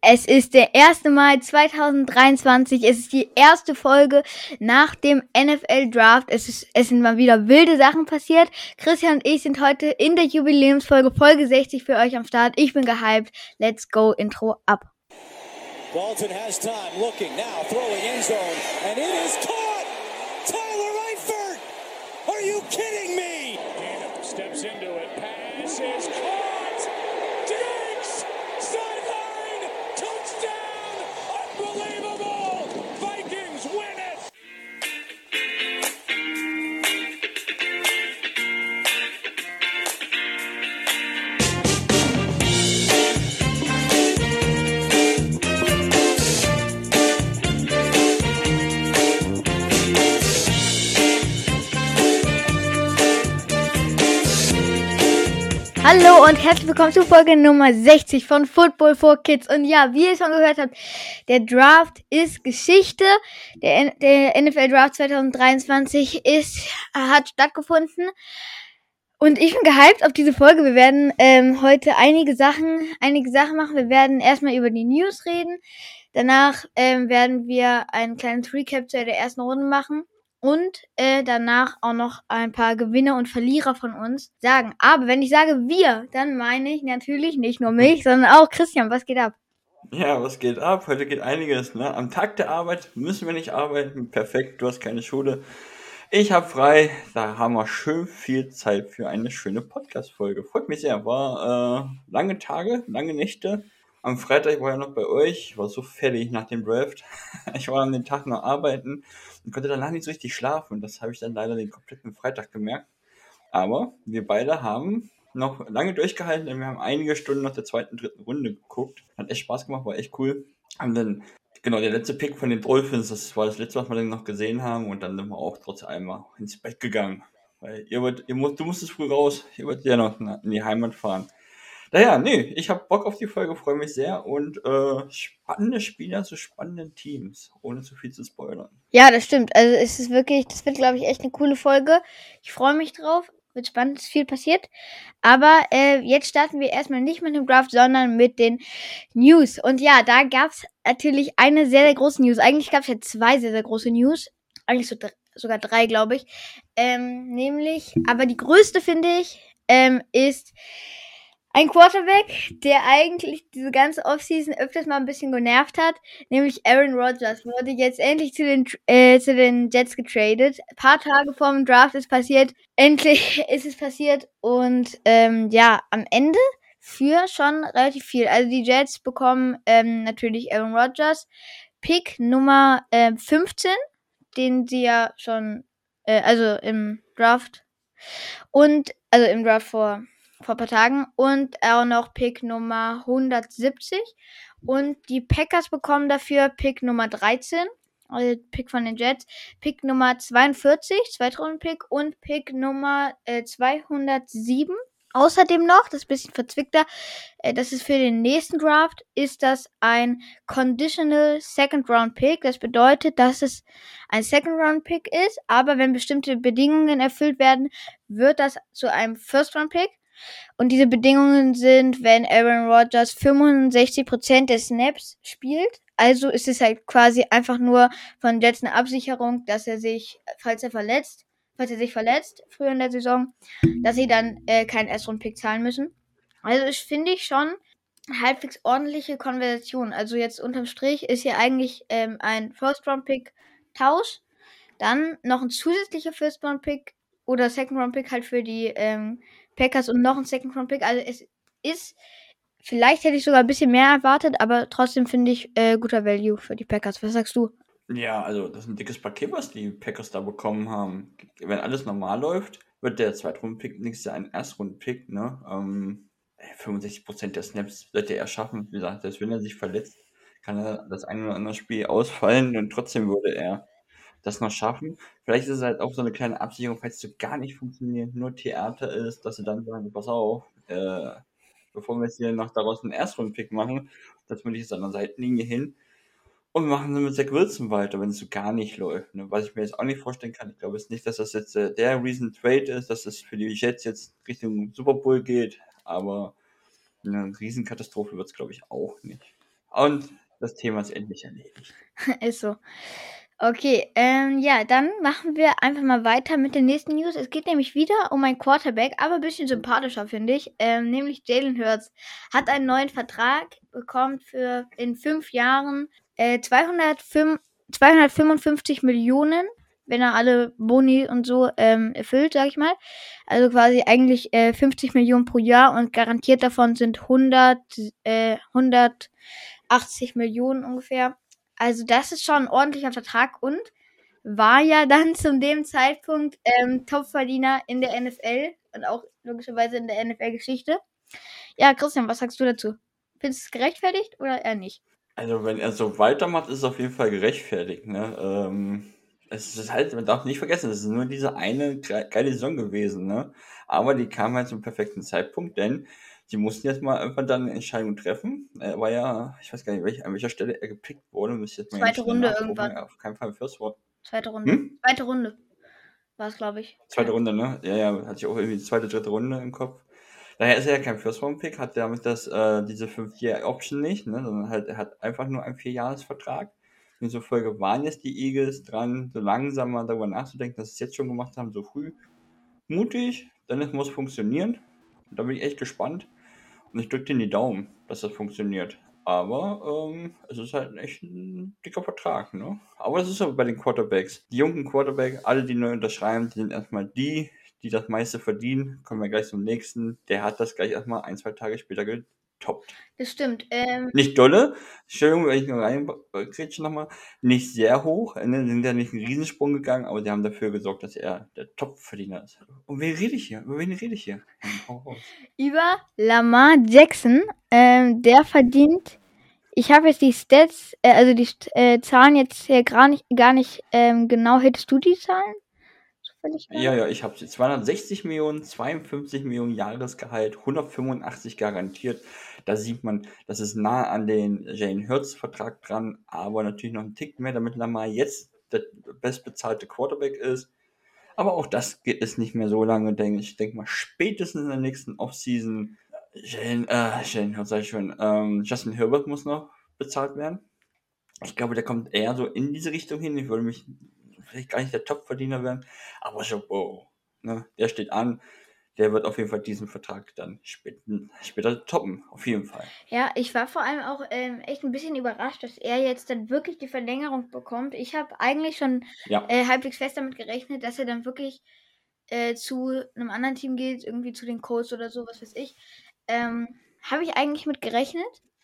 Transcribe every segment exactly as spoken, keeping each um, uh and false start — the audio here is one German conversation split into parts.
Es ist der erste Mai zweitausenddreiundzwanzig. Es ist die erste Folge nach dem N F L-Draft. Es, ist, es sind mal wieder wilde Sachen passiert. Christian und ich sind heute in der Jubiläumsfolge, Folge sechzig für euch am Start. Ich bin gehypt. Let's go, Intro ab. Dalton has time, looking now, throwing end zone, and it is caught! Tyler Eifert! Are you kidding me? Hannah steps into it, pass is caught! Diggs! Sideline! Touchdown! Unbelievable! Vikings win it! Hallo und herzlich willkommen zu Folge Nummer sechzig von Football for Kids. Und ja, wie ihr schon gehört habt, der Draft ist Geschichte. Der, N- der N F L Draft zweitausenddreiundzwanzig ist, hat stattgefunden. Und ich bin gehypt auf diese Folge. Wir werden ähm, heute einige Sachen, einige Sachen machen. Wir werden erstmal über die News reden. Danach ähm, werden wir einen kleinen Recap zu der ersten Runde machen. Und äh, danach auch noch ein paar Gewinner und Verlierer von uns sagen. Aber wenn ich sage wir, dann meine ich natürlich nicht nur mich, sondern auch Christian. Was geht ab? Ja, was geht ab? Heute geht einiges, ne? Am Tag der Arbeit müssen wir nicht arbeiten. Perfekt, du hast keine Schule. Ich habe frei. Da haben wir schön viel Zeit für eine schöne Podcast-Folge. Freut mich sehr. War äh, lange Tage, lange Nächte. Am Freitag war ich noch bei euch. Ich war so fertig nach dem Draft. Ich war an den Tag noch arbeiten und konnte danach nicht so richtig schlafen. Das habe ich dann leider den kompletten Freitag gemerkt. Aber wir beide haben noch lange durchgehalten und wir haben einige Stunden nach der zweiten, dritten Runde geguckt. Hat echt Spaß gemacht, war echt cool. Haben dann, genau, der letzte Pick von den Dolphins, das war das letzte, was wir dann noch gesehen haben. Und dann sind wir auch trotz einmal ins Bett gegangen. Weil ihr wollt, ihr musst, du musstest früh raus, ihr wollt ja noch in die Heimat fahren. Daher, nee, ich habe Bock auf die Folge, freue mich sehr. Und äh, spannende Spieler zu spannenden Teams, ohne zu viel zu spoilern. Ja, das stimmt. Also es ist wirklich, das wird, glaube ich, echt eine coole Folge. Ich freue mich drauf. Wird spannend, ist viel passiert. Aber äh, jetzt starten wir erstmal nicht mit dem Draft, sondern mit den News. Und ja, da gab es natürlich eine sehr, sehr große News. Eigentlich gab es ja zwei sehr, sehr große News. Eigentlich so dr- sogar drei, glaube ich. Ähm, nämlich, aber die größte, finde ich, ähm, ist ein Quarterback, der eigentlich diese ganze Offseason öfters mal ein bisschen genervt hat, nämlich Aaron Rodgers, wurde jetzt endlich zu den äh, zu den Jets getradet. Ein paar Tage vor dem Draft ist passiert. Endlich ist es passiert und ähm, ja, am Ende für schon relativ viel. Also die Jets bekommen ähm, natürlich Aaron Rodgers, Pick Nummer äh, fünfzehn, den sie ja schon, äh, also im Draft und also im Draft vor vor ein paar Tagen und auch noch Pick Nummer hundertsiebzig und die Packers bekommen dafür Pick Nummer dreizehn, also Pick von den Jets, Pick Nummer zweiundvierzig, Zweitrunden-Pick und Pick Nummer äh, zweihundertsieben. Außerdem noch, das ist ein bisschen verzwickter, äh, das ist für den nächsten Draft, ist das ein Conditional Second Round Pick. Das bedeutet, dass es ein Second Round Pick ist, aber wenn bestimmte Bedingungen erfüllt werden, wird das zu einem First Round Pick. Und diese Bedingungen sind, wenn Aaron Rodgers fünfundsechzig Prozent der Snaps spielt. Also ist es halt quasi einfach nur von Jets eine Absicherung, dass er sich, falls er verletzt, falls er sich verletzt, früher in der Saison, dass sie dann äh, keinen Erstrunden-Pick zahlen müssen. Also ich finde ich schon halbwegs ordentliche Konversation. Also jetzt unterm Strich ist hier eigentlich ähm, ein First-Round-Pick-Tausch, dann noch ein zusätzlicher First-Round-Pick oder Second-Round-Pick halt für die ähm, Packers und noch ein Second-Round-Pick. Also es ist, vielleicht hätte ich sogar ein bisschen mehr erwartet, aber trotzdem finde ich äh, guter Value für die Packers. Was sagst du? Ja, also das ist ein dickes Paket, was die Packers da bekommen haben. Wenn alles normal läuft, wird der Zweitrunden-Pick nächstes Jahr ein Erstrunden-Pick, ne? Ähm, fünfundsechzig Prozent der Snaps wird er schaffen. Wie gesagt, selbst wenn er sich verletzt, kann er das ein oder andere Spiel ausfallen und trotzdem würde er das noch schaffen. Vielleicht ist es halt auch so eine kleine Absicherung, falls es so gar nicht funktioniert, nur Theater ist, dass sie dann sagen, pass auf, äh, bevor wir jetzt hier noch daraus einen Erstrunden-Pick machen, setzen wir dich jetzt an der Seitenlinie hin und machen sie mit Zach Wilson weiter, wenn es so gar nicht läuft. Ne? Was ich mir jetzt auch nicht vorstellen kann, ich glaube jetzt nicht, dass das jetzt äh, der Recent Trade ist, dass das für die Jets jetzt Richtung Super Bowl geht, aber eine Riesenkatastrophe wird es, glaube ich, auch nicht. Und das Thema ist endlich erledigt. Ist so. Okay, ähm, ja, dann machen wir einfach mal weiter mit den nächsten News. Es geht nämlich wieder um einen Quarterback, aber ein bisschen sympathischer, finde ich. Ähm, nämlich Jalen Hurts hat einen neuen Vertrag bekommen für in fünf Jahren äh, zweihundertfünf, zweihundertfünfundfünfzig Millionen, wenn er alle Boni und so ähm, erfüllt, sag ich mal. Also quasi eigentlich äh, fünfzig Millionen pro Jahr und garantiert davon sind hundert, äh, hundertachtzig Millionen ungefähr. Also das ist schon ein ordentlicher Vertrag und war ja dann zu dem Zeitpunkt ähm, Topverdiener in der N F L und auch logischerweise in der N F L-Geschichte. Ja, Christian, was sagst du dazu? Findest du es gerechtfertigt oder eher nicht? Also wenn er so weitermacht, ist es auf jeden Fall gerechtfertigt. Ne? Ähm, es ist halt, man darf nicht vergessen, es ist nur diese eine gre- geile Saison gewesen. Ne? Aber die kam halt zum perfekten Zeitpunkt, denn sie mussten jetzt mal irgendwann dann eine Entscheidung treffen. Er war ja, ich weiß gar nicht, welch, an welcher Stelle er gepickt wurde, muss ich jetzt mal ganz Zweite schnell Runde nachgucken. irgendwann. Auf keinen Fall First Round. Zweite Runde. Hm? Zweite Runde war es, glaube ich. Zweite Ja. Runde, ne? Ja, ja, hatte ich auch irgendwie die zweite, dritte Runde im Kopf. Daher ist er ja kein First-Round-Pick, hat damit das, äh, diese fünf-Year-Option nicht, ne? Sondern halt, er hat einfach nur einen Vierjahresvertrag. Demzufolge waren jetzt die Eagles dran, so langsam mal darüber nachzudenken, dass sie es jetzt schon gemacht haben, so früh. Mutig, denn es muss funktionieren. Und da bin ich echt gespannt. Und ich drücke denen die Daumen, dass das funktioniert. Aber ähm, es ist halt echt ein dicker Vertrag, ne? Aber es ist aber bei den Quarterbacks. Die jungen Quarterbacks, alle, die neu unterschreiben, die sind erstmal die, die das meiste verdienen. Kommen wir gleich zum nächsten. Der hat das gleich erstmal ein, zwei Tage später getoppt. Das stimmt. Ähm, Nicht dolle, Entschuldigung, wenn ich nur reinkriege nochmal, nicht sehr hoch, ne, sind ja nicht einen Riesensprung gegangen, aber die haben dafür gesorgt, dass er der Top-Verdiener ist. Und wen rede ich hier? Über wen rede ich hier? Hau raus. über Lamar Jackson, ähm, der verdient, ich habe jetzt die Stats, äh, also die äh, Zahlen jetzt hier gar nicht, gar nicht ähm, genau. Hättest du die Zahlen? Zufällig gar Ja, nicht? ja, ich habe sie. zweihundertsechzig Millionen, zweiundfünfzig Millionen Jahresgehalt, hundertfünfundachtzig garantiert. Da sieht man, das ist nah an den Jalen Hurts-Vertrag dran, aber natürlich noch einen Tick mehr, damit Lamar jetzt der bestbezahlte Quarterback ist. Aber auch das geht es nicht mehr so lange, denke ich. Ich denke mal, spätestens in der nächsten Offseason, Jalen, äh, Jalen Hurts, sag ich schon, ähm, Justin Herbert muss noch bezahlt werden. Ich glaube, der kommt eher so in diese Richtung hin. Ich würde mich vielleicht gar nicht der Top-Verdiener werden, aber Joe Burrow, ne, der steht an. Der wird auf jeden Fall diesen Vertrag dann später, später toppen, auf jeden Fall. Ja, ich war vor allem auch ähm, echt ein bisschen überrascht, dass er jetzt dann wirklich die Verlängerung bekommt. Ich habe eigentlich schon Ja, äh, halbwegs fest damit gerechnet, dass er dann wirklich äh, zu einem anderen Team geht, irgendwie zu den Colts oder so, was weiß ich. Ähm, habe ich eigentlich mit gerechnet,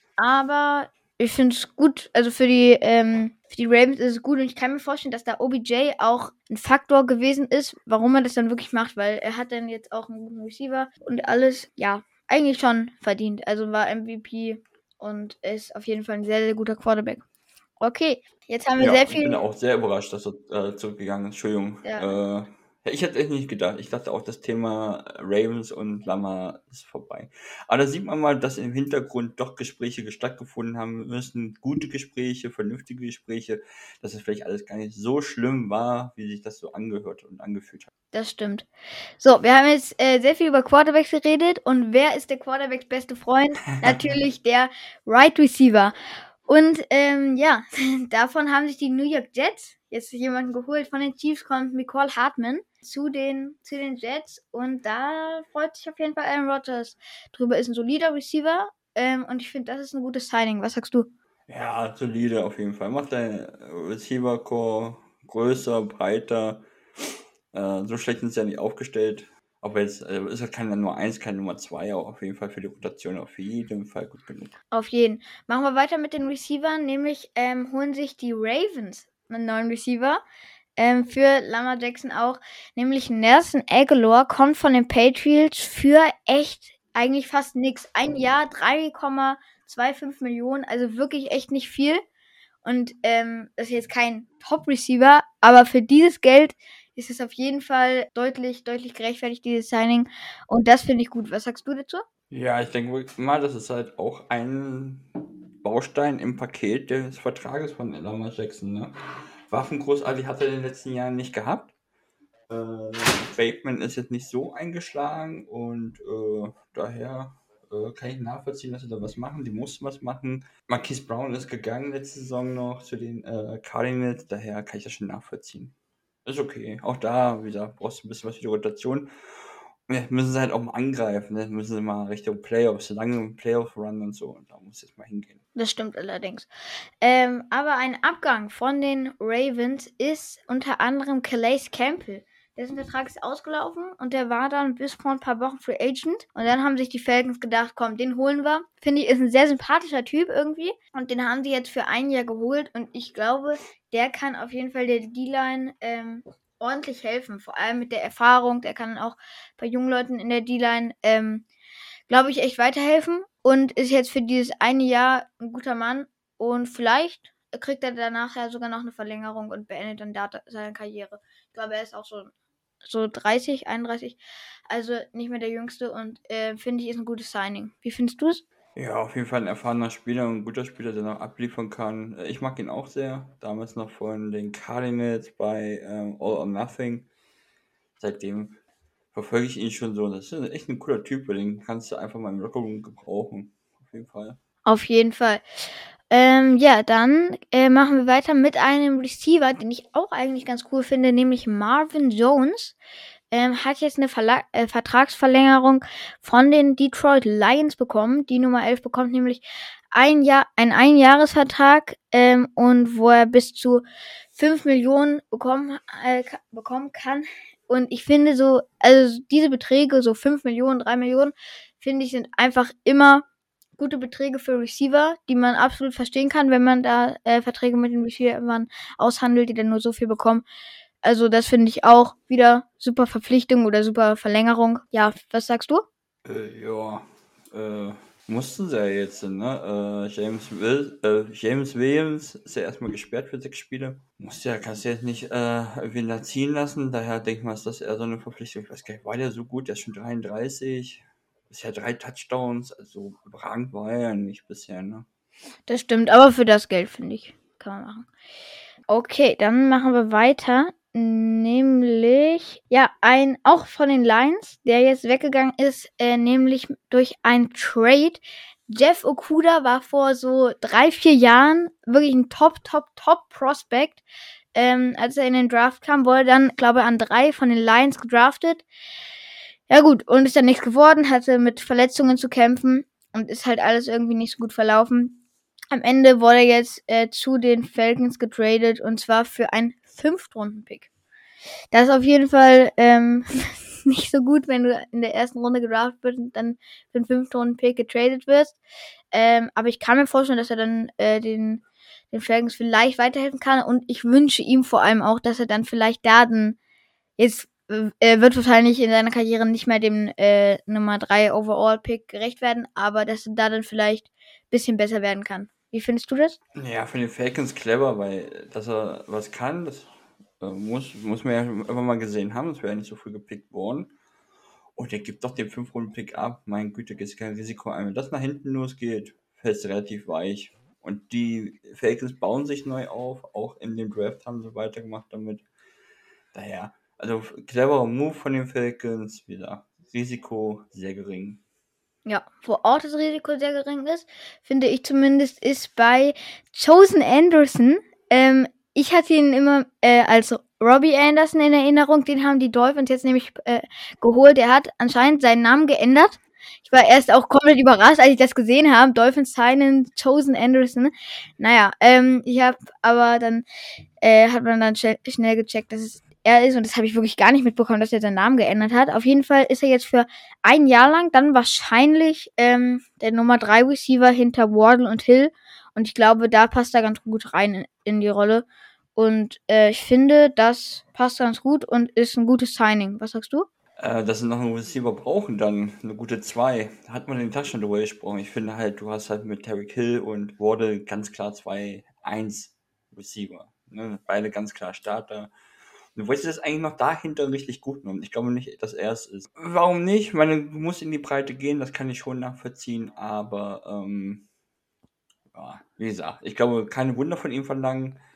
aber ich finde es gut, also für die, ähm, für die Ravens ist es gut und ich kann mir vorstellen, dass da O B J auch ein Faktor gewesen ist, warum er das dann wirklich macht, weil er hat dann jetzt auch einen guten Receiver und alles, ja, eigentlich schon verdient. Also war M V P und ist auf jeden Fall ein sehr, sehr guter Quarterback. Okay, jetzt haben wir ja, sehr ich bin viel. auch sehr überrascht, dass er äh, zurückgegangen ist. Entschuldigung. Ja. Äh, ja, ich hätte echt nicht gedacht. Ich dachte auch, das Thema Ravens und Lamar ist vorbei. Aber da sieht man mal, dass im Hintergrund doch Gespräche stattgefunden haben müssen. Gute Gespräche, vernünftige Gespräche, dass es vielleicht alles gar nicht so schlimm war, wie sich das so angehört und angefühlt hat. Das stimmt. So, wir haben jetzt äh, sehr viel über Quarterbacks geredet. Und wer ist der Quarterbacks beste Freund? Natürlich der Right Receiver. Und ähm, ja, davon haben sich die New York Jets jetzt jemanden geholt. Von den Chiefs kommt Mecole Hardman zu den, zu den Jets. Und da freut sich auf jeden Fall Aaron Rodgers drüber. Ist ein solider Receiver. Ähm, und ich finde, das ist ein gutes Signing. Was sagst du? Ja, solide auf jeden Fall. Macht dein Receiver-Core größer, breiter. Äh, so schlecht sind sie ja nicht aufgestellt. Aber jetzt äh, ist halt keine Nummer eins, keine Nummer zwei, aber auf jeden Fall für die Rotation auf jeden Fall gut genug. Auf jeden. Machen wir weiter mit den Receivern, nämlich ähm, holen sich die Ravens einen neuen Receiver. Ähm, für Lamar Jackson auch, nämlich Nelson Aguilar kommt von den Patriots für echt eigentlich fast nichts. Ein Jahr drei Komma fünfundzwanzig Millionen, also wirklich echt nicht viel. Und ähm, das ist jetzt kein Top-Receiver, aber für dieses Geld ist es auf jeden Fall deutlich, deutlich gerechtfertigt, dieses Signing. Und das finde ich gut. Was sagst du dazu? Ja, ich denke mal, das ist halt auch ein Baustein im Paket des Vertrages von Lamar Jackson. Ne? Waffen großartig hat er in den letzten Jahren nicht gehabt. Äh, Bateman ist jetzt nicht so eingeschlagen und äh, daher äh, kann ich nachvollziehen, dass sie da was machen. Die mussten was machen. Marquise Brown ist gegangen letzte Saison noch zu den äh, Cardinals, daher kann ich das schon nachvollziehen. Ist okay. Auch da, wie gesagt, brauchst du ein bisschen was für die Rotation. Ja, müssen sie halt auch mal angreifen, ne? Müssen sie mal Richtung Playoffs, lange Playoff-Run und so. Und da muss jetzt mal hingehen. Das stimmt allerdings. Ähm, aber ein Abgang von den Ravens ist unter anderem Calais Campbell. Dessen Vertrag ist ausgelaufen und der war dann bis vor ein paar Wochen Free Agent. Und dann haben sich die Falcons gedacht, komm, den holen wir. Finde ich, ist ein sehr sympathischer Typ irgendwie. Und den haben sie jetzt für ein Jahr geholt. Und ich glaube, der kann auf jeden Fall der D-Line ähm, ordentlich helfen. Vor allem mit der Erfahrung. Der kann auch bei jungen Leuten in der D-Line, ähm, glaube ich, echt weiterhelfen. Und ist jetzt für dieses eine Jahr ein guter Mann. Und vielleicht kriegt er danach ja sogar noch eine Verlängerung und beendet dann da seine Karriere. Ich glaube, er ist auch so so dreißig, einunddreißig, also nicht mehr der Jüngste und äh, finde ich, ist ein gutes Signing. Wie findest du es? Ja, auf jeden Fall ein erfahrener Spieler und ein guter Spieler, der noch abliefern kann. Äh, Ich mag ihn auch sehr. Damals noch von den Cardinals bei ähm, All or Nothing. Seitdem verfolge ich ihn schon so. Das ist echt ein cooler Typ, den kannst du einfach mal im Lockerroom gebrauchen. Auf jeden Fall. Auf jeden Fall. Ähm, ja, dann äh, machen wir weiter mit einem Receiver, den ich auch eigentlich ganz cool finde, nämlich Marvin Jones. Ähm, hat jetzt eine Verla- äh, Vertragsverlängerung von den Detroit Lions bekommen. Die Nummer elf bekommt nämlich ein Jahr, einen Einjahresvertrag ähm, und wo er bis zu fünf Millionen bekommen, äh, ka- bekommen kann. Und ich finde so, also diese Beträge, so fünf Millionen, drei Millionen, finde ich, sind einfach immer gute Beträge für Receiver, die man absolut verstehen kann, wenn man da äh, Verträge mit den Receivern aushandelt, die dann nur so viel bekommen. Also das finde ich auch wieder super Verpflichtung oder super Verlängerung. Ja, was sagst du? Äh, ja, äh, mussten sie ja jetzt, ne? Äh, James, Will, äh, James Williams ist ja erstmal gesperrt für sechs Spiele. Musst ja, kannst du jetzt nicht äh, irgendwie da ziehen lassen. Daher denke ich mal, ist das eher so eine Verpflichtung. Ich weiß gar nicht, war der so gut? Der ist schon dreiunddreißig. Bisher drei Touchdowns. Also überragend war er ja nicht bisher, ne? Das stimmt, aber für das Geld, finde ich, kann man machen. Okay, dann machen wir weiter. Nämlich, ja, ein, auch von den Lions, der jetzt weggegangen ist, äh, nämlich durch ein Trade. Jeff Okuda war vor so drei, vier Jahren wirklich ein Top, Top, Top Prospect. Ähm, als er in den Draft kam, wurde dann, glaube ich, an drei von den Lions gedraftet. Ja gut, und ist dann nichts geworden, hatte mit Verletzungen zu kämpfen und ist halt alles irgendwie nicht so gut verlaufen. Am Ende wurde er jetzt äh, zu den Falcons getradet und zwar für einen Fünftrunden-Pick. Das ist auf jeden Fall ähm, nicht so gut, wenn du in der ersten Runde gedraftet wirst und dann für einen Fünftrunden-Pick getradet wirst. Ähm, aber ich kann mir vorstellen, dass er dann äh, den, den Falcons vielleicht weiterhelfen kann und ich wünsche ihm vor allem auch, dass er dann vielleicht da dann jetzt er wird wahrscheinlich in seiner Karriere nicht mehr dem äh, Nummer drei Overall-Pick gerecht werden, aber dass er da dann vielleicht ein bisschen besser werden kann. Wie findest du das? Ja, für den Falcons clever, weil dass er was kann, das äh, muss, muss man ja immer mal gesehen haben, sonst wäre er nicht so früh gepickt worden. Und der gibt doch den fünf runden pick ab. Mein Güte, ist kein Risiko ein. Wenn das nach hinten losgeht, fällt es relativ weich. Und die Falcons bauen sich neu auf. Auch in dem Draft haben sie weitergemacht damit. Daher, also cleverer Move von den Falcons. Wieder Risiko sehr gering. Ja, wo auch das Risiko sehr gering ist, finde ich zumindest, ist bei Chosen Anderson. Ähm, ich hatte ihn immer äh, als Robbie Anderson in Erinnerung. Den haben die Dolphins jetzt nämlich äh, geholt. Er hat anscheinend seinen Namen geändert. Ich war erst auch komplett überrascht, als ich das gesehen habe. Dolphins signen Chosen Anderson. Naja, ähm, ich habe aber dann, äh, hat man dann schnell, schnell gecheckt, dass es er ist. Und das habe ich wirklich gar nicht mitbekommen, dass er seinen Namen geändert hat. Auf jeden Fall ist er jetzt für ein Jahr lang dann wahrscheinlich ähm, der Nummer drei Receiver hinter Wardle und Hill. Und ich glaube, da passt er ganz gut rein in, in die Rolle. Und äh, ich finde, das passt ganz gut und ist ein gutes Signing. Was sagst du? Äh, dass sie noch einen Receiver brauchen, dann eine gute zwei. Da hat man den Tag schon drüber gesprochen. Ich finde halt, du hast halt mit Tyreek Hill und Wardle ganz klar zwei eins Receiver. Ne? Beide ganz klar Starter. Du wolltest das eigentlich noch dahinter richtig gut machen. Ich glaube nicht, dass er es ist. Warum nicht? Ich meine, du musst in die Breite gehen, das kann ich schon nachvollziehen, aber ähm, ja, wie gesagt, ich glaube, keine Wunder von ihm verlangen.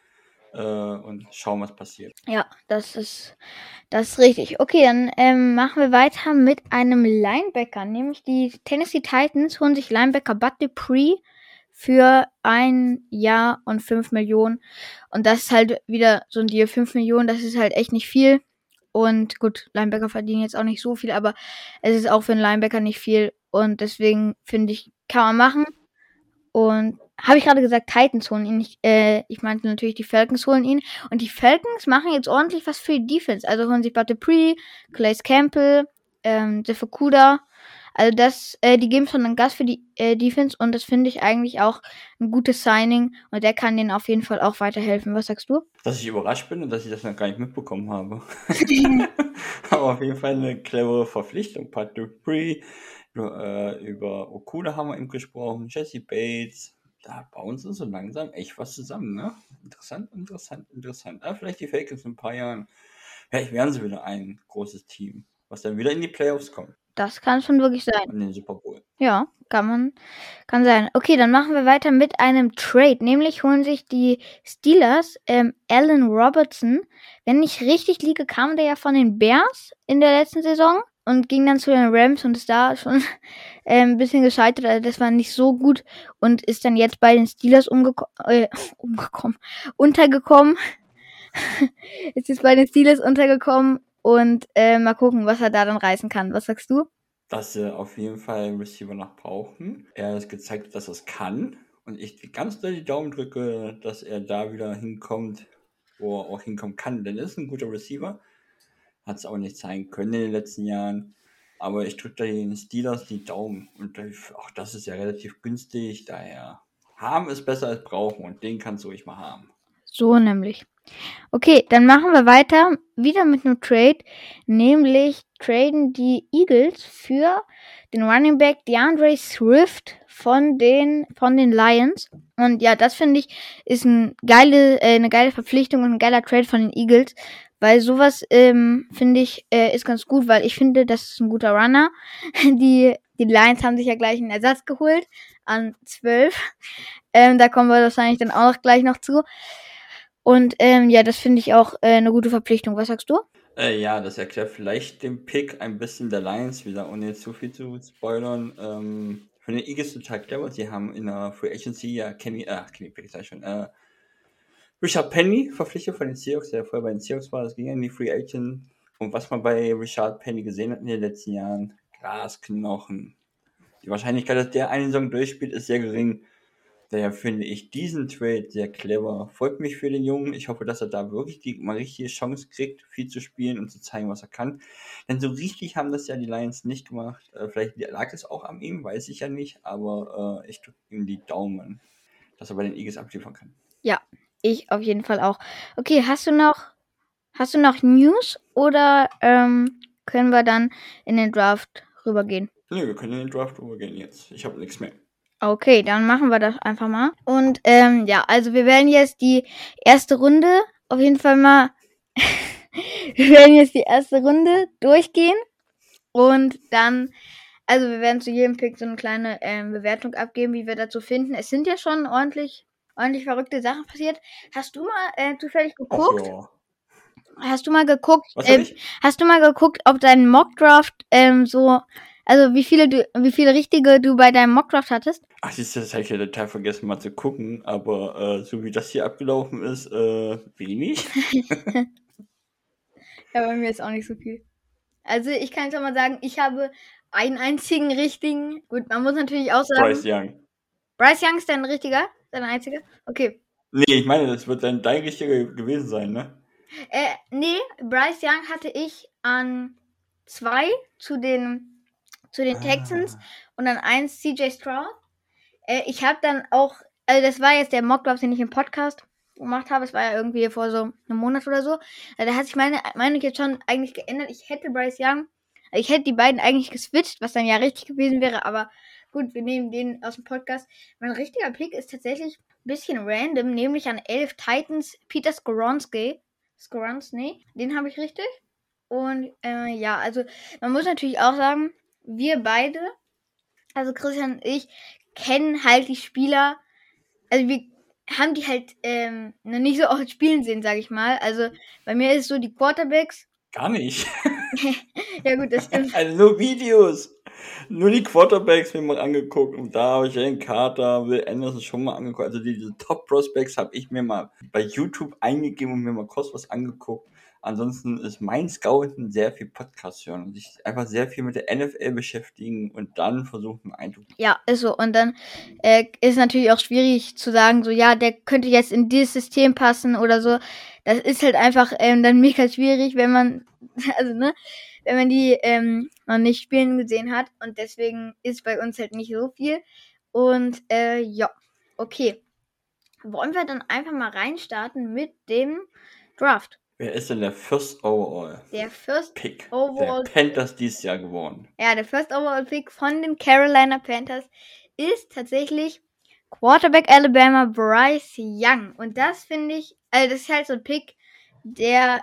äh, und schauen, was passiert. Ja, das ist, das ist richtig. Okay, dann ähm, machen wir weiter mit einem Linebacker, nämlich die Tennessee Titans holen sich Linebacker Bud Dupree für ein Jahr und fünf Millionen. Und das ist halt wieder so ein Deal. fünf Millionen, das ist halt echt nicht viel. Und gut, Linebacker verdienen jetzt auch nicht so viel, aber es ist auch für einen Linebacker nicht viel. Und deswegen finde ich, kann man machen. Und habe ich gerade gesagt, Titans holen ihn nicht. Äh, ich meinte natürlich, die Falcons holen ihn. Und die Falcons machen jetzt ordentlich was für die Defense. Also holen sich Bud Dupree, Calais Campbell, ähm, Jeff Okudah. Also das, äh, die geben schon einen Gas für die äh, Defense. Und das finde ich eigentlich auch ein gutes Signing. Und der kann denen auf jeden Fall auch weiterhelfen. Was sagst du? Dass ich überrascht bin und dass ich das noch gar nicht mitbekommen habe. Aber auf jeden Fall eine clevere Verpflichtung. Bud Dupree, über, äh, über Okudah haben wir eben gesprochen, Jesse Bates. Da bauen sie so langsam echt was zusammen, ne? Interessant, interessant, interessant. Ah, vielleicht die Falcons in ein paar Jahren. Vielleicht werden sie wieder ein großes Team, was dann wieder in die Playoffs kommt. Das kann schon wirklich sein. Und den Super Bowl. Ja, kann man, kann sein. Okay, dann machen wir weiter mit einem Trade. Nämlich holen sich die Steelers ähm, Allen Robertson. Wenn ich richtig liege, kam der ja von den Bears in der letzten Saison und ging dann zu den Rams und ist da schon äh, ein bisschen gescheitert. Also das war nicht so gut und ist dann jetzt bei den Steelers umgeko- äh, umgekommen, untergekommen. Ist jetzt bei den Steelers untergekommen und äh, mal gucken, was er da dann reißen kann. Was sagst du? Dass sie auf jeden Fall einen Receiver noch brauchen. Er hat gezeigt, dass er es kann. Und ich ganz doll die Daumen drücke, dass er da wieder hinkommt, wo er auch hinkommen kann. Denn er ist ein guter Receiver. Hat es auch nicht zeigen können in den letzten Jahren. Aber ich drücke da den Steelers die Daumen. Und auch das ist ja relativ günstig. Daher haben ist besser als brauchen. Und den kannst du ruhig mal haben. So nämlich. Okay, dann machen wir weiter. Wieder mit einem Trade. Nämlich traden die Eagles für den Running Back DeAndre Swift von den, von den Lions. Und ja, das finde ich ist ein geile, äh, eine geile Verpflichtung und ein geiler Trade von den Eagles. Weil sowas, ähm, finde ich, äh, ist ganz gut, weil ich finde, das ist ein guter Runner. Die, die Lions haben sich ja gleich einen Ersatz geholt an zwölf. Ähm, da kommen wir wahrscheinlich dann auch noch gleich noch zu. Und ähm, ja, das finde ich auch äh, eine gute Verpflichtung. Was sagst du? Äh, ja, das erklärt vielleicht den Pick ein bisschen der Lions wieder, ohne jetzt zu viel zu spoilern. Ähm, von den Eagles total clever. Sie haben in der Free Agency ja Kenny, äh, Kenny Pick, sag ich schon, äh, Richard Penny verpflichtet von den Seahawks, der vorher bei den Seahawks war. Das ging in die Free Agent. Und was man bei Richard Penny gesehen hat in den letzten Jahren, Glasknochen. Die Wahrscheinlichkeit, dass der eine Saison durchspielt, ist sehr gering. Daher finde ich diesen Trade sehr clever. Freut mich für den Jungen. Ich hoffe, dass er da wirklich die, mal richtige Chance kriegt, viel zu spielen und zu zeigen, was er kann. Denn so richtig haben das ja die Lions nicht gemacht. Äh, vielleicht lag es auch an ihm, weiß ich ja nicht. Aber äh, ich drücke ihm die Daumen, dass er bei den Eagles abliefern kann. Ja, ich auf jeden Fall auch. Okay, hast du noch, hast du noch News oder ähm, können wir dann in den Draft rübergehen? Nee, wir können in den Draft rübergehen jetzt. Ich habe nichts mehr. Okay, dann machen wir das einfach mal. Und ähm, ja, also wir werden jetzt die erste Runde auf jeden Fall mal, wir werden jetzt die erste Runde durchgehen und dann, also wir werden zu jedem Pick so eine kleine ähm, Bewertung abgeben, wie wir dazu finden. Es sind ja schon ordentlich, ordentlich verrückte Sachen passiert. Hast du mal äh, zufällig geguckt? Ach ja. Hast du mal geguckt? Was hab Ähm, ich? hast du mal geguckt, ob dein Mockdraft ähm, so, also wie viele du, wie viele richtige du bei deinem Mockdraft hattest? Ach, siehst du, das habe ich ja total vergessen mal zu gucken, aber äh, so wie das hier abgelaufen ist, äh, wenig. Ja, bei mir ist auch nicht so viel. Also ich kann jetzt auch mal sagen, ich habe einen einzigen richtigen. Gut, man muss natürlich auch sagen. Bryce Young. Bryce Young ist dein richtiger? Dein einziger? Okay. Nee, ich meine, das wird dann dein richtiger gewesen sein, ne? Äh, nee, Bryce Young hatte ich an zwei zu den, zu den Texans Ah. und an eins C J Stroud. Äh, ich habe dann auch, also das war jetzt der Mockdraft, den ich im Podcast gemacht habe. Es war ja irgendwie vor so einem Monat oder so. Also da hat sich meine Meinung jetzt schon eigentlich geändert. Ich hätte Bryce Young, also ich hätte die beiden eigentlich geswitcht, was dann ja richtig gewesen wäre, aber gut, wir nehmen den aus dem Podcast. Mein richtiger Pick ist tatsächlich ein bisschen random, nämlich an elf Titans Peter Skoronski. Skoronski, den habe ich richtig. Und äh, ja, also man muss natürlich auch sagen, wir beide, also Christian und ich, kennen halt die Spieler, also wir, haben die halt ähm, noch nicht so oft spielen sehen, sage ich mal. Also bei mir ist so die Quarterbacks. Gar nicht. Ja gut, das stimmt. Also nur Videos. Nur die Quarterbacks mir mal angeguckt. Und da habe ich Jalen Carter, Will Anderson schon mal angeguckt. Also diese Top-Prospects habe ich mir mal bei YouTube eingegeben und mir mal kurz was angeguckt. Ansonsten ist mein Scouten sehr viel Podcast hören und sich einfach sehr viel mit der N F L beschäftigen und dann versuchen, einen Eindruck. Ja, ist so. Und dann äh, ist natürlich auch schwierig zu sagen, so ja, der könnte jetzt in dieses System passen oder so. Das ist halt einfach ähm, dann mega schwierig, wenn man, also ne, wenn man die ähm, noch nicht spielen gesehen hat. Und deswegen ist bei uns halt nicht so viel. Und äh, ja, okay. Wollen wir dann einfach mal reinstarten mit dem Draft? Wer ist denn der First Overall Der First Pick Overall der Panthers dieses Jahr geworden? Ja, der First Overall Pick von den Carolina Panthers ist tatsächlich Quarterback Alabama Bryce Young. Und das finde ich, also das ist halt so ein Pick, der,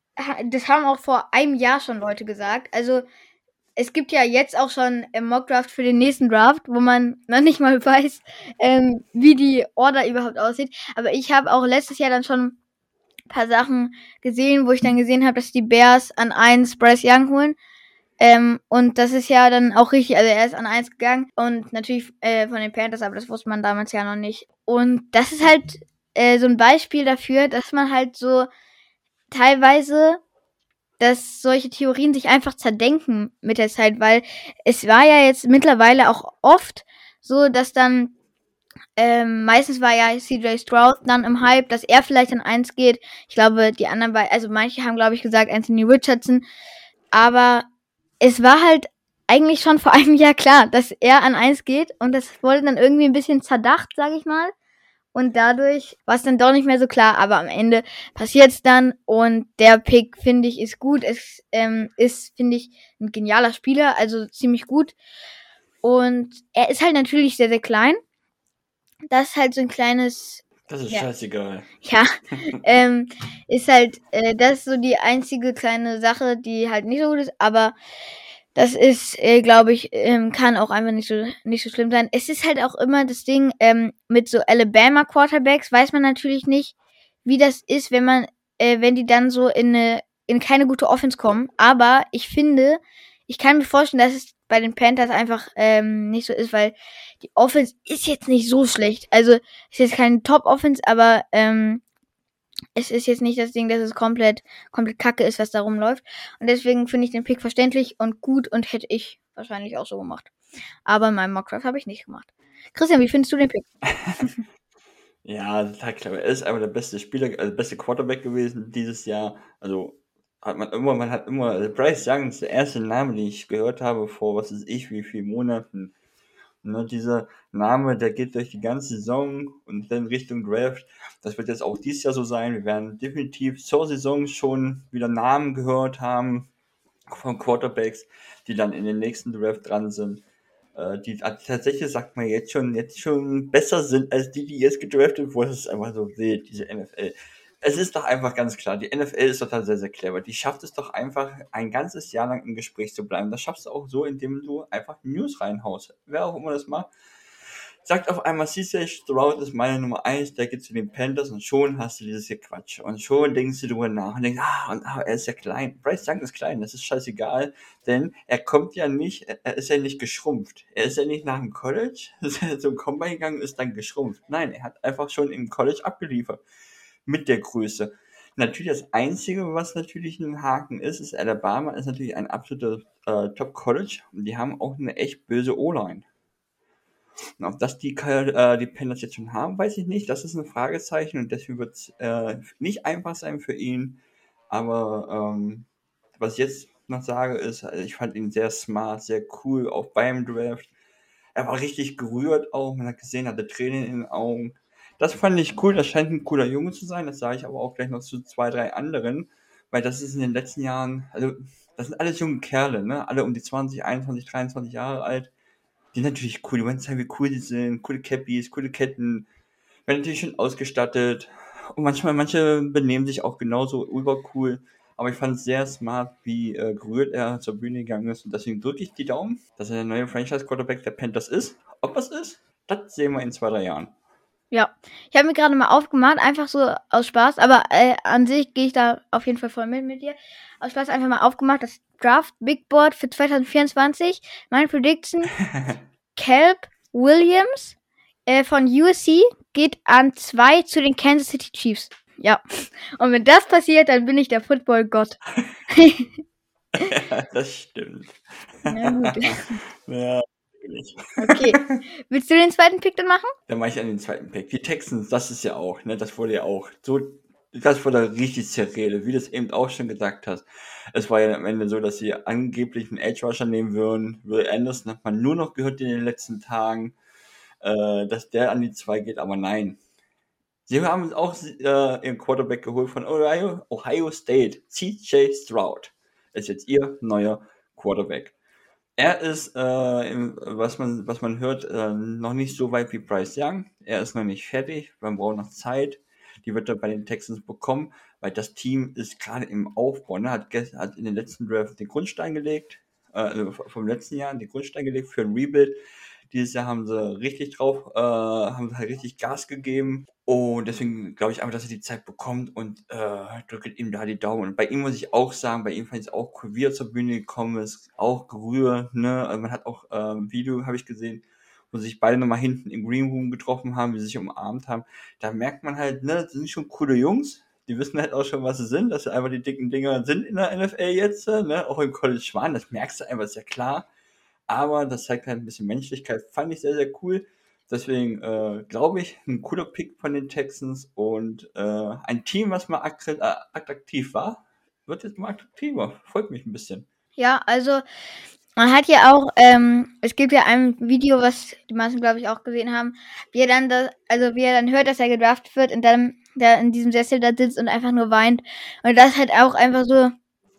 das haben auch vor einem Jahr schon Leute gesagt. Also es gibt ja jetzt auch schon im Mockdraft für den nächsten Draft, wo man noch nicht mal weiß, ähm, wie die Order überhaupt aussieht. Aber ich habe auch letztes Jahr dann schon ein paar Sachen gesehen, wo ich dann gesehen habe, dass die Bears an eins Bryce Young holen. Ähm, und das ist ja dann auch richtig, also er ist an eins gegangen und natürlich äh, von den Panthers, aber das wusste man damals ja noch nicht. Und das ist halt äh, so ein Beispiel dafür, dass man halt so teilweise, dass solche Theorien sich einfach zerdenken mit der Zeit, weil es war ja jetzt mittlerweile auch oft so, dass dann ähm, meistens war ja C J Stroud dann im Hype, dass er vielleicht an eins geht. Ich glaube, die anderen beiden, also manche haben, glaube ich, gesagt Anthony Richardson, aber es war halt eigentlich schon vor einem Jahr klar, dass er an eins geht und das wurde dann irgendwie ein bisschen zerdacht, sag ich mal. Und dadurch war es dann doch nicht mehr so klar, aber am Ende passiert es dann und der Pick, finde ich, ist gut. Es ähm, ist, finde ich, ein genialer Spieler, also ziemlich gut. Und er ist halt natürlich sehr, sehr klein. Das ist halt so ein kleines... Das ist ja. scheißegal. Ja, ähm, ist halt, äh, das ist so die einzige kleine Sache, die halt nicht so gut ist, aber das ist, äh, glaube ich, ähm, kann auch einfach nicht so nicht so schlimm sein. Es ist halt auch immer das Ding, ähm, mit so Alabama Quarterbacks weiß man natürlich nicht, wie das ist, wenn man, äh, wenn die dann so in eine, in keine gute Offense kommen. Aber ich finde, ich kann mir vorstellen, dass es bei den Panthers einfach ähm, nicht so ist, weil die Offense ist jetzt nicht so schlecht. Also ist jetzt keine Top-Offense, aber ähm, es ist jetzt nicht das Ding, dass es komplett, komplett kacke ist, was da rumläuft. Und deswegen finde ich den Pick verständlich und gut und hätte ich wahrscheinlich auch so gemacht. Aber in meinem Mockdraft habe ich nicht gemacht. Christian, wie findest du den Pick? Ja, total clever. Er ist einfach der beste Spieler, also beste Quarterback gewesen dieses Jahr. Also hat man immer, man hat immer, also Bryce Young ist der erste Name, den ich gehört habe vor, was weiß ich, wie vielen Monaten. Ne, dieser Name, der geht durch die ganze Saison und dann Richtung Draft. Das wird jetzt auch dieses Jahr so sein. Wir werden definitiv zur Saison schon wieder Namen gehört haben von Quarterbacks, die dann in den nächsten Draft dran sind. Äh, die tatsächlich, sagt man jetzt schon, jetzt schon besser sind als die, die jetzt gedraftet wurden. Das ist einfach so wild, diese N F L. Es ist doch einfach ganz klar, die N F L ist total sehr, sehr clever. Die schafft es doch einfach, ein ganzes Jahr lang im Gespräch zu bleiben. Das schaffst du auch so, indem du einfach News reinhaust. Wer auch immer das macht, sagt auf einmal, C J Stroud ist meine Nummer eins, der geht zu den Panthers und schon hast du dieses hier Quatsch. Und schon denkst du darüber nach und denkst, ah, und, ah, er ist ja klein. Bryce Young ist klein, das ist scheißegal, denn er kommt ja nicht, er ist ja nicht geschrumpft. Er ist ja nicht nach dem College, ist ja zum Combine gegangen, ist dann geschrumpft. Nein, er hat einfach schon im College abgeliefert. Mit der Größe. Natürlich das Einzige, was natürlich ein Haken ist, ist Alabama ist natürlich ein absoluter äh, Top-College und die haben auch eine echt böse O-Line. Und ob das die, äh, die Panthers jetzt schon haben, weiß ich nicht. Das ist ein Fragezeichen und deswegen wird es äh, nicht einfach sein für ihn. Aber ähm, was ich jetzt noch sage, ist, also ich fand ihn sehr smart, sehr cool, auch beim Draft. Er war richtig gerührt auch, man hat gesehen, hatte Tränen in den Augen. Das fand ich cool, das scheint ein cooler Junge zu sein, das sage ich aber auch gleich noch zu zwei, drei anderen, weil das ist in den letzten Jahren, also das sind alles junge Kerle, ne? Alle um die zwanzig, einundzwanzig, dreiundzwanzig Jahre alt. Die sind natürlich cool, die wollen zeigen, wie cool die sind, coole Cappies, coole Ketten, werden natürlich schön ausgestattet. Und manchmal, manche benehmen sich auch genauso übercool. Aber ich fand es sehr smart, wie äh, gerührt er zur Bühne gegangen ist. Und deswegen drücke ich die Daumen, dass er der neue Franchise-Quarterback der Panthers ist. Ob es ist, das sehen wir in zwei, drei Jahren. Ja, ich habe mir gerade mal aufgemacht, einfach so aus Spaß, aber äh, an sich gehe ich da auf jeden Fall voll mit mit dir. Aus Spaß einfach mal aufgemacht, das Draft Big Board für zwanzig vierundzwanzig. Meine Prediction, Caleb Williams äh, von U S C geht an zwei zu den Kansas City Chiefs. Ja, und wenn das passiert, dann bin ich der Football-Gott. Ja, das stimmt. Ja, gut. Ja, natürlich. Okay, willst du den zweiten Pick dann machen? Dann mache ich an den zweiten Pick. Die Texans, das ist ja auch, ne, das wurde ja auch so, das wurde richtig zerredet, wie du es eben auch schon gesagt hast. Es war ja am Ende so, dass sie angeblich einen Edge Rusher nehmen würden. Will Anderson hat man nur noch gehört in den letzten Tagen, äh, dass der an die zwei geht, aber nein. Sie haben auch äh, ihren Quarterback geholt von Ohio, Ohio State, C J Stroud. Ist jetzt ihr neuer Quarterback. Er ist, äh, im, was man was man hört, äh, noch nicht so weit wie Bryce Young. Er ist noch nicht fertig. Man braucht noch Zeit. Die wird er bei den Texans bekommen, weil das Team ist gerade im Aufbau. Ne? Hat, gest- hat in den letzten Draft den Grundstein gelegt, äh, also vom letzten Jahr den Grundstein gelegt für ein Rebuild. Dieses Jahr haben sie richtig drauf, äh, haben sie halt richtig Gas gegeben. Und deswegen glaube ich einfach, dass er die Zeit bekommt und äh, drückt ihm da die Daumen. Und bei ihm muss ich auch sagen, bei ihm fand ich es auch cool, wie er zur Bühne gekommen ist, auch gerührt, ne? Also man hat auch äh, ein Video, habe ich gesehen, wo sich beide nochmal hinten im Green Room getroffen haben, wie sie sich umarmt haben. Da merkt man halt, ne, das sind schon coole Jungs. Die wissen halt auch schon, was sie sind, dass sie einfach die dicken Dinger sind in der N F L jetzt, ne? Auch im College waren, das merkst du einfach, ist ja klar. Aber das zeigt halt ein bisschen Menschlichkeit. Fand ich sehr, sehr cool. Deswegen äh, glaube ich, ein cooler Pick von den Texans und äh, ein Team, was mal attr- äh, attraktiv war, wird jetzt mal attraktiver. Freut mich ein bisschen. Ja, also man hat ja auch, ähm, es gibt ja ein Video, was die meisten, glaube ich, auch gesehen haben, wie er dann das, also wie er dann hört, dass er gedraftet wird und dann der in diesem Sessel da sitzt und einfach nur weint. Und das ist halt auch einfach so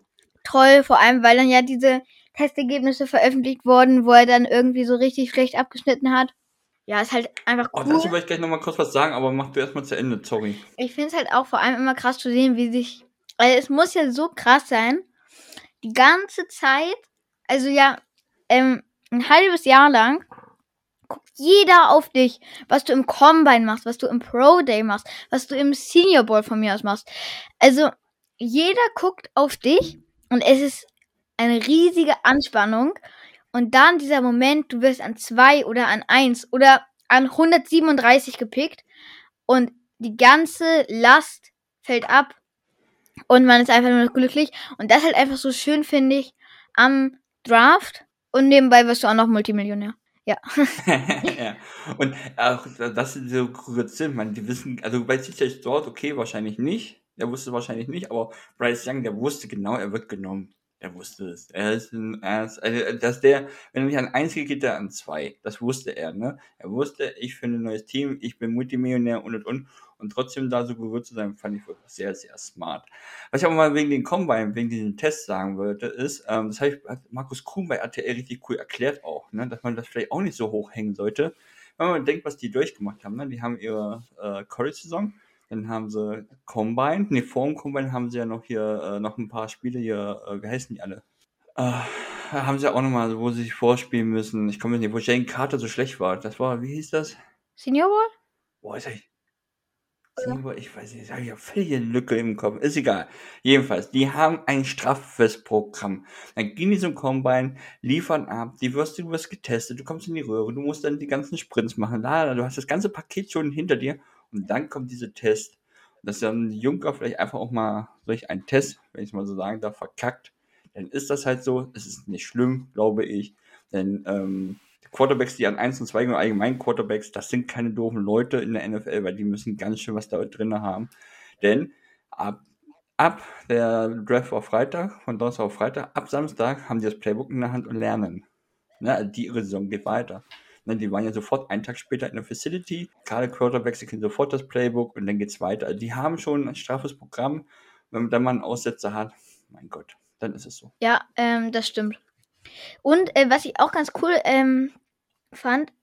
toll, vor allem, weil dann ja diese Testergebnisse veröffentlicht wurden, wo er dann irgendwie so richtig schlecht abgeschnitten hat. Ja, ist halt einfach Oh, cool. dazu möchte ich gleich nochmal kurz was sagen, aber mach du erstmal zu Ende, sorry. Ich finde es halt auch vor allem immer krass zu sehen, wie sich, also es muss ja so krass sein, die ganze Zeit, also ja, ähm, ein halbes Jahr lang guckt jeder auf dich, was du im Combine machst, was du im Pro Day machst, was du im Senior Bowl von mir aus machst. Also jeder guckt auf dich und es ist eine riesige Anspannung. Und dann dieser Moment, du wirst an zwei oder an eins oder an hundertsiebenunddreißig gepickt und die ganze Last fällt ab und man ist einfach nur noch glücklich. Und das halt einfach so schön, finde ich, am Draft. Und nebenbei wirst du auch noch Multimillionär. Ja. Ja. Und auch, dass sie so gerührt sind, man, die wissen, also bei C J Stroud, okay, wahrscheinlich nicht. Der wusste wahrscheinlich nicht, aber Bryce Young, der wusste genau, er wird genommen. Er wusste es. Er ist ein, er ist, also, dass der, wenn er nicht an eins geht, geht er an zwei. Das wusste er, ne? Er wusste, ich finde ein neues Team, ich bin Multimillionär und und und. Und trotzdem da so gerührt zu sein, fand ich wirklich sehr, sehr smart. Was ich aber mal wegen den Combine, wegen diesen Tests sagen wollte, ist, ähm, das habe ich hat Markus Kuhn bei R T L richtig cool erklärt auch, ne? Dass man das vielleicht auch nicht so hoch hängen sollte. Wenn man denkt, was die durchgemacht haben, ne? Die haben ihre äh, College-Saison, dann haben sie Combine, ne, vor dem Combine haben sie ja noch hier äh, noch ein paar Spiele hier, äh, wie heißen die alle? Äh, haben sie auch nochmal, wo sie sich vorspielen müssen. Ich komme nicht, wo Jane Carter so schlecht war. Das war, wie hieß das? Senior Bowl? Boah, ist ich. Senior, ich weiß nicht, ich habe ja völlige Lücke im Kopf. Ist egal. Jedenfalls, die haben ein straffes Programm. Dann gehen die zum Combine, liefern ab, die wirst du wirst getestet, du kommst in die Röhre, du musst dann die ganzen Sprints machen. Da, du hast das ganze Paket schon hinter dir und dann kommt dieser Test. Dass dann die Junker vielleicht einfach auch mal durch einen Test, wenn ich es mal so sagen darf, verkackt, dann ist das halt so. Es ist nicht schlimm, glaube ich. Denn ähm, Quarterbacks, die an eins und zwei gehen, allgemein Quarterbacks, das sind keine doofen Leute in der N F L, weil die müssen ganz schön was da drin haben. Denn ab, ab der Draft war Freitag, von Donnerstag auf Freitag, ab Samstag haben die das Playbook in der Hand und lernen. Ne, also die ihre Saison geht weiter. Ne, die waren ja sofort einen Tag später in der Facility. Gerade Quarterbacks, die kennen sofort das Playbook und dann geht's weiter. Also die haben schon ein straffes Programm. Wenn man dann mal einen Aussetzer hat, mein Gott, dann ist es so. Ja, ähm, das stimmt. Und äh, was ich auch ganz cool ähm, fand,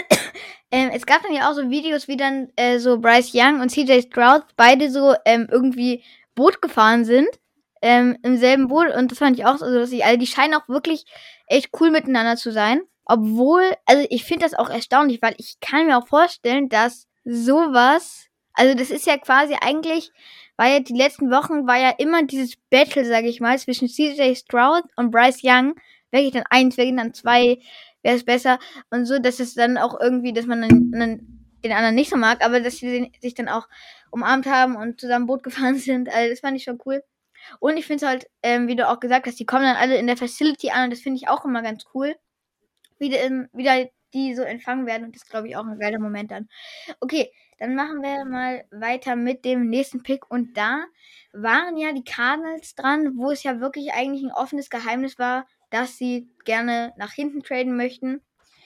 ähm, es gab dann ja auch so Videos, wie dann äh, so Bryce Young und C J Stroud beide so ähm, irgendwie Boot gefahren sind, ähm, im selben Boot. Und das fand ich auch so lustig. Also die scheinen auch wirklich echt cool miteinander zu sein. Obwohl, also ich finde das auch erstaunlich, weil ich kann mir auch vorstellen, dass sowas. Also das ist ja quasi eigentlich, war ja die letzten Wochen, war ja immer dieses Battle, sage ich mal, zwischen C J Stroud und Bryce Young. Wer geht dann eins, wer geht dann zwei, wer ist besser? Und so, dass es dann auch irgendwie, dass man dann, dann den anderen nicht so mag, aber dass sie sich dann auch umarmt haben und zusammen Boot gefahren sind. Also das fand ich schon cool. Und ich finde es halt, ähm, wie du auch gesagt hast, die kommen dann alle in der Facility an und das finde ich auch immer ganz cool. Wie, in, wie da die so empfangen werden und das ist, glaube ich, auch ein geiler Moment dann. Okay, dann machen wir mal weiter mit dem nächsten Pick und da waren ja die Cardinals dran, wo es ja wirklich eigentlich ein offenes Geheimnis war, dass sie gerne nach hinten traden möchten,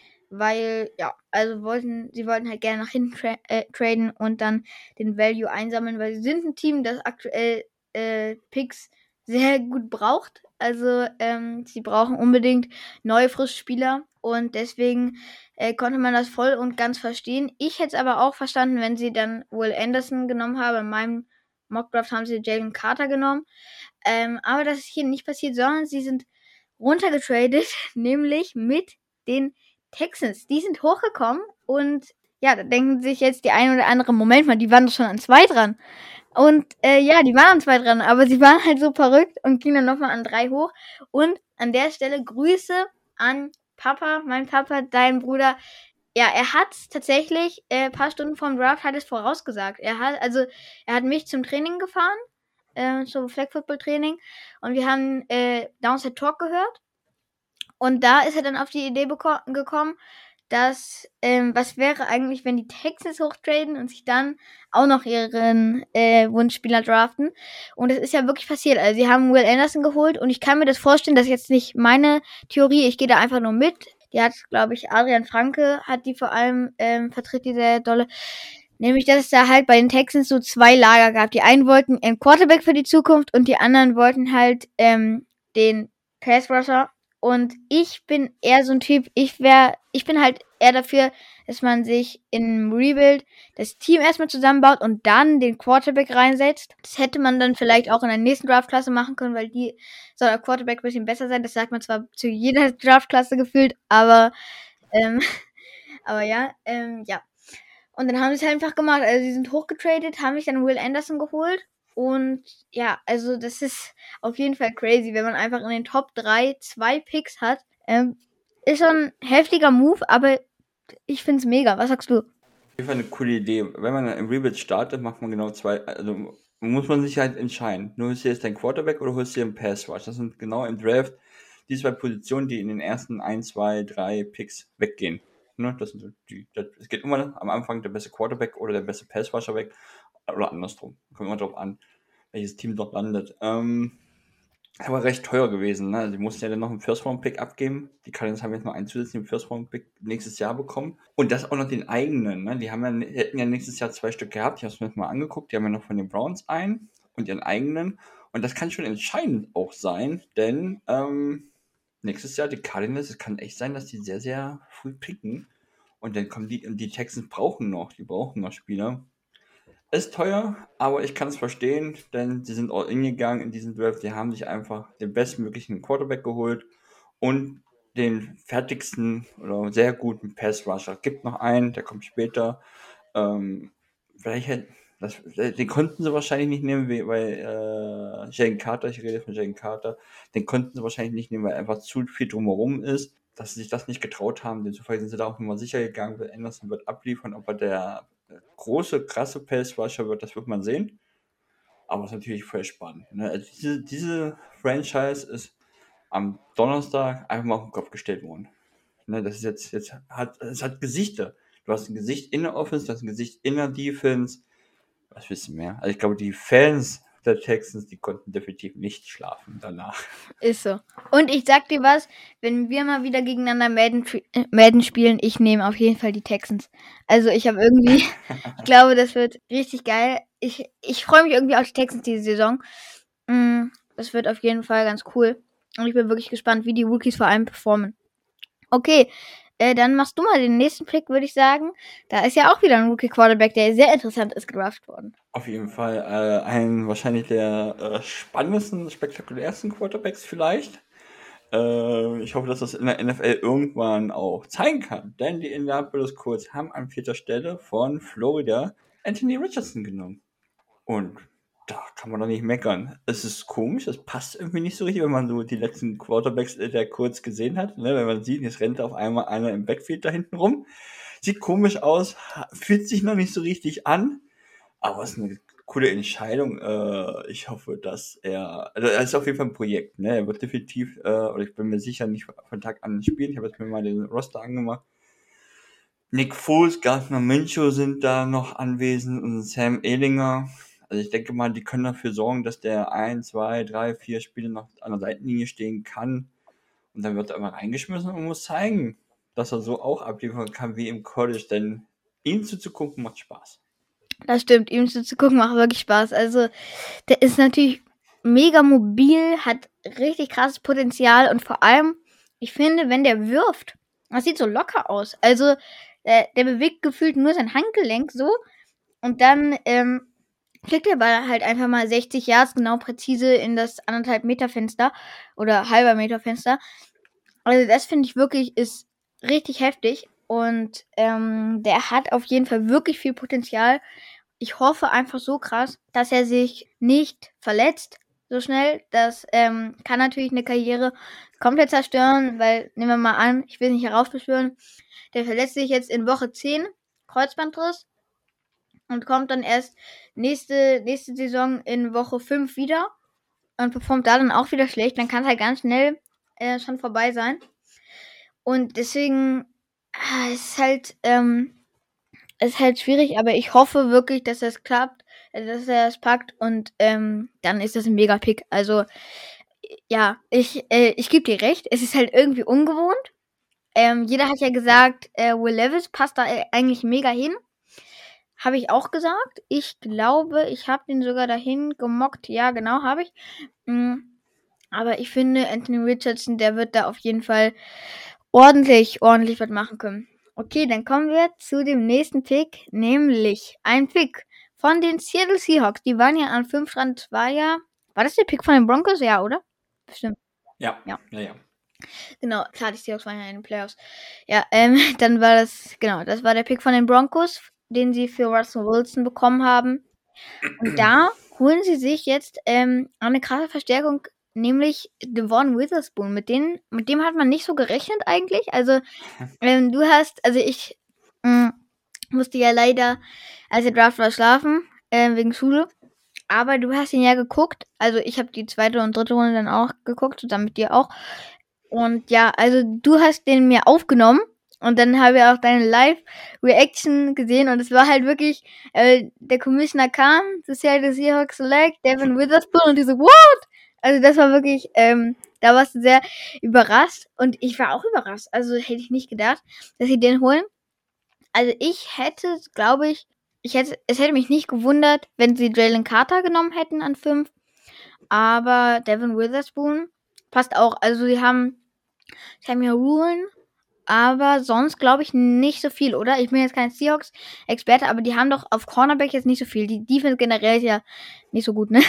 weil, ja, also wollten, sie wollten halt gerne nach hinten tra- äh, traden und dann den Value einsammeln, weil sie sind ein Team, das aktuell äh, Picks sehr gut braucht. Also ähm, sie brauchen unbedingt neue, frische Spieler und deswegen äh, konnte man das voll und ganz verstehen. Ich hätte es aber auch verstanden, wenn sie dann Will Anderson genommen haben. In meinem Mockdraft haben sie Jalen Carter genommen. Ähm, aber das ist hier nicht passiert, sondern sie sind runtergetradet, nämlich mit den Texans. Die sind hochgekommen und ja, da denken sich jetzt die ein oder andere, Moment mal, die waren doch schon an zwei dran. Und äh, ja, die waren an zwei dran, aber sie waren halt so verrückt und gingen dann nochmal an drei hoch. Und an der Stelle Grüße an Papa, mein Papa, dein Bruder. Ja, er hat tatsächlich ein äh, paar Stunden vorm Draft hat es vorausgesagt. Er hat also er hat mich zum Training gefahren, äh, zum Flag Football Training und wir haben äh, Downside Talk gehört. Und da ist er dann auf die Idee beko- gekommen, dass, ähm, was wäre eigentlich, wenn die Texans hochtraden und sich dann auch noch ihren äh, Wunschspieler draften. Und das ist ja wirklich passiert. Also sie haben Will Anderson geholt und ich kann mir das vorstellen, das ist jetzt nicht meine Theorie, ich gehe da einfach nur mit. Die hat, glaube ich, Adrian Franke hat die vor allem ähm, vertritt, die sehr dolle. Nämlich, dass es da halt bei den Texans so zwei Lager gab. Die einen wollten einen Quarterback für die Zukunft und die anderen wollten halt ähm, den Pass Rusher. Und ich bin eher so ein Typ, ich wäre, ich bin halt eher dafür, dass man sich in Rebuild das Team erstmal zusammenbaut und dann den Quarterback reinsetzt. Das hätte man dann vielleicht auch in der nächsten Draftklasse machen können, weil die soll der Quarterback ein bisschen besser sein. Das sagt man zwar zu jeder Draftklasse gefühlt, aber ähm, aber ja, ähm, ja. Und dann haben sie es halt einfach gemacht. Also sie sind hochgetradet, haben sich dann Will Anderson geholt. Und ja, also das ist auf jeden Fall crazy, wenn man einfach in den Top drei zwei Picks hat. Ähm, ist schon ein heftiger Move, aber ich find's mega. Was sagst du? Auf jeden Fall eine coole Idee. Wenn man im Rebuild startet, macht man genau zwei, also muss man sich halt entscheiden. Du holst dir jetzt deinen Quarterback oder holst dir einen Pass Rush. Das sind genau im Draft die zwei Positionen, die in den ersten ein, zwei, drei Picks weggehen. Ne? Das sind so die, das, es geht immer am Anfang der beste Quarterback oder der beste Pass Rusher weg. Oder andersrum. Kommt immer drauf an, welches Team dort landet. Ähm, aber recht teuer gewesen, ne? Also die mussten ja dann noch einen First-Round-Pick abgeben. Die Cardinals haben jetzt noch einen zusätzlichen First-Round-Pick nächstes Jahr bekommen. Und das auch noch den eigenen, ne? Die haben ja, hätten ja nächstes Jahr zwei Stück gehabt. Ich habe es mir mal angeguckt. Die haben ja noch von den Browns einen und ihren eigenen. Und das kann schon entscheidend auch sein, denn ähm, nächstes Jahr die Cardinals, es kann echt sein, dass die sehr, sehr früh picken. Und dann kommen die, und die Texans brauchen noch, die brauchen noch Spieler. Ist teuer, aber ich kann es verstehen, denn sie sind all in gegangen in diesem Draft. Die haben sich einfach den bestmöglichen Quarterback geholt und den fertigsten oder sehr guten Pass Rusher. Gibt noch einen, der kommt später. Ähm, vielleicht hätte, das, den konnten sie wahrscheinlich nicht nehmen, weil äh, Jalen Carter, ich rede von Jalen Carter, den konnten sie wahrscheinlich nicht nehmen, weil einfach zu viel drumherum ist, dass sie sich das nicht getraut haben. Demzufolge sind sie da auch nochmal sicher gegangen, weil Anderson wird abliefern, ob er der große, krasse Pass Rusher wird, das wird man sehen. Aber es ist natürlich voll spannend. Ne? Also diese, diese Franchise ist am Donnerstag einfach mal auf den Kopf gestellt worden. Ne, das ist jetzt, jetzt hat, es hat Gesichter. Du hast ein Gesicht in der Offense, du hast ein Gesicht in der Defense. Was willst du mehr? Also ich glaube, die Fans der Texans, die konnten definitiv nicht schlafen danach. Ist so. Und ich sag dir was, wenn wir mal wieder gegeneinander Madden, äh, Madden spielen, ich nehme auf jeden Fall die Texans. Also ich habe irgendwie, ich glaube, das wird richtig geil. Ich, ich freue mich irgendwie auf die Texans diese Saison. Mm, das wird auf jeden Fall ganz cool. Und ich bin wirklich gespannt, wie die Rookies vor allem performen. Okay, äh, dann machst du mal den nächsten Pick, würde ich sagen. Da ist ja auch wieder ein Rookie-Quarterback, der sehr interessant ist, gedraft worden. Auf jeden Fall äh, ein wahrscheinlich der äh, spannendsten, spektakulärsten Quarterbacks vielleicht. Äh, ich hoffe, dass das in der N F L irgendwann auch zeigen kann. Denn die Indianapolis Colts haben an vierter Stelle von Florida Anthony Richardson genommen. Und da kann man doch nicht meckern. Es ist komisch, das passt irgendwie nicht so richtig, wenn man so die letzten Quarterbacks der Colts gesehen hat. Ne? Wenn man sieht, jetzt rennt auf einmal einer im Backfield da hinten rum. Sieht komisch aus, fühlt sich noch nicht so richtig an. Aber es ist eine coole Entscheidung. Äh, ich hoffe, dass er, also er ist auf jeden Fall ein Projekt. Ne? Er wird definitiv, äh, oder ich bin mir sicher, nicht von Tag an spielen. Ich habe jetzt mir mal den Roster angemacht. Nick Foles, Gardner Minshew sind da noch anwesend und Sam Ehlinger. Also ich denke mal, die können dafür sorgen, dass der ein, zwei, drei, vier Spiele noch an der Seitenlinie stehen kann. Und dann wird er immer reingeschmissen und muss zeigen, dass er so auch abliefern kann wie im College. Denn ihm zuzugucken macht Spaß. Das stimmt, ihm zuzugucken macht wirklich Spaß. Also der ist natürlich mega mobil, hat richtig krasses Potenzial und vor allem, ich finde, wenn der wirft, das sieht so locker aus. Also der, der bewegt gefühlt nur sein Handgelenk so und dann ähm, kriegt der Ball halt einfach mal sechzig Yards genau präzise in das anderthalb Meter Fenster oder halber Meter Fenster. Also das finde ich wirklich ist richtig heftig und ähm, der hat auf jeden Fall wirklich viel Potenzial. Ich hoffe einfach so krass, dass er sich nicht verletzt so schnell. Das ähm, kann natürlich eine Karriere komplett zerstören, weil, nehmen wir mal an, ich will nicht heraufbeschwören, der verletzt sich jetzt in Woche zehn, Kreuzbandriss, und kommt dann erst nächste, nächste Saison in Woche fünf wieder und performt da dann auch wieder schlecht. Dann kann es halt ganz schnell äh, schon vorbei sein. Und deswegen ah, ist halt, ähm, ist halt schwierig, aber ich hoffe wirklich, dass das klappt, äh, dass er es packt und ähm, dann ist das ein Mega-Pick. Also, ja, ich, äh, ich gebe dir recht, es ist halt irgendwie ungewohnt. Ähm, jeder hat ja gesagt, äh, Will Levis passt da äh, eigentlich mega hin. Habe ich auch gesagt. Ich glaube, ich habe den sogar dahin gemockt. Ja, genau, habe ich. Mhm. Aber ich finde, Anthony Richardson, der wird da auf jeden Fall ordentlich, ordentlich was machen können. Okay, dann kommen wir zu dem nächsten Pick, nämlich ein Pick von den Seattle Seahawks. Die waren ja an fünf dran. Das war ja, war das der Pick von den Broncos? Ja, oder? Bestimmt. Ja, Ja. ja, ja. Genau, klar, die Seahawks waren ja in den Playoffs. Ja, ähm, dann war das, genau, das war der Pick von den Broncos, den sie für Russell Wilson bekommen haben. Und da holen sie sich jetzt ähm, eine krasse Verstärkung, nämlich Devon Witherspoon. Mit, denen, mit dem hat man nicht so gerechnet eigentlich. Also, ähm, du hast, also ich mh, musste ja leider, als der Draft war, schlafen, äh, wegen Schule. Aber du hast ihn ja geguckt. Also ich habe die zweite und dritte Runde dann auch geguckt, zusammen mit dir auch. Und ja, also du hast den mir aufgenommen. Und dann habe ich auch deine Live-Reaction gesehen und es war halt wirklich, äh, der Commissioner kam, zu Seattle Seahawks Select, Devon Witherspoon und die so, what? Also das war wirklich, ähm, da warst du sehr überrascht und ich war auch überrascht. Also hätte ich nicht gedacht, dass sie den holen. Also ich hätte, glaube ich, ich hätte, es hätte mich nicht gewundert, wenn sie Jalen Carter genommen hätten an fünf. Aber Devon Witherspoon passt auch. Also sie haben Samuel Rulen, aber sonst glaube ich nicht so viel, oder? Ich bin jetzt kein Seahawks-Experte, aber die haben doch auf Cornerback jetzt nicht so viel. Die Defense generell ist ja nicht so gut, ne?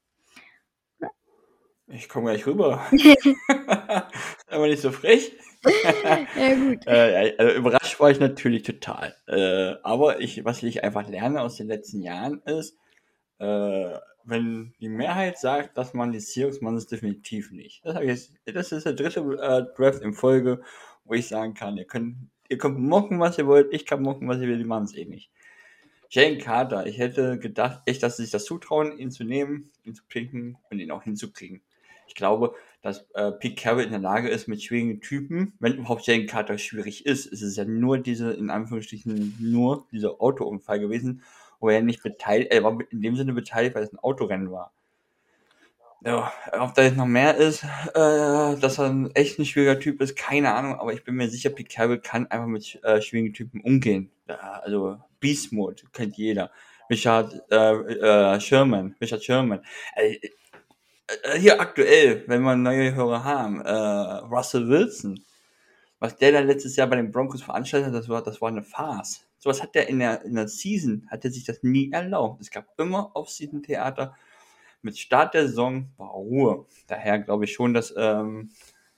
Ich komme gleich rüber. Aber nicht so frech. Ja, gut. Äh, also überrascht war ich natürlich total. Äh, aber ich, was ich einfach lerne aus den letzten Jahren ist, äh, wenn die Mehrheit sagt, dass man die Seahawks, man ist definitiv nicht. Das, hab ich jetzt, das ist der dritte äh, Draft in Folge, wo ich sagen kann, ihr könnt, ihr könnt mocken, was ihr wollt, ich kann mocken, was ihr wollt, die machen es eh nicht. Jalen Carter, ich hätte gedacht, echt, dass sie sich das zutrauen, ihn zu nehmen, ihn zu picken und ihn auch hinzukriegen. Ich glaube, dass äh, Pete Carroll in der Lage ist, mit schwierigen Typen, wenn überhaupt Jalen Carter schwierig ist, ist es ja nur diese, in Anführungsstrichen, nur dieser Autounfall gewesen, wo er nicht beteiligt, er war in dem Sinne beteiligt, weil es ein Autorennen war. Ja, ob da jetzt noch mehr ist, äh, dass er ein echt ein schwieriger Typ ist, keine Ahnung, aber ich bin mir sicher, Pete Carroll kann einfach mit äh, schwierigen Typen umgehen. Ja, also Beast Mode kennt jeder. Richard äh, äh, Sherman, Richard Sherman. Äh, äh, hier aktuell, wenn wir neue Hörer haben, äh, Russell Wilson. Was der da letztes Jahr bei den Broncos veranstaltet hat, das war, das war eine Farce. Sowas hat der in der, in der Season, hat er sich das nie erlaubt. Es gab immer Off-Season-Theater. Mit Start der Saison war Ruhe. Daher glaube ich schon, dass ähm,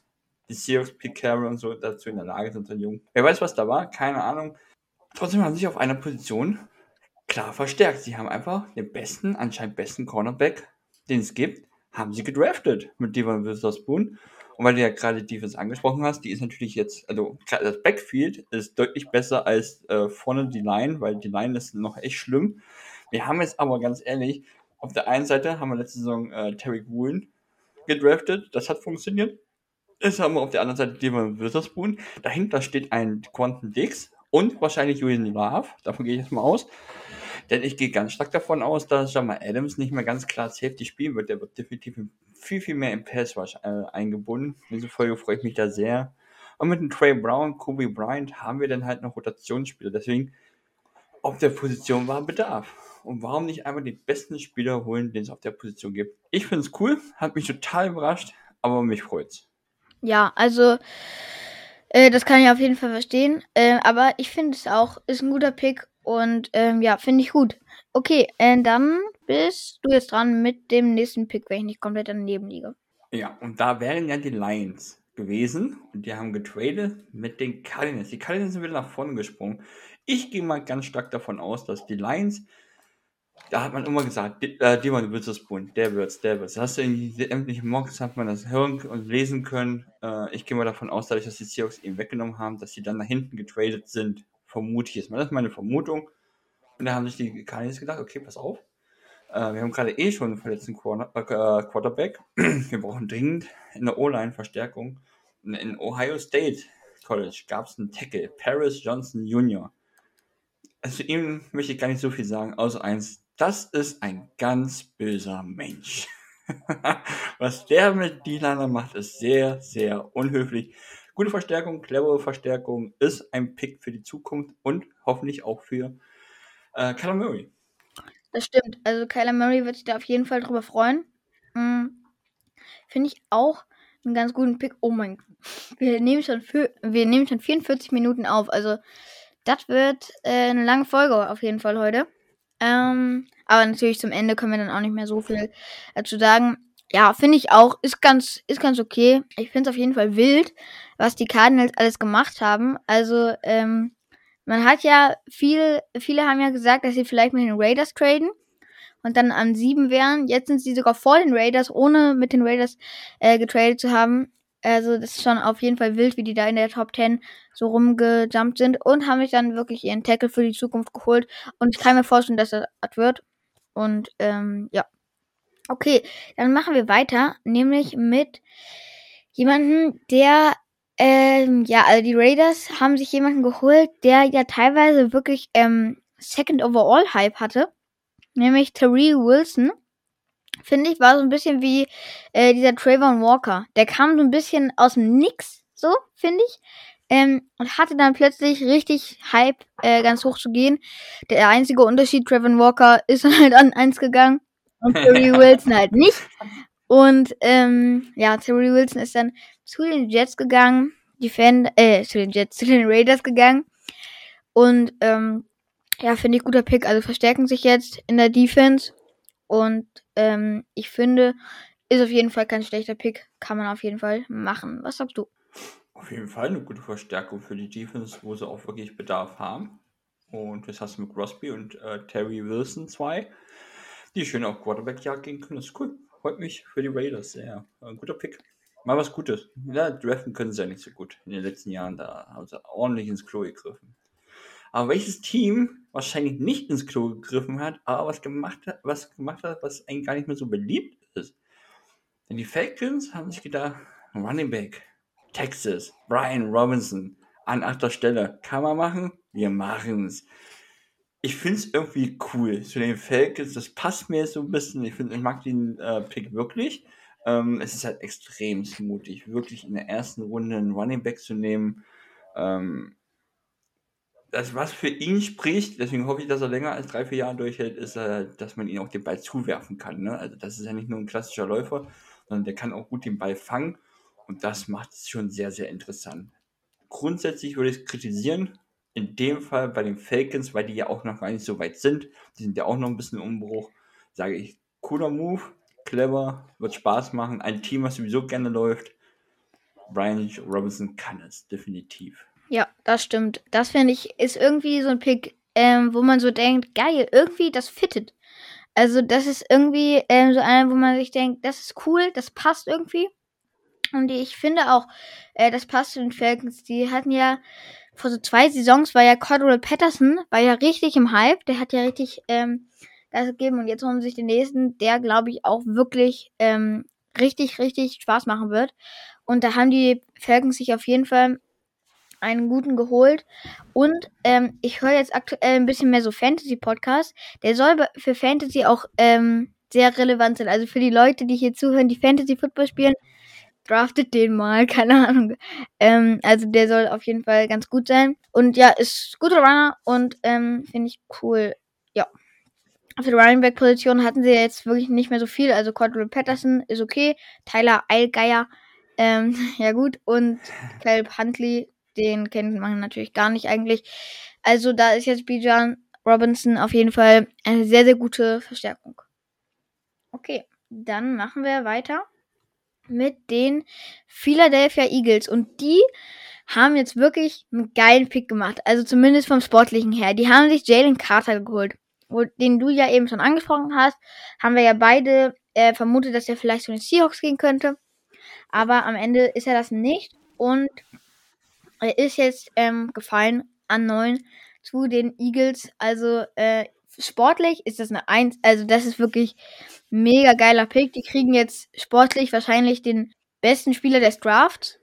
die Seahawks, Pete Carroll und so dazu in der Lage sind, so jung. Wer weiß, was da war, keine Ahnung. Trotzdem haben sie sich auf einer Position klar verstärkt. Sie haben einfach den besten, anscheinend besten Cornerback, den es gibt, haben sie gedraftet mit Devon Witherspoon. Und weil du ja gerade Defense angesprochen hast, die ist natürlich jetzt, also das Backfield ist deutlich besser als äh, vorne die Line, weil die Line ist noch echt schlimm. Wir haben jetzt aber ganz ehrlich, auf der einen Seite haben wir letzte Saison äh, Terry Woolen gedraftet, das hat funktioniert. Jetzt haben wir auf der anderen Seite Devon Witherspoon. Dahinter steht ein Quantum Dix und wahrscheinlich Julian Love. Davon gehe ich jetzt mal aus. Denn ich gehe ganz stark davon aus, dass Jamal Adams nicht mehr ganz klar Safety spielen wird. Der wird definitiv viel, viel mehr im Pass Rush äh, eingebunden. In dieser Folge freue ich mich da sehr. Und mit dem Trey Brown, Kobe Bryant haben wir dann halt noch Rotationsspieler. Deswegen, auf der Position war Bedarf. Und warum nicht einmal die besten Spieler holen, den es auf der Position gibt? Ich finde es cool, hat mich total überrascht, aber mich freut's. Ja, also äh, das kann ich auf jeden Fall verstehen. Äh, aber ich finde es auch, ist ein guter Pick und ähm, ja, finde ich gut. Okay, äh, dann bist du jetzt dran mit dem nächsten Pick, wenn ich nicht komplett daneben liege. Ja, und da wären ja die Lions gewesen und die haben getradet mit den Cardinals. Die Cardinals sind wieder nach vorne gesprungen. Ich gehe mal ganz stark davon aus, dass die Lions, da hat man immer gesagt, äh, Devon Witherspoon, der wird's, der wird's. Das hast du in sämtlichen Mocks, hat man das hören und lesen können. Äh, ich gehe mal davon aus, dadurch, dass die Seahawks ihn weggenommen haben, dass sie dann nach hinten getradet sind. Vermute ich jetzt mal. Das ist meine Vermutung. Und da haben sich die Cardinals gedacht, okay, pass auf. Äh, wir haben gerade eh schon einen verletzten Quarter- äh, Quarterback. Wir brauchen dringend in der O-Line Verstärkung. Und in Ohio State College gab es einen Tackle, Paris Johnson Junior Also ihm möchte ich gar nicht so viel sagen, außer eins, das ist ein ganz böser Mensch. Was der mit D-Liner macht, ist sehr, sehr unhöflich. Gute Verstärkung, clevere Verstärkung, ist ein Pick für die Zukunft und hoffentlich auch für äh, Kyler Murray. Das stimmt. Also Kyler Murray wird sich da auf jeden Fall drüber freuen. Mhm. Finde ich auch einen ganz guten Pick. Oh mein Gott. Wir nehmen schon, für, wir nehmen schon vierundvierzig Minuten auf. Also das wird äh, eine lange Folge auf jeden Fall heute. Ähm, aber natürlich zum Ende können wir dann auch nicht mehr so viel dazu sagen. Ja, finde ich auch. Ist ganz, ist ganz okay. Ich finde es auf jeden Fall wild, was die Cardinals alles gemacht haben. Also, ähm, man hat ja viel, viele haben ja gesagt, dass sie vielleicht mit den Raiders traden und dann an sieben wären. Jetzt sind sie sogar vor den Raiders, ohne mit den Raiders äh, getradet zu haben. Also das ist schon auf jeden Fall wild, wie die da in der Top zehn so rumgejumpt sind und haben sich dann wirklich ihren Tackle für die Zukunft geholt. Und ich kann mir vorstellen, dass das wird. Und ähm, ja. Okay, dann machen wir weiter, nämlich mit jemandem, der ähm, ja, also die Raiders haben sich jemanden geholt, der ja teilweise wirklich ähm, Second Overall Hype hatte, nämlich Tyree Wilson. Finde ich, war so ein bisschen wie äh, dieser Trayvon Walker. Der kam so ein bisschen aus dem Nix, so, finde ich. Ähm, und hatte dann plötzlich richtig Hype, äh, ganz hoch zu gehen. Der einzige Unterschied, Trayvon Walker ist halt an eins gegangen und Tyree Wilson halt nicht. Und ähm, ja, Tyree Wilson ist dann zu den Jets gegangen, die Fan, äh, zu den Jets, zu den Raiders gegangen. Und ähm, ja, finde ich guter Pick. Also verstärken sich jetzt in der Defense. Und ähm, ich finde, ist auf jeden Fall kein schlechter Pick. Kann man auf jeden Fall machen. Was sagst du? Auf jeden Fall eine gute Verstärkung für die Defense, wo sie auch wirklich Bedarf haben. Und jetzt hast du mit Crosby und äh, Terry Wilson zwei, die schön auf Quarterback-Jagd gehen können. Das ist cool. Freut mich für die Raiders sehr. Ein guter Pick. Mal was Gutes. Ja, draften können sie ja nicht so gut. In den letzten Jahren, da haben sie ordentlich ins Klo gegriffen. Aber welches Team wahrscheinlich nicht ins Klo gegriffen hat, aber was gemacht hat, was gemacht hat, was eigentlich gar nicht mehr so beliebt ist. Denn die Falcons haben sich gedacht, Running Back, Texas, Brian Robinson an achter Stelle. Kann man machen? Wir machen's. Ich find's irgendwie cool. Zu den Falcons, das passt mir so ein bisschen. Ich finde, ich mag den äh, Pick wirklich. Ähm, es ist halt extrem mutig, wirklich in der ersten Runde einen Running Back zu nehmen. Ähm, das, was für ihn spricht, deswegen hoffe ich, dass er länger als drei, vier Jahre durchhält, ist, äh, dass man ihn auch den Ball zuwerfen kann. Ne? Also das ist ja nicht nur ein klassischer Läufer, sondern der kann auch gut den Ball fangen. Und das macht es schon sehr, sehr interessant. Grundsätzlich würde ich es kritisieren, in dem Fall bei den Falcons, weil die ja auch noch gar nicht so weit sind. Die sind ja auch noch ein bisschen im Umbruch. Sage ich, cooler Move, clever, wird Spaß machen. Ein Team, was sowieso gerne läuft. Brian Robinson kann es, definitiv. Ja, das stimmt. Das finde ich, ist irgendwie so ein Pick, ähm, wo man so denkt, geil, irgendwie, das fittet. Also das ist irgendwie ähm, so einer, wo man sich denkt, das ist cool, das passt irgendwie. Und ich finde auch, äh, das passt zu den Falcons. Die hatten ja, vor so zwei Saisons war ja Cordell Patterson, war ja richtig im Hype. Der hat ja richtig ähm, das gegeben. Und jetzt holen sie sich den nächsten, der, glaube ich, auch wirklich ähm, richtig, richtig Spaß machen wird. Und da haben die Falcons sich auf jeden Fall einen guten geholt. Und ähm, ich höre jetzt aktuell ein bisschen mehr so Fantasy-Podcasts. Der soll be- für Fantasy auch ähm, sehr relevant sein. Also für die Leute, die hier zuhören, die Fantasy-Football spielen, draftet den mal, keine Ahnung. Ähm, also der soll auf jeden Fall ganz gut sein. Und ja, ist guter Runner und ähm, finde ich cool. Ja. Auf der Running Back Position hatten sie jetzt wirklich nicht mehr so viel. Also Cordell Patterson ist okay. Tyler Allgeier, ähm, ja gut. Und Caleb Huntley, den kennt man natürlich gar nicht eigentlich. Also da ist jetzt Bijan Robinson auf jeden Fall eine sehr, sehr gute Verstärkung. Okay, dann machen wir weiter mit den Philadelphia Eagles. Und die haben jetzt wirklich einen geilen Pick gemacht. Also zumindest vom Sportlichen her. Die haben sich Jalen Carter geholt, wo, den du ja eben schon angesprochen hast. Haben wir ja beide äh, vermutet, dass er vielleicht zu den Seahawks gehen könnte. Aber am Ende ist er das nicht. Und er ist jetzt ähm, gefallen an neun zu den Eagles. Also äh, sportlich ist das eine eins. Also das ist wirklich mega geiler Pick. Die kriegen jetzt sportlich wahrscheinlich den besten Spieler des Drafts.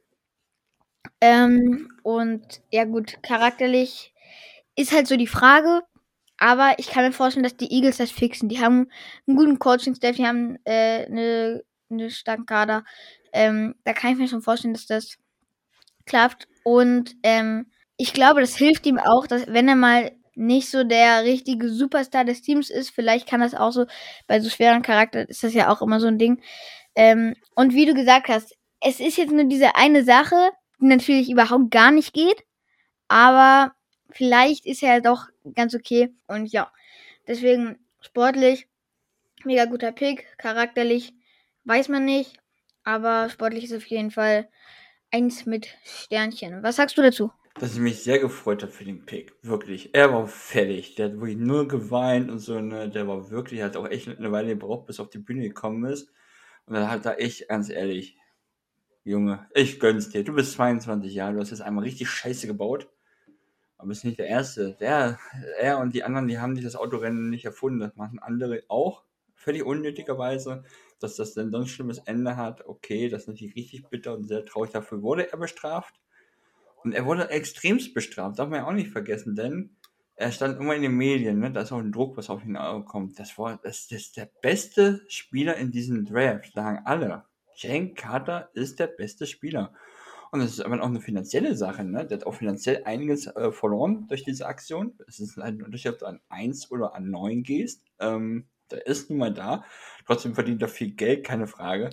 Ähm, und ja gut, charakterlich ist halt so die Frage. Aber ich kann mir vorstellen, dass die Eagles das fixen. Die haben einen guten Coaching-Staff, die haben äh, eine, eine starken Kader. Ähm, da kann ich mir schon vorstellen, dass das klappt. Und ähm, ich glaube, das hilft ihm auch, dass wenn er mal nicht so der richtige Superstar des Teams ist, vielleicht kann das auch so, bei so schweren Charakter ist das ja auch immer so ein Ding. Ähm, und wie du gesagt hast, es ist jetzt nur diese eine Sache, die natürlich überhaupt gar nicht geht, aber vielleicht ist er doch ganz okay. Und ja, deswegen sportlich, mega guter Pick, charakterlich weiß man nicht, aber sportlich ist auf jeden Fall eins mit Sternchen. Was sagst du dazu? Dass ich mich sehr gefreut habe für den Pick. Wirklich. Er war fertig. Der hat wirklich nur geweint und so, ne. Der war wirklich, hat auch echt eine Weile gebraucht, bis er auf die Bühne gekommen ist. Und dann hat er echt, ganz ehrlich, Junge, ich gönn's dir. Du bist zweiundzwanzig Jahre, du hast jetzt einmal richtig Scheiße gebaut. Aber bist nicht der Erste. Der, er und die anderen, die haben nicht das Autorennen nicht erfunden. Das machen andere auch. Völlig unnötigerweise. Dass das dann so ein schlimmes Ende hat, okay, das ist natürlich richtig bitter und sehr traurig. Dafür wurde er bestraft. Und er wurde extremst bestraft, darf man ja auch nicht vergessen, denn er stand immer in den Medien, ne? Da ist auch ein Druck, was auf ihn kommt. Das war das, das ist der beste Spieler in diesem Draft, sagen alle. Jalen Carter ist der beste Spieler. Und das ist aber auch eine finanzielle Sache, ne? Der hat auch finanziell einiges äh, verloren durch diese Aktion. Es ist ein Unterschied, ob du an eins oder an neun gehst. Ähm, der ist nun mal da. Trotzdem verdient er viel Geld, keine Frage.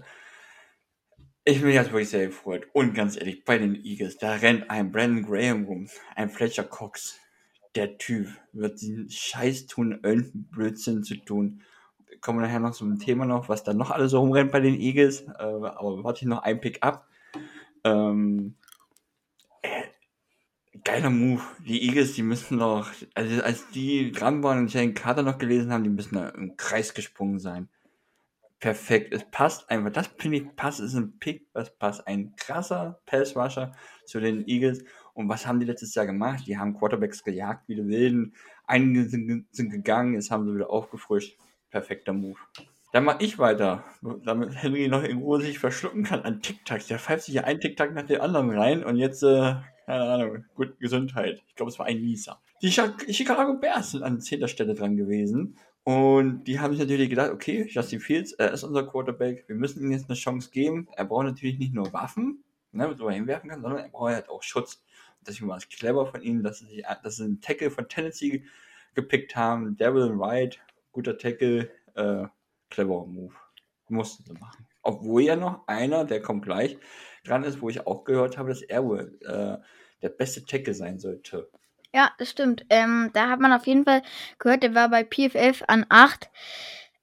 Ich bin jetzt wirklich sehr gefreut. Und ganz ehrlich, bei den Eagles, da rennt ein Brandon Graham rum, ein Fletcher Cox. Der Typ wird den Scheiß tun, irgendeinen Blödsinn zu tun. Kommen wir nachher noch zum Thema noch, was da noch alles so rumrennt bei den Eagles. Äh, aber warte ich noch ein Pick ab. Ähm, äh, geiler Move. Die Eagles, die müssen noch, also als die dran waren und Jalen Carter noch gelesen haben, die müssen da im Kreis gesprungen sein. Perfekt, es passt einfach. Das finde ich passt, ist ein Pick, was passt. Ein krasser Pass-Rusher zu den Eagles. Und was haben die letztes Jahr gemacht? Die haben Quarterbacks gejagt wie die Wilden. Einige sind, sind gegangen, jetzt haben sie wieder aufgefrischt. Perfekter Move. Dann mache ich weiter, damit Henry noch in Ruhe sich verschlucken kann an Tic-Tacs. Der pfeift sich ja einen Tic-Tac nach dem anderen rein und jetzt, äh, keine Ahnung, gut, Gesundheit. Ich glaube, es war ein Nieser. Die Chicago Bears sind an zehnter Stelle dran gewesen. Und die haben sich natürlich gedacht, okay, Justin Fields, er ist unser Quarterback, wir müssen ihm jetzt eine Chance geben. Er braucht natürlich nicht nur Waffen, ne, wo er hinwerfen kann, sondern er braucht halt auch Schutz. Und deswegen war es clever von ihnen, dass sie, dass sie einen Tackle von Tennessee gepickt haben. Darryl Wright, guter Tackle, äh, cleverer Move. Mussten sie machen. Obwohl ja noch einer, der kommt gleich, dran ist, wo ich auch gehört habe, dass er wohl äh, der beste Tackle sein sollte. Ja, das stimmt. Ähm, da hat man auf jeden Fall gehört, der war bei P F F an acht.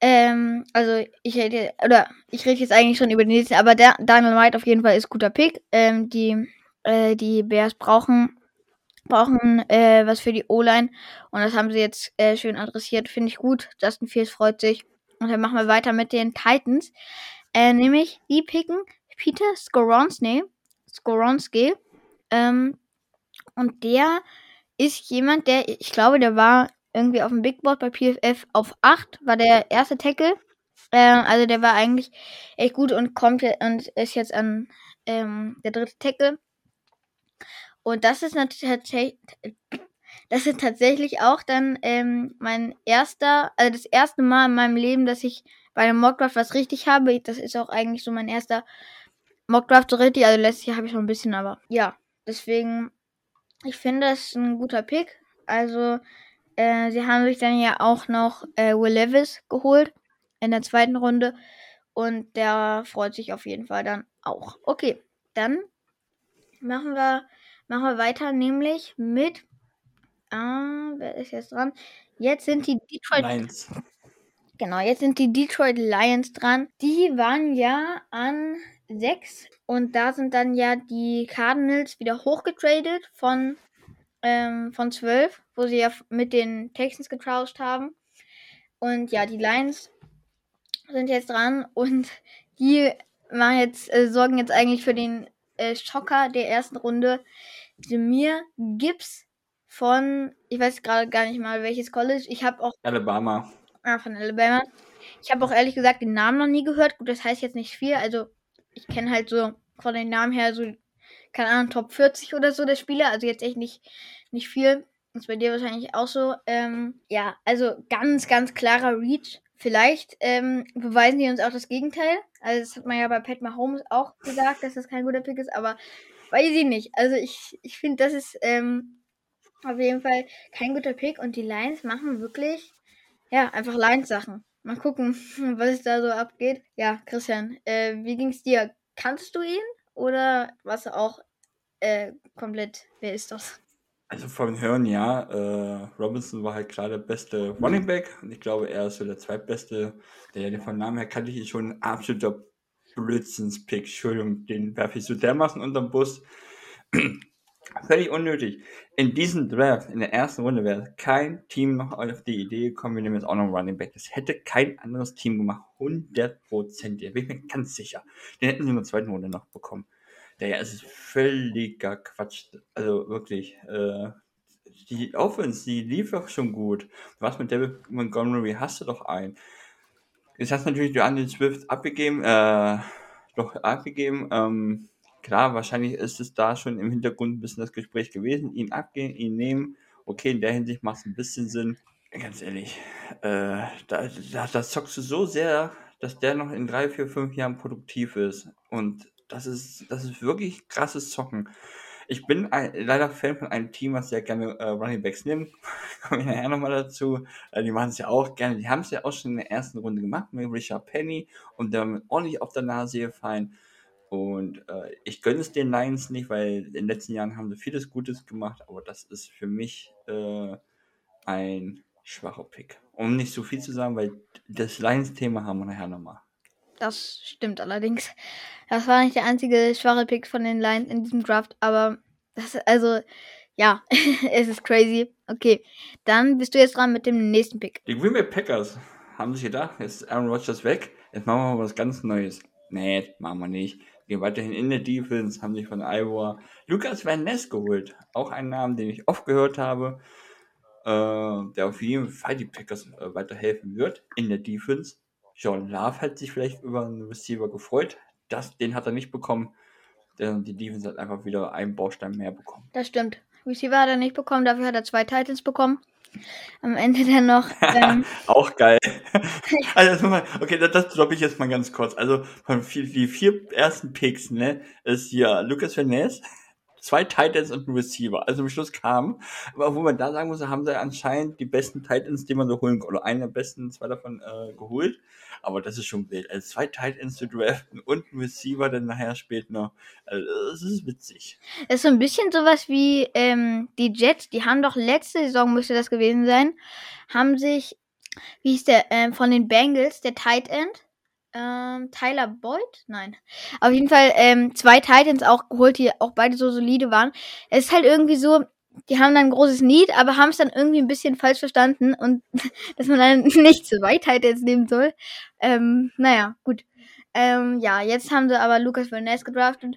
Ähm, also ich rede, oder ich rede jetzt eigentlich schon über den nächsten, aber der Daniel White auf jeden Fall ist guter Pick. Ähm, die, äh, die Bears brauchen, brauchen äh, was für die O-Line und das haben sie jetzt äh, schön adressiert. Finde ich gut. Justin Fields freut sich. Und dann machen wir weiter mit den Titans. Äh, nämlich, die picken Peter Skoronski. Skoronski. Ähm, und der ist jemand, der, ich glaube, der war irgendwie auf dem Big Board bei P F F auf acht, war der erste Tackle. Ähm, also der war eigentlich echt gut und kommt je- und ist jetzt an ähm, der dritte Tackle. Und das ist natürlich das ist tatsächlich auch dann ähm, mein erster, also das erste Mal in meinem Leben, dass ich bei einem Mockdraft was richtig habe. Das ist auch eigentlich so mein erster Mockdraft so richtig. Also letztes Jahr habe ich schon ein bisschen, aber ja, deswegen, ich finde das ein guter Pick. Also äh, sie haben sich dann ja auch noch äh, Will Levis geholt in der zweiten Runde und der freut sich auf jeden Fall dann auch. Okay, dann machen wir, machen wir weiter, nämlich mit, ah, wer ist jetzt dran? Jetzt sind die Detroit, Lions. genau, jetzt sind die Detroit Lions dran. Die waren ja an sechs und da sind dann ja die Cardinals wieder hochgetradet von ähm, von zwölf, wo sie ja f- mit den Texans getauscht haben. Und ja, die Lions sind jetzt dran und die machen jetzt, äh, sorgen jetzt eigentlich für den äh, Schocker der ersten Runde. Demir Gibbs von, ich weiß gerade gar nicht mal welches College. Ich habe auch, Alabama. ah, von Alabama. Ich habe auch ehrlich gesagt den Namen noch nie gehört. Gut, das heißt jetzt nicht viel. Also ich kenne halt so von den Namen her so, keine Ahnung, Top vierzig oder so der Spieler. Also jetzt echt nicht, nicht viel. Ist bei dir wahrscheinlich auch so. Ähm, ja, also ganz, ganz klarer Reach. Vielleicht ähm, beweisen die uns auch das Gegenteil. Also das hat man ja bei Pat Mahomes auch gesagt, dass das kein guter Pick ist, aber weiß ich nicht. Also ich, ich finde, das ist ähm, auf jeden Fall kein guter Pick und die Lions machen wirklich, ja, einfach Lions-Sachen. Mal gucken, was da so abgeht. Ja, Christian, äh, wie ging's dir? Kannst du ihn oder warst du auch äh, komplett, wer ist das? Also vom Hören ja, äh, Robinson war halt klar der beste Running Back und ich glaube, er ist so der zweitbeste. Der, von Namen her kannte ich ihn schon, ein absoluter Blödsinnspick. Entschuldigung, den werfe ich so dermaßen unterm Bus. Völlig unnötig. In diesem Draft, in der ersten Runde, wäre kein Team noch auf die Idee gekommen, wir nehmen jetzt auch noch einen Running Back. Das hätte kein anderes Team gemacht. hundert Prozent. Da bin ich mir ganz sicher. Den hätten sie in der zweiten Runde noch bekommen. Der ist völliger Quatsch. Also wirklich. Äh, die Offense, die lief doch schon gut. Was mit David Montgomery hast du doch einen. Jetzt hast du natürlich du an den Swift abgegeben, äh, doch abgegeben. Ähm, klar, wahrscheinlich ist es da schon im Hintergrund ein bisschen das Gespräch gewesen. Ihn abgehen, ihn nehmen. Okay, in der Hinsicht macht es ein bisschen Sinn. Ganz ehrlich, äh, da, da, da zockst du so sehr, dass der noch in drei, vier, fünf Jahren produktiv ist. Und das ist, das ist wirklich krasses Zocken. Ich bin ein, leider Fan von einem Team, was sehr gerne äh, Running Backs nimmt. Kommen wir nachher nochmal dazu. Äh, die machen es ja auch gerne. Die haben es ja auch schon in der ersten Runde gemacht mit Richard Penny und damit ordentlich auf der Nase gefallen. Und äh, ich gönne es den Lions nicht, weil in den letzten Jahren haben sie vieles Gutes gemacht, aber das ist für mich äh, ein schwacher Pick. Um nicht so viel zu sagen, weil das Lions-Thema haben wir nachher nochmal. Das stimmt allerdings. Das war nicht der einzige schwache Pick von den Lions in diesem Draft, aber das, also, ja, es ist crazy. Okay, dann bist du jetzt dran mit dem nächsten Pick. Die Green Bay Packers haben sich gedacht, jetzt ist Aaron Rodgers weg, jetzt machen wir mal was ganz Neues. Nee, machen wir nicht. Gehen weiterhin in der Defense, haben sich von Iowa Lucas Van Ness geholt. Auch ein Name, den ich oft gehört habe, äh, der auf jeden Fall die Packers äh, weiterhelfen wird in der Defense. John Love hat sich vielleicht über einen Receiver gefreut. Das, den hat er nicht bekommen. Denn die Defense hat einfach wieder einen Baustein mehr bekommen. Das stimmt. Receiver hat er nicht bekommen, dafür hat er zwei Titans bekommen. Am Ende dann noch. Ähm, Auch geil. Also, mal, okay, das, das droppe ich jetzt mal ganz kurz. Also, von vier, die vier ersten Picks, ne, ist hier Lucas Van Ness, zwei Titans und ein Receiver. Also, am Schluss kam, aber wo man da sagen muss, haben sie anscheinend die besten Titans, die man so holen konnte. Oder einen der besten, zwei davon äh, geholt. Aber das ist schon wild. Also, zwei Titans zu draften und ein Receiver dann nachher später noch. Also, das ist witzig. Das ist so ein bisschen sowas wie ähm, die Jets, die haben doch letzte Saison, müsste das gewesen sein, haben sich wie hieß der, ähm, von den Bengals, der Tight End? Ähm, Tyler Boyd? Nein. Auf jeden Fall ähm, zwei Titans auch geholt, die auch beide so solide waren. Es ist halt irgendwie so, die haben dann ein großes Need, aber haben es dann irgendwie ein bisschen falsch verstanden und dass man dann nicht zwei Titans nehmen soll. Ähm, naja, gut. Ähm, ja, jetzt haben sie aber Lucas Van Ness gedraftet.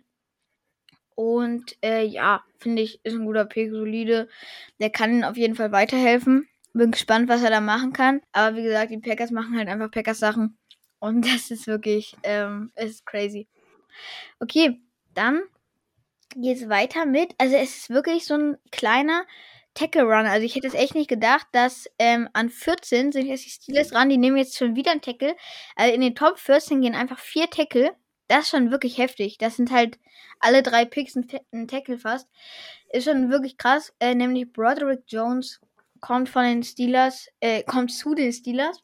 Und äh, ja, finde ich, ist ein guter Pick, solide. Der kann ihnen auf jeden Fall weiterhelfen. Bin gespannt, was er da machen kann. Aber wie gesagt, die Packers machen halt einfach Packers-Sachen. Und das ist wirklich, ähm, ist crazy. Okay, dann geht's weiter mit. Also es ist wirklich so ein kleiner Tackle-Run. Also ich hätte es echt nicht gedacht, dass ähm, an vierzehn sind jetzt die Steelers ran. Die nehmen jetzt schon wieder einen Tackle. Also in den Top vierzehn gehen einfach vier Tackle. Das ist schon wirklich heftig. Das sind halt alle drei Picks ein, ein Tackle fast. Ist schon wirklich krass. Äh, nämlich Broderick Jones kommt von den Steelers, äh, kommt zu den Steelers.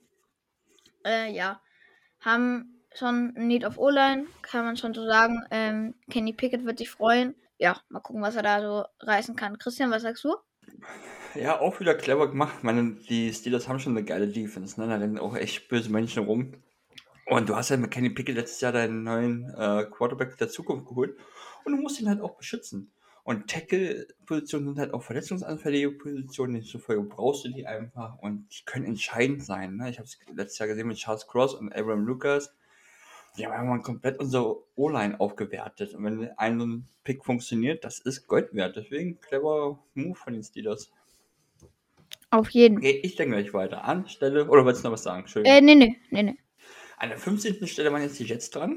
Äh, ja, haben schon ein Need of O-Line, kann man schon so sagen. Ähm, Kenny Pickett wird sich freuen. Ja, mal gucken, was er da so reißen kann. Christian, was sagst du? Ja, auch wieder clever gemacht. Ich meine, die Steelers haben schon eine geile Defense, ne? Da rennen auch echt böse Menschen rum. Und du hast ja mit Kenny Pickett letztes Jahr deinen neuen äh, Quarterback der Zukunft geholt. Und du musst ihn halt auch beschützen. Und Tackle-Positionen sind halt auch verletzungsanfällige Positionen. Nicht so viel brauchst du die einfach. Und die können entscheidend sein. Ne? Ich habe es letztes Jahr gesehen mit Charles Cross und Abraham Lucas. Die haben irgendwann komplett unsere O-Line aufgewertet. Und wenn ein so ein Pick funktioniert, das ist Gold wert. Deswegen clever Move von den Steelers. Auf jeden. Okay, ich denke gleich weiter. An Stelle. Oder wolltest du noch was sagen? Entschuldigung. Äh, nee, nee, nee, nee. An der fünfzehnten Stelle waren jetzt die Jets dran.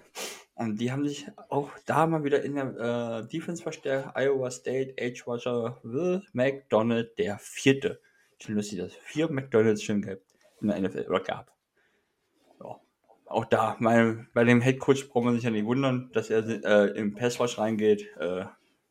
Und die haben sich auch da mal wieder in der äh, Defense verstärkt. Iowa State, Edge Rusher, Will McDonald, der vierte. Schon lustig, dass es vier McDonalds schon gibt in der N F L oder gab. Ja. Auch da, mein, bei dem Headcoach braucht man sich ja nicht wundern, dass er äh, im Pass Rush reingeht. Äh,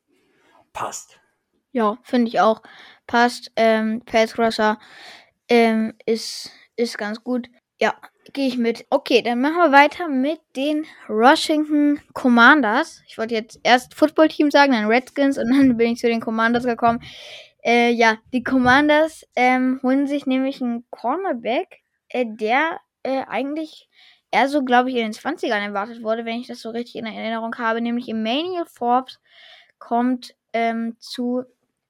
passt. Ja, finde ich auch. Passt. Ähm, Pass Rusher ähm, ist, ist ganz gut. Ja, gehe ich mit. Okay, dann machen wir weiter mit den Washington Commanders. Ich wollte jetzt erst Football-Team sagen, dann Redskins und dann bin ich zu den Commanders gekommen. Äh, ja, die Commanders ähm, holen sich nämlich einen Cornerback, äh, der äh, eigentlich eher so, glaube ich, in den zwanzigern erwartet wurde, wenn ich das so richtig in Erinnerung habe. Nämlich Emmanuel Forbes kommt ähm, zu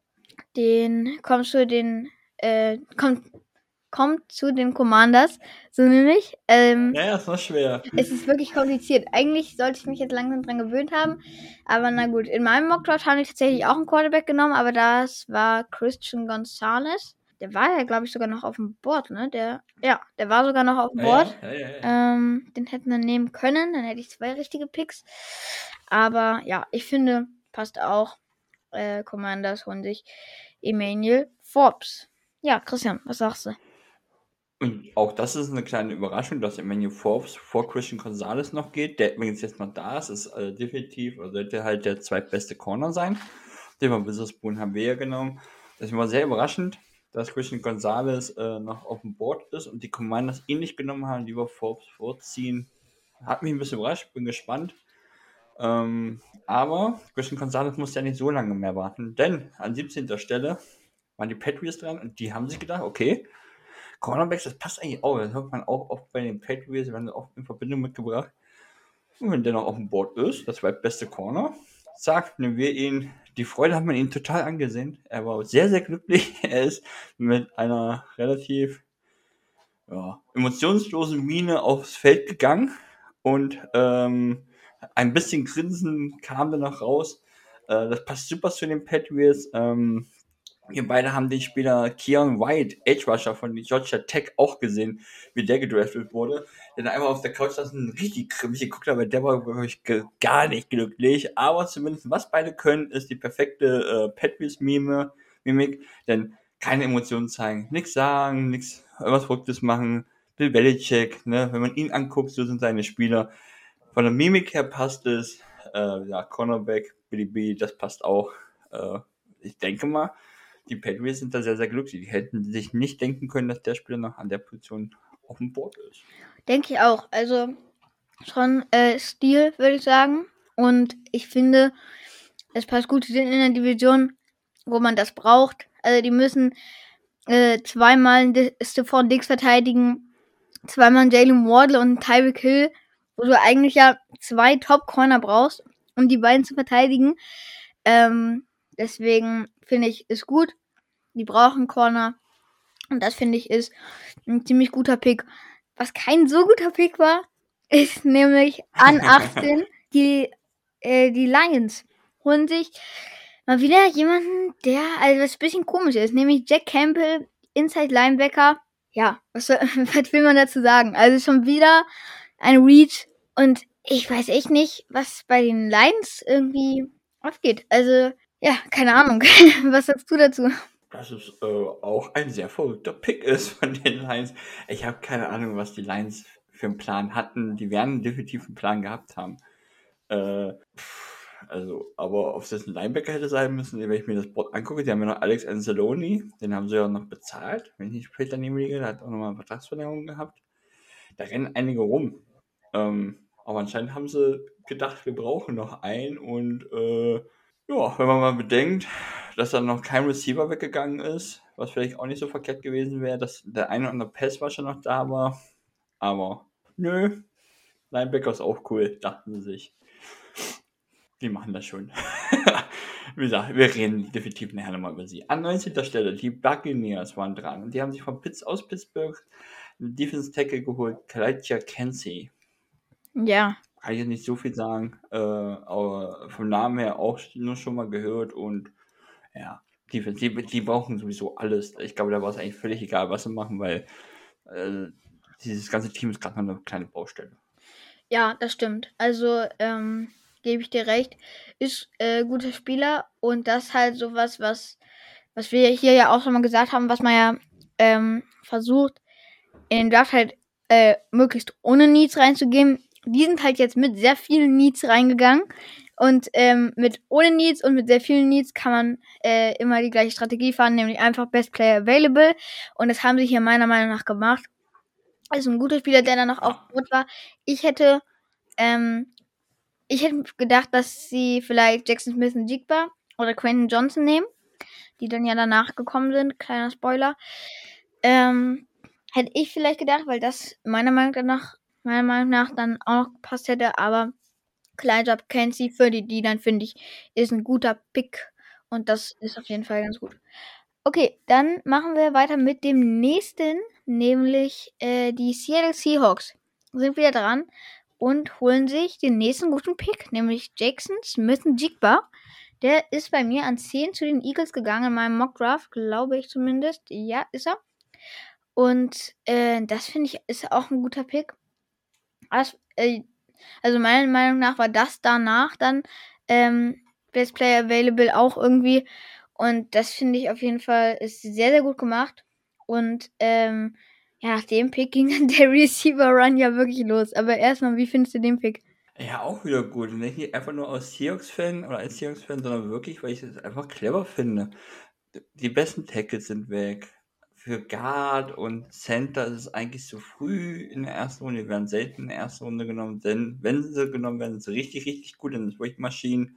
den, kommt zu den, äh, kommt kommt zu den Commanders, so nämlich. Ähm, Ja, ist noch schwer. Es ist wirklich kompliziert. Eigentlich sollte ich mich jetzt langsam dran gewöhnt haben, aber na gut. In meinem Mockdraft haben die tatsächlich auch einen Quarterback genommen, aber das war Christian Gonzalez. Der war ja, glaube ich, sogar noch auf dem Board, ne? Der, ja, der war sogar noch auf dem Board. Ja, ja, ja, ja. Ähm, den hätten wir nehmen können, dann hätte ich zwei richtige Picks. Aber ja, ich finde, passt auch. Äh, Commanders holen sich Emmanuel Forbes. Ja, Christian, was sagst du? Und auch das ist eine kleine Überraschung, dass Emmanuel Forbes vor Christian Gonzalez noch geht, der übrigens jetzt noch da ist, ist äh, definitiv, also sollte halt der zweitbeste Corner sein. Den von Witherspoon haben wir ja genommen. Das war sehr überraschend, dass Christian Gonzalez äh, noch auf dem Board ist und die Commanders ihn nicht genommen haben, lieber Forbes vorziehen. Hat mich ein bisschen überrascht, bin gespannt. Ähm, aber Christian Gonzalez muss ja nicht so lange mehr warten, denn an siebzehnter Stelle waren die Patriots dran und die haben sich gedacht, okay, Cornerbacks, das passt eigentlich auch. Das hört man auch oft bei den Patriots, werden oft in Verbindung mitgebracht. Und wenn der noch auf dem Board ist, das zweitbeste Corner, zack, nehmen wir ihn. Die Freude hat man ihn total angesehen. Er war sehr, sehr glücklich. Er ist mit einer relativ ja, emotionslosen Miene aufs Feld gegangen und ähm, ein bisschen Grinsen kam dann noch raus. Äh, das passt super zu den Patriots. Ähm, wir beide haben den Spieler Keon White, Edge Rusher von Georgia Tech, auch gesehen, wie der gedraftet wurde. Der dann einfach auf der Couch saß und richtig grimmig geguckt hat, weil der war wirklich gar nicht glücklich. Aber zumindest, was beide können, ist die perfekte äh, Patriots-Mimik, denn keine Emotionen zeigen, nichts sagen, nichts, was Verrücktes machen. Bill Belichick, ne, wenn man ihn anguckt, so sind seine Spieler. Von der Mimik her passt es. Äh, ja, Cornerback, Billy B, das passt auch. Äh, ich denke mal, die Patriots sind da sehr, sehr glücklich. Die hätten sich nicht denken können, dass der Spieler noch an der Position auf dem Board ist. Denke ich auch. Also schon äh, Stil, würde ich sagen. Und ich finde, es passt gut. Sie sind in einer Division, wo man das braucht. Also die müssen äh, zweimal Stephon Diggs verteidigen, zweimal Jalen Wardle und Tyreek Hill, wo du eigentlich ja zwei Top-Corner brauchst, um die beiden zu verteidigen. Ähm, deswegen finde ich, ist gut. Die brauchen Corner. Und das finde ich ist ein ziemlich guter Pick. Was kein so guter Pick war, ist nämlich an achtzehn die, äh, die Lions holen sich mal wieder jemanden, der, also was ein bisschen komisch ist, nämlich Jack Campbell, Inside Linebacker. Ja, was, was will man dazu sagen? Also schon wieder ein Reach und ich weiß echt nicht, was bei den Lions irgendwie aufgeht. Also, ja, keine Ahnung. Was sagst du dazu? Dass es äh, auch ein sehr verrückter Pick ist von den Lions. Ich habe keine Ahnung, was die Lions für einen Plan hatten. Die werden definitiv einen Plan gehabt haben. Äh, pff, also, aber ob es jetzt ein Linebacker hätte sein müssen, wenn ich mir das Board angucke, die haben ja noch Alex Anzalone, den haben sie ja noch bezahlt, wenn ich nicht später daneben liege, der hat auch nochmal eine Vertragsverlängerung gehabt. Da rennen einige rum. Ähm, aber anscheinend haben sie gedacht, wir brauchen noch einen und äh, ja, wenn man mal bedenkt, dass dann noch kein Receiver weggegangen ist, was vielleicht auch nicht so verkehrt gewesen wäre, dass der eine oder andere Pass war schon noch da war, aber nö, Linebacker ist auch cool, dachten sie sich. Die machen das schon. Wie gesagt, wir reden definitiv nachher nochmal über sie. An neunzehnter Stelle, die Buccaneers waren dran und die haben sich von Pitts aus Pittsburgh einen Defense Tackle geholt, Kalijah Kancey. Ja. Kann ich jetzt nicht so viel sagen, äh, aber vom Namen her auch nur schon mal gehört und ja, die, die, die brauchen sowieso alles. Ich glaube, da war es eigentlich völlig egal, was sie machen, weil äh, dieses ganze Team ist gerade noch eine kleine Baustelle. Ja, das stimmt. Also, ähm, gebe ich dir recht. Ist äh, guter Spieler und das halt sowas, was, was wir hier ja auch schon mal gesagt haben, was man ja ähm, versucht, in den Draft halt äh, möglichst ohne Needs reinzugehen. Die sind halt jetzt mit sehr vielen Needs reingegangen. Und ähm, mit ohne Needs und mit sehr vielen Needs kann man äh, immer die gleiche Strategie fahren, nämlich einfach Best Player Available. Und das haben sie hier meiner Meinung nach gemacht. Also ein guter Spieler, der dann noch auf Board war. Ich hätte, ähm, ich hätte gedacht, dass sie vielleicht Jackson Smith und Jigba oder Quentin Johnson nehmen, die dann ja danach gekommen sind. Kleiner Spoiler. Ähm, hätte ich vielleicht gedacht, weil das meiner Meinung nach, meiner Meinung nach dann auch noch gepasst hätte, aber Kalijah Kancey für die, die dann finde ich, ist ein guter Pick und das ist auf jeden Fall ganz gut. Okay, dann machen wir weiter mit dem nächsten, nämlich äh, die Seattle Seahawks sind wieder dran und holen sich den nächsten guten Pick, nämlich Jackson Smith-Njigba. Der ist bei mir an zehn zu den Eagles gegangen in meinem Mock-Draft, glaube ich zumindest. Ja, ist er. Und äh, das finde ich ist auch ein guter Pick. Das, äh, also meiner Meinung nach war das danach dann ähm, Best Player Available auch irgendwie. Und das finde ich auf jeden Fall ist sehr, sehr gut gemacht. Und ähm, ja, nach dem Pick ging dann der Receiver-Run ja wirklich los. Aber erstmal, wie findest du den Pick? Ja, auch wieder gut. Nicht einfach nur aus Seahawks-Fan oder als Seahawks-Fan, sondern wirklich, weil ich es einfach clever finde. Die besten Tackles sind weg. Für Guard und Center ist es eigentlich so früh in der ersten Runde. Die werden selten in der ersten Runde genommen, denn wenn sie genommen werden, sind sie richtig, richtig gut. Dann sind wirklich Maschinen.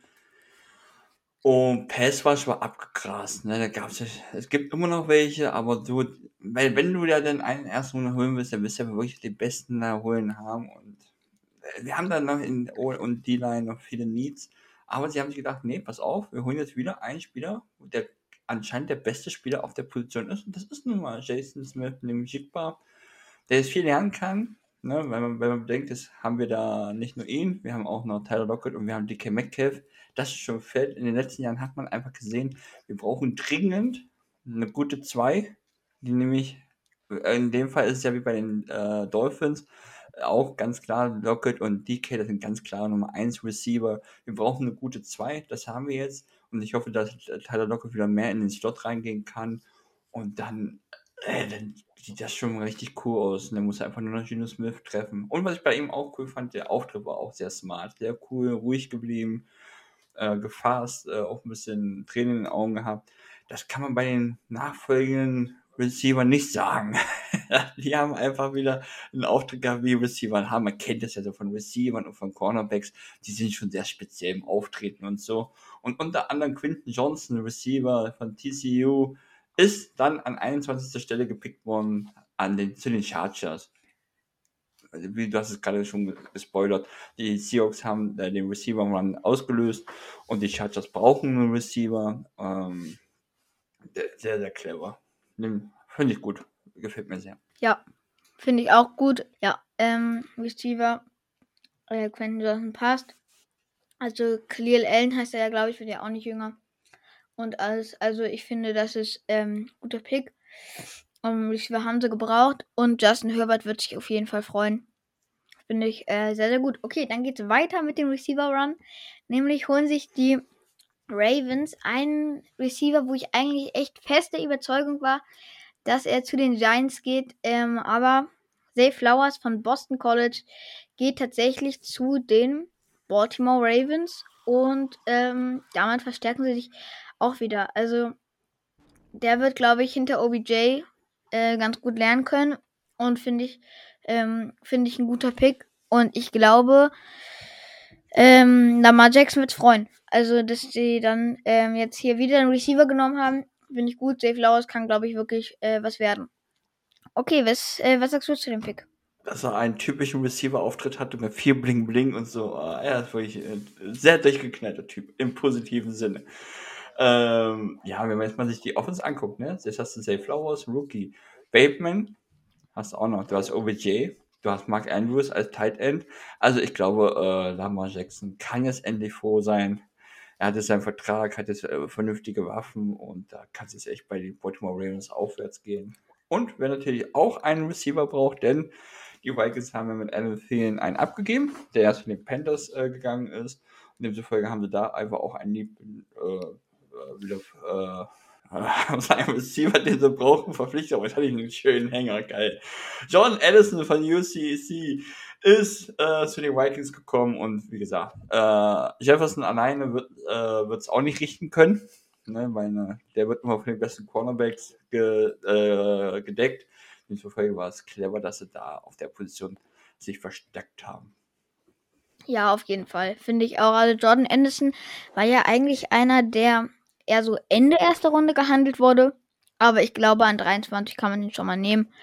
Und Pass Rush war abgegrast. Ne? Da gab's ja, es gibt immer noch welche, aber so, weil wenn du ja dann einen ersten Runde holen willst, dann willst du ja wirklich die besten da holen haben. Und äh, wir haben dann noch in O- und D-Line noch viele Needs. Aber sie haben sich gedacht, nee, pass auf, wir holen jetzt wieder einen Spieler, der anscheinend der beste Spieler auf der Position ist. Und das ist nun mal Jason Smith, nämlich Jigba, der jetzt viel lernen kann. Ne? Wenn, man, wenn man bedenkt, das haben wir da nicht nur ihn, wir haben auch noch Tyler Lockett und wir haben D K Metcalf. Das ist schon fett. In den letzten Jahren hat man einfach gesehen, wir brauchen dringend eine gute zwei, die nämlich, in dem Fall ist es ja wie bei den äh, Dolphins, auch ganz klar, Lockett und D K, das sind ganz klar Nummer eins Receiver. Wir brauchen eine gute zwei, das haben wir jetzt. Und ich hoffe, dass Tyler Lockett wieder mehr in den Slot reingehen kann. Und dann, äh, dann sieht das schon richtig cool aus. Und dann muss er einfach nur noch Geno Smith treffen. Und was ich bei ihm auch cool fand, der Auftritt war auch sehr smart, sehr cool, ruhig geblieben, äh, gefasst, äh, auch ein bisschen Tränen in den Augen gehabt. Das kann man bei den nachfolgenden Receiver nicht sagen. Die haben einfach wieder einen Auftritt gehabt, wie Receiver haben. Man kennt das ja so von Receivern und von Cornerbacks. Die sind schon sehr speziell im Auftreten und so. Und unter anderem Quinton Johnson, Receiver von T C U, ist dann an einundzwanzigster Stelle gepickt worden an den, zu den Chargers. Wie du hast es gerade schon gespoilert, die Seahawks haben äh, den Receiver Run ausgelöst und die Chargers brauchen einen Receiver. Ähm, sehr, sehr clever. Finde ich gut. Gefällt mir sehr. Ja, finde ich auch gut. Ja, ähm, Receiver, äh, Quentin Johnson passt. Also Khalil Allen heißt er ja, glaube ich, wird ja auch nicht jünger. Und alles, also ich finde, das ist ähm, guter Pick. Um, Receiver haben sie gebraucht und Justin Herbert wird sich auf jeden Fall freuen. Finde ich äh, sehr, sehr gut. Okay, dann geht es weiter mit dem Receiver Run. Nämlich holen sich die Ravens einen Receiver, wo ich eigentlich echt feste Überzeugung war, dass er zu den Giants geht. Ähm, aber Zay Flowers von Boston College geht tatsächlich zu den Baltimore Ravens. Und ähm, damit verstärken sie sich auch wieder. Also der wird, glaube ich, hinter O B J äh, ganz gut lernen können. Und finde ich, ähm, finde ich ein guter Pick. Und ich glaube, ähm, Lamar Jackson wird es freuen. Also, dass die dann ähm, jetzt hier wieder einen Receiver genommen haben, finde ich gut. Zay Flowers kann, glaube ich, wirklich äh, was werden. Okay, was, äh, was sagst du zu dem Pick? Dass er einen typischen Receiver-Auftritt hatte mit viel Bling Bling und so. Ah, er ist wirklich ein sehr durchgeknallter Typ, im positiven Sinne. Ähm, ja, wenn man jetzt mal sich die Offense anguckt, ne? Jetzt hast du Zay Flowers, Rookie. Bateman hast du auch noch. Du hast O B J, du hast Mark Andrews als Tight End. Also ich glaube, äh, Lamar Jackson kann jetzt endlich froh sein. Er hat jetzt seinen Vertrag, hat jetzt äh, vernünftige Waffen und da kann es jetzt echt bei den Baltimore Ravens aufwärts gehen. Und wer natürlich auch einen Receiver braucht, denn die Vikings haben ja mit Alan Thielen einen abgegeben, der erst von den Panthers äh, gegangen ist. Und demzufolge haben sie da einfach auch einen Lieb, äh, wieder äh, einen Receiver, den sie brauchen, verpflichtet. Aber jetzt hatte ich einen schönen Hänger, geil. John Addison von U C C ist äh, zu den Vikings gekommen und wie gesagt, äh, Jefferson alleine wird es äh, auch nicht richten können, ne, weil ne, der wird immer von den besten Cornerbacks ge, äh, gedeckt. Demzufolge war es clever, dass sie da auf der Position sich versteckt haben. Ja, auf jeden Fall. Finde ich auch. Also Jordan Anderson war ja eigentlich einer, der eher so Ende erster Runde gehandelt wurde. Aber ich glaube, an dreiundzwanzig kann man ihn schon mal nehmen.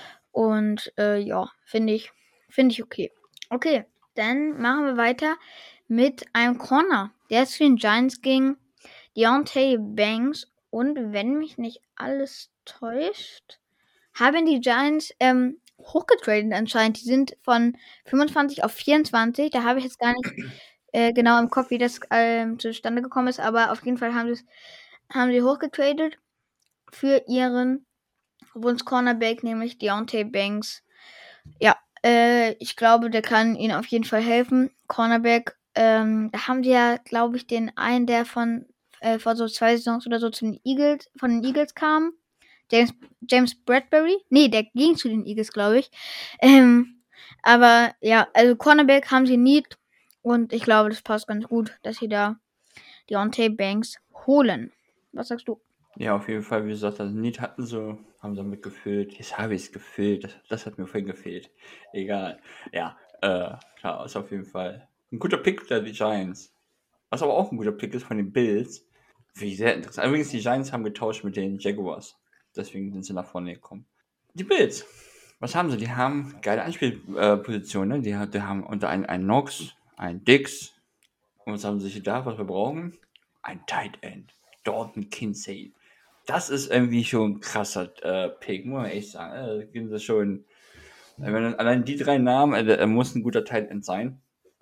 Und äh, ja, finde ich, finde ich okay. Okay, dann machen wir weiter mit einem Corner, der zu den Giants ging. Deontay Banks. Und wenn mich nicht alles täuscht, haben die Giants ähm, hochgetradet anscheinend. Die sind von fünfundzwanzig auf vierundzwanzig. Da habe ich jetzt gar nicht äh, genau im Kopf, wie das ähm, zustande gekommen ist. Aber auf jeden Fall haben, haben sie hochgetradet für ihren Wunsch-Cornerback, nämlich Deontay Banks. Ja, äh, ich glaube, der kann ihnen auf jeden Fall helfen. Cornerback, ähm, da haben die ja, glaube ich, den einen, der von äh, vor so zwei Saisons oder so zu den Eagles, von den Eagles kam. James, James Bradbury? Nee, der ging zu den Eagles, glaube ich. Ähm, aber ja, also Cornerback haben sie nie. Und ich glaube, das passt ganz gut, dass sie da Deontay Banks holen. Was sagst du? Ja, auf jeden Fall, wie gesagt, das Need hatten sie, haben sie mitgefüllt. Jetzt habe ich es gefüllt. Das, das hat mir vorhin gefehlt. Egal. Ja, äh, klar, ist auf jeden Fall ein guter Pick der Giants. Was aber auch ein guter Pick ist von den Bills. Finde ich sehr interessant. Übrigens, die Giants haben getauscht mit den Jaguars. Deswegen sind sie nach vorne gekommen. Die Bills. Was haben sie? Die haben geile Anspielpositionen. Ne? Die, die haben unter einen, einen Knox, einen Dix. Und was haben sie sich da, was wir brauchen? Ein Tight End. Dalton Kinsey. Das ist irgendwie schon ein krasser äh, Pick, muss man echt sagen. Äh, geben sie schon, äh, wenn allein die drei Namen, äh, er muss ein guter Tight End sein.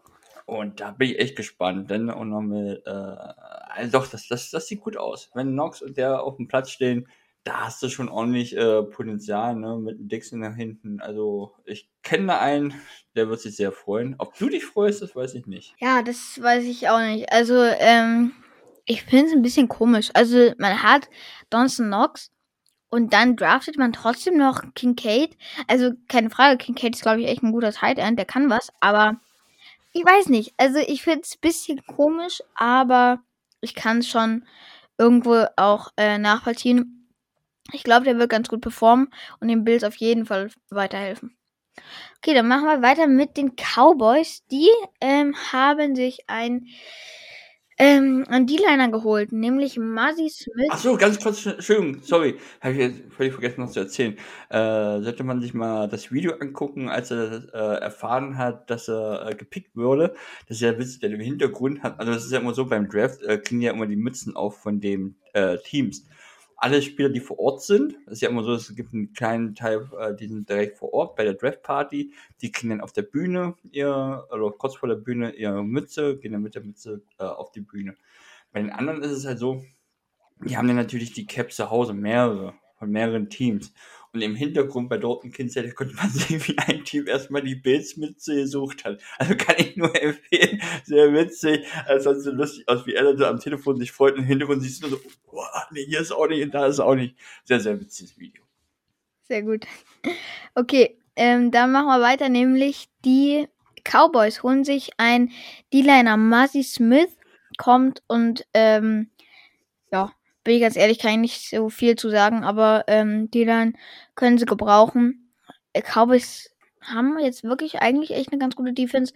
Und da bin ich echt gespannt, denn und noch mit, äh, also doch, das, das, das sieht gut aus. Wenn Knox und der auf dem Platz stehen, da hast du schon ordentlich äh, Potenzial, ne, mit dem Dixon da hinten. Also ich kenne da einen, der wird sich sehr freuen. Ob du dich freust, das weiß ich nicht. Ja, das weiß ich auch nicht. Also, ähm, ich finde es ein bisschen komisch. Also, man hat Dawson Knox und dann draftet man trotzdem noch Kincaid. Also, keine Frage, Kincaid ist, glaube ich, echt ein guter Tight End, der kann was, aber ich weiß nicht. Also, ich finde es ein bisschen komisch, aber ich kann es schon irgendwo auch äh, nachvollziehen. Ich glaube, der wird ganz gut performen und den Bills auf jeden Fall weiterhelfen. Okay, dann machen wir weiter mit den Cowboys. Die ähm, haben sich ein ähm, einen D-Liner geholt, nämlich Muzzy Smith. Ach so, ganz kurz, Entschuldigung, sorry, habe ich jetzt völlig vergessen noch zu erzählen. Äh, sollte man sich mal das Video angucken, als er äh, erfahren hat, dass er äh, gepickt wurde. Das ist ja witzig, der im Hintergrund hat, also das ist ja immer so, beim Draft äh, kriegen ja immer die Mützen auf von den äh, Teams. Alle Spieler, die vor Ort sind, das ist ja immer so, es gibt einen kleinen Teil, äh, die sind direkt vor Ort bei der Draft-Party, die kriegen dann auf der Bühne ihr, oder kurz vor der Bühne ihre Mütze, gehen dann mit der Mütze äh, auf die Bühne. Bei den anderen ist es halt so, die haben dann natürlich die Caps zu Hause, mehrere, von mehreren Teams. Und im Hintergrund bei Dortmund Kinzelle konnte man sehen, wie ein Team erstmal die Bills-Mütze gesucht hat. Also kann ich nur empfehlen, sehr witzig. Es sah so lustig aus, wie er da am Telefon sich freut und im Hintergrund siehst du nur so, boah, nee, hier ist auch nicht und da ist auch nicht. Sehr, sehr witziges Video. Sehr gut. Okay, ähm, dann machen wir weiter, nämlich die Cowboys holen sich ein D-Liner. Muzzy Smith kommt und, ähm, ja, bin ich ganz ehrlich, kann ich nicht so viel zu sagen, aber ähm, D-Line können sie gebrauchen. Äh, Cowboys haben jetzt wirklich eigentlich echt eine ganz gute Defense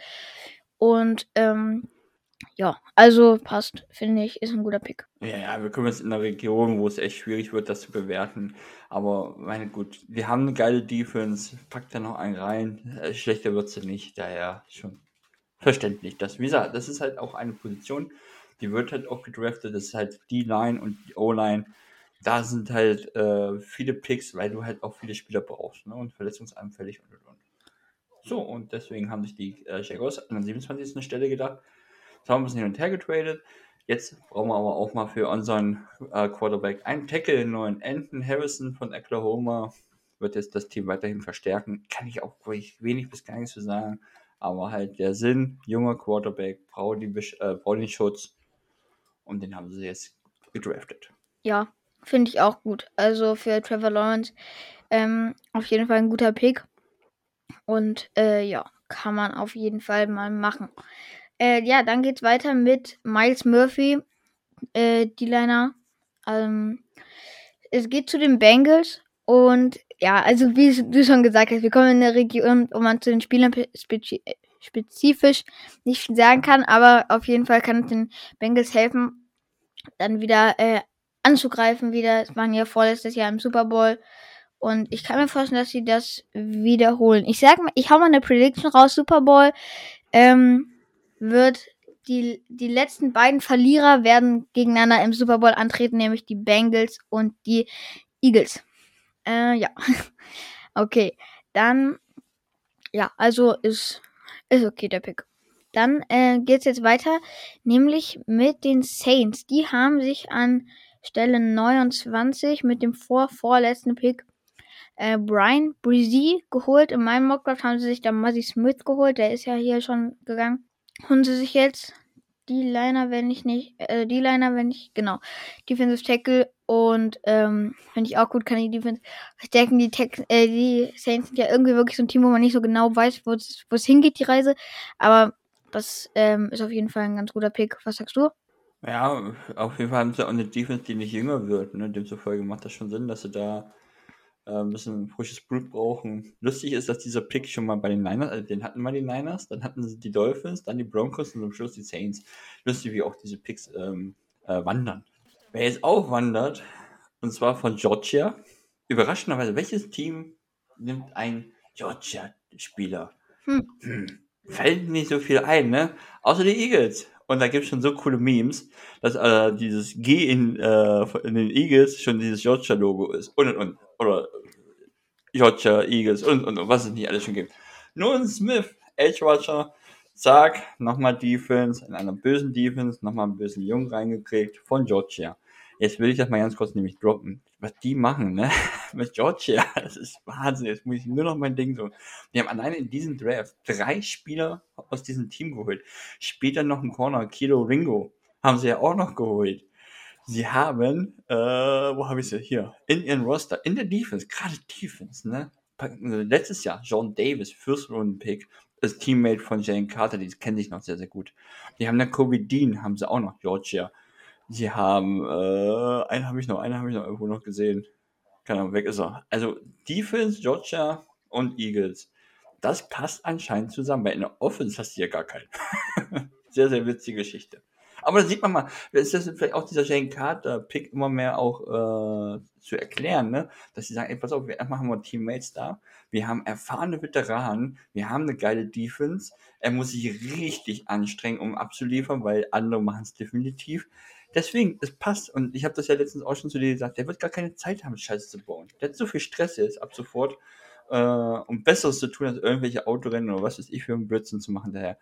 und ähm, ja, also passt, finde ich, ist ein guter Pick. Ja, ja, wir kommen jetzt in einer Region, wo es echt schwierig wird, das zu bewerten. Aber meine gut, wir haben eine geile Defense, packt da noch einen rein. Äh, Schlechter wird sie nicht, daher schon verständlich. Das, wie gesagt, das ist halt auch eine Position, die wird halt auch gedraftet. Das ist halt die Line und die O-Line. Da sind halt äh, viele Picks, weil du halt auch viele Spieler brauchst, ne? Und verletzungsanfällig und und und. So, und deswegen haben sich die äh, Jaguars an der siebenundzwanzigsten Stelle gedacht. Das haben wir ein bisschen hin und her getradet. Jetzt brauchen wir aber auch mal für unseren äh, Quarterback einen Tackle, den neuen Anton Harrison von Oklahoma. Wird jetzt das Team weiterhin verstärken. Kann ich auch wenig bis gar nichts zu sagen. Aber halt der Sinn, junger Quarterback, braucht die, äh, braucht den Schutz. Und den haben sie jetzt gedraftet. Ja, finde ich auch gut. Also für Trevor Lawrence ähm, auf jeden Fall ein guter Pick. Und äh, ja, kann man auf jeden Fall mal machen. Äh, ja, dann geht's weiter mit Miles Murphy, äh, D-Liner. Ähm, es geht zu den Bengals und ja, also wie du schon gesagt hast, wir kommen in eine Region, wo man zu den Spielern spezi- spezifisch nicht viel sagen kann, aber auf jeden Fall kann es den Bengals helfen, dann wieder äh, anzugreifen wieder. Es waren ja vorletztes Jahr im Super Bowl. Und ich kann mir vorstellen, dass sie das wiederholen. Ich sag mal, ich hau mal eine Prediction raus. Super Bowl ähm, wird die, die letzten beiden Verlierer werden gegeneinander im Super Bowl antreten, nämlich die Bengals und die Eagles. Äh, ja. Okay. Dann, ja, also ist, ist okay, der Pick. Dann äh, geht's jetzt weiter, nämlich mit den Saints. Die haben sich an Stelle neunundzwanzig mit dem vorvorletzten Pick äh, Brian Brzee geholt. In meinem Mockdraft haben sie sich dann Muzzy Smith geholt. Der ist ja hier schon gegangen. Holen sie sich jetzt die Liner, wenn ich nicht, äh, die Liner, wenn ich, genau, Defensive Tackle und, ähm, finde ich auch gut, kann die Defense verstärken. Die, Tack- äh, die Saints sind ja irgendwie wirklich so ein Team, wo man nicht so genau weiß, wo es hingeht, die Reise. Aber das ähm, ist auf jeden Fall ein ganz guter Pick. Was sagst du? Ja, auf jeden Fall haben sie auch eine Defense, die nicht jünger wird. Ne? Demzufolge macht das schon Sinn, dass sie da äh, ein bisschen frisches Blut brauchen. Lustig ist, dass dieser Pick schon mal bei den Niners, also den hatten mal die Niners, dann hatten sie die Dolphins, dann die Broncos und am Schluss die Saints. Lustig, wie auch diese Picks ähm, äh, wandern. Wer jetzt auch wandert, und zwar von Georgia, überraschenderweise, welches Team nimmt einen Georgia-Spieler? Hm. Hm. Fällt nicht so viel ein, ne? Außer die Eagles. Und da gibt es schon so coole Memes, dass äh, dieses G in, äh, in den Eagles schon dieses Georgia-Logo ist. Und und und. Oder Georgia, Eagles und und und. Was es nicht alles schon gibt. Nolan Smith, Edge Rusher, zack, nochmal Defense, in einer bösen Defense, nochmal einen bösen Jungen reingekriegt von Georgia. Jetzt will ich das mal ganz kurz nämlich droppen. Was die machen, ne? Mit Georgia, das ist Wahnsinn. Jetzt muss ich nur noch mein Ding so. Die haben alleine in diesem Draft drei Spieler aus diesem Team geholt. Später noch einen Corner, Kilo Ringo, haben sie ja auch noch geholt. Sie haben, äh, wo habe ich sie? Hier, in ihren Roster, in der Defense, gerade Defense, ne? Letztes Jahr, John Davis, First-Round-Pick, ist Teammate von Jalen Carter, die kennen sich noch sehr, sehr gut. Die haben dann Kobe Dean, haben sie auch noch, Georgia. Sie haben, äh, einen habe ich noch, einen habe ich noch irgendwo noch gesehen. Keine Ahnung, weg ist er. Also Defense, Georgia und Eagles. Das passt anscheinend zusammen, weil in der Offense hast du ja gar keinen. Sehr, sehr witzige Geschichte. Aber da sieht man mal, da ist das vielleicht auch dieser Jane Carter-Pick immer mehr auch äh, zu erklären, ne? Dass sie sagen, ey, pass auf, wir erstmal haben wir Teammates da, wir haben erfahrene Veteranen, wir haben eine geile Defense, er muss sich richtig anstrengen, um abzuliefern, weil andere machen es definitiv. Deswegen, es passt. Und ich habe das ja letztens auch schon zu dir gesagt, der wird gar keine Zeit haben, Scheiße zu bauen. Der hat so viel Stress jetzt ab sofort, äh, um Besseres zu tun, als irgendwelche Autorennen oder was weiß ich für einen Blödsinn zu machen. Daher,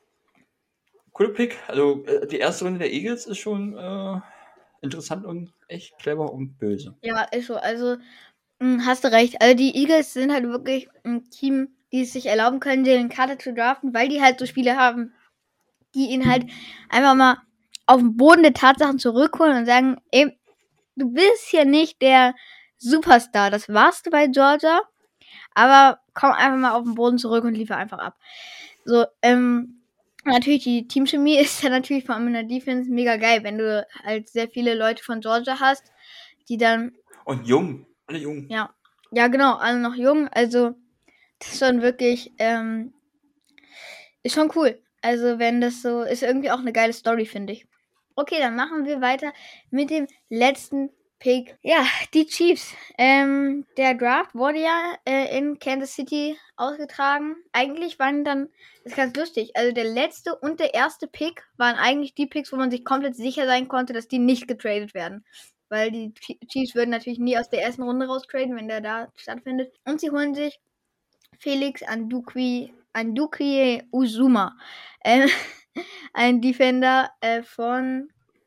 cooler Pick. Also äh, die erste Runde der Eagles ist schon äh, interessant und echt clever und böse. Ja, ist so. Also mh, hast du recht. Also die Eagles sind halt wirklich ein Team, die es sich erlauben können, den Carter zu draften, weil die halt so Spiele haben, die ihn halt einfach mal auf den Boden der Tatsachen zurückholen und sagen, ey, du bist hier nicht der Superstar. Das warst du bei Georgia, aber komm einfach mal auf den Boden zurück und liefer einfach ab. So, ähm, natürlich, die Teamchemie ist ja natürlich vor allem in der Defense mega geil, wenn du halt sehr viele Leute von Georgia hast, die dann... Und jung, alle jung. Ja, ja genau, alle noch jung, also das ist schon wirklich, ähm, ist schon cool. Also wenn das so, ist irgendwie auch eine geile Story, finde ich. Okay, dann machen wir weiter mit dem letzten Pick. Ja, die Chiefs. Ähm, der Draft wurde ja äh, in Kansas City ausgetragen. Eigentlich waren dann, das ist ganz lustig, also der letzte und der erste Pick waren eigentlich die Picks, wo man sich komplett sicher sein konnte, dass die nicht getradet werden. Weil die Chiefs würden natürlich nie aus der ersten Runde raustraden, wenn der da stattfindet. Und sie holen sich Felix Andukwi, Andukwi Uzuma. Ähm, ein Defender äh, von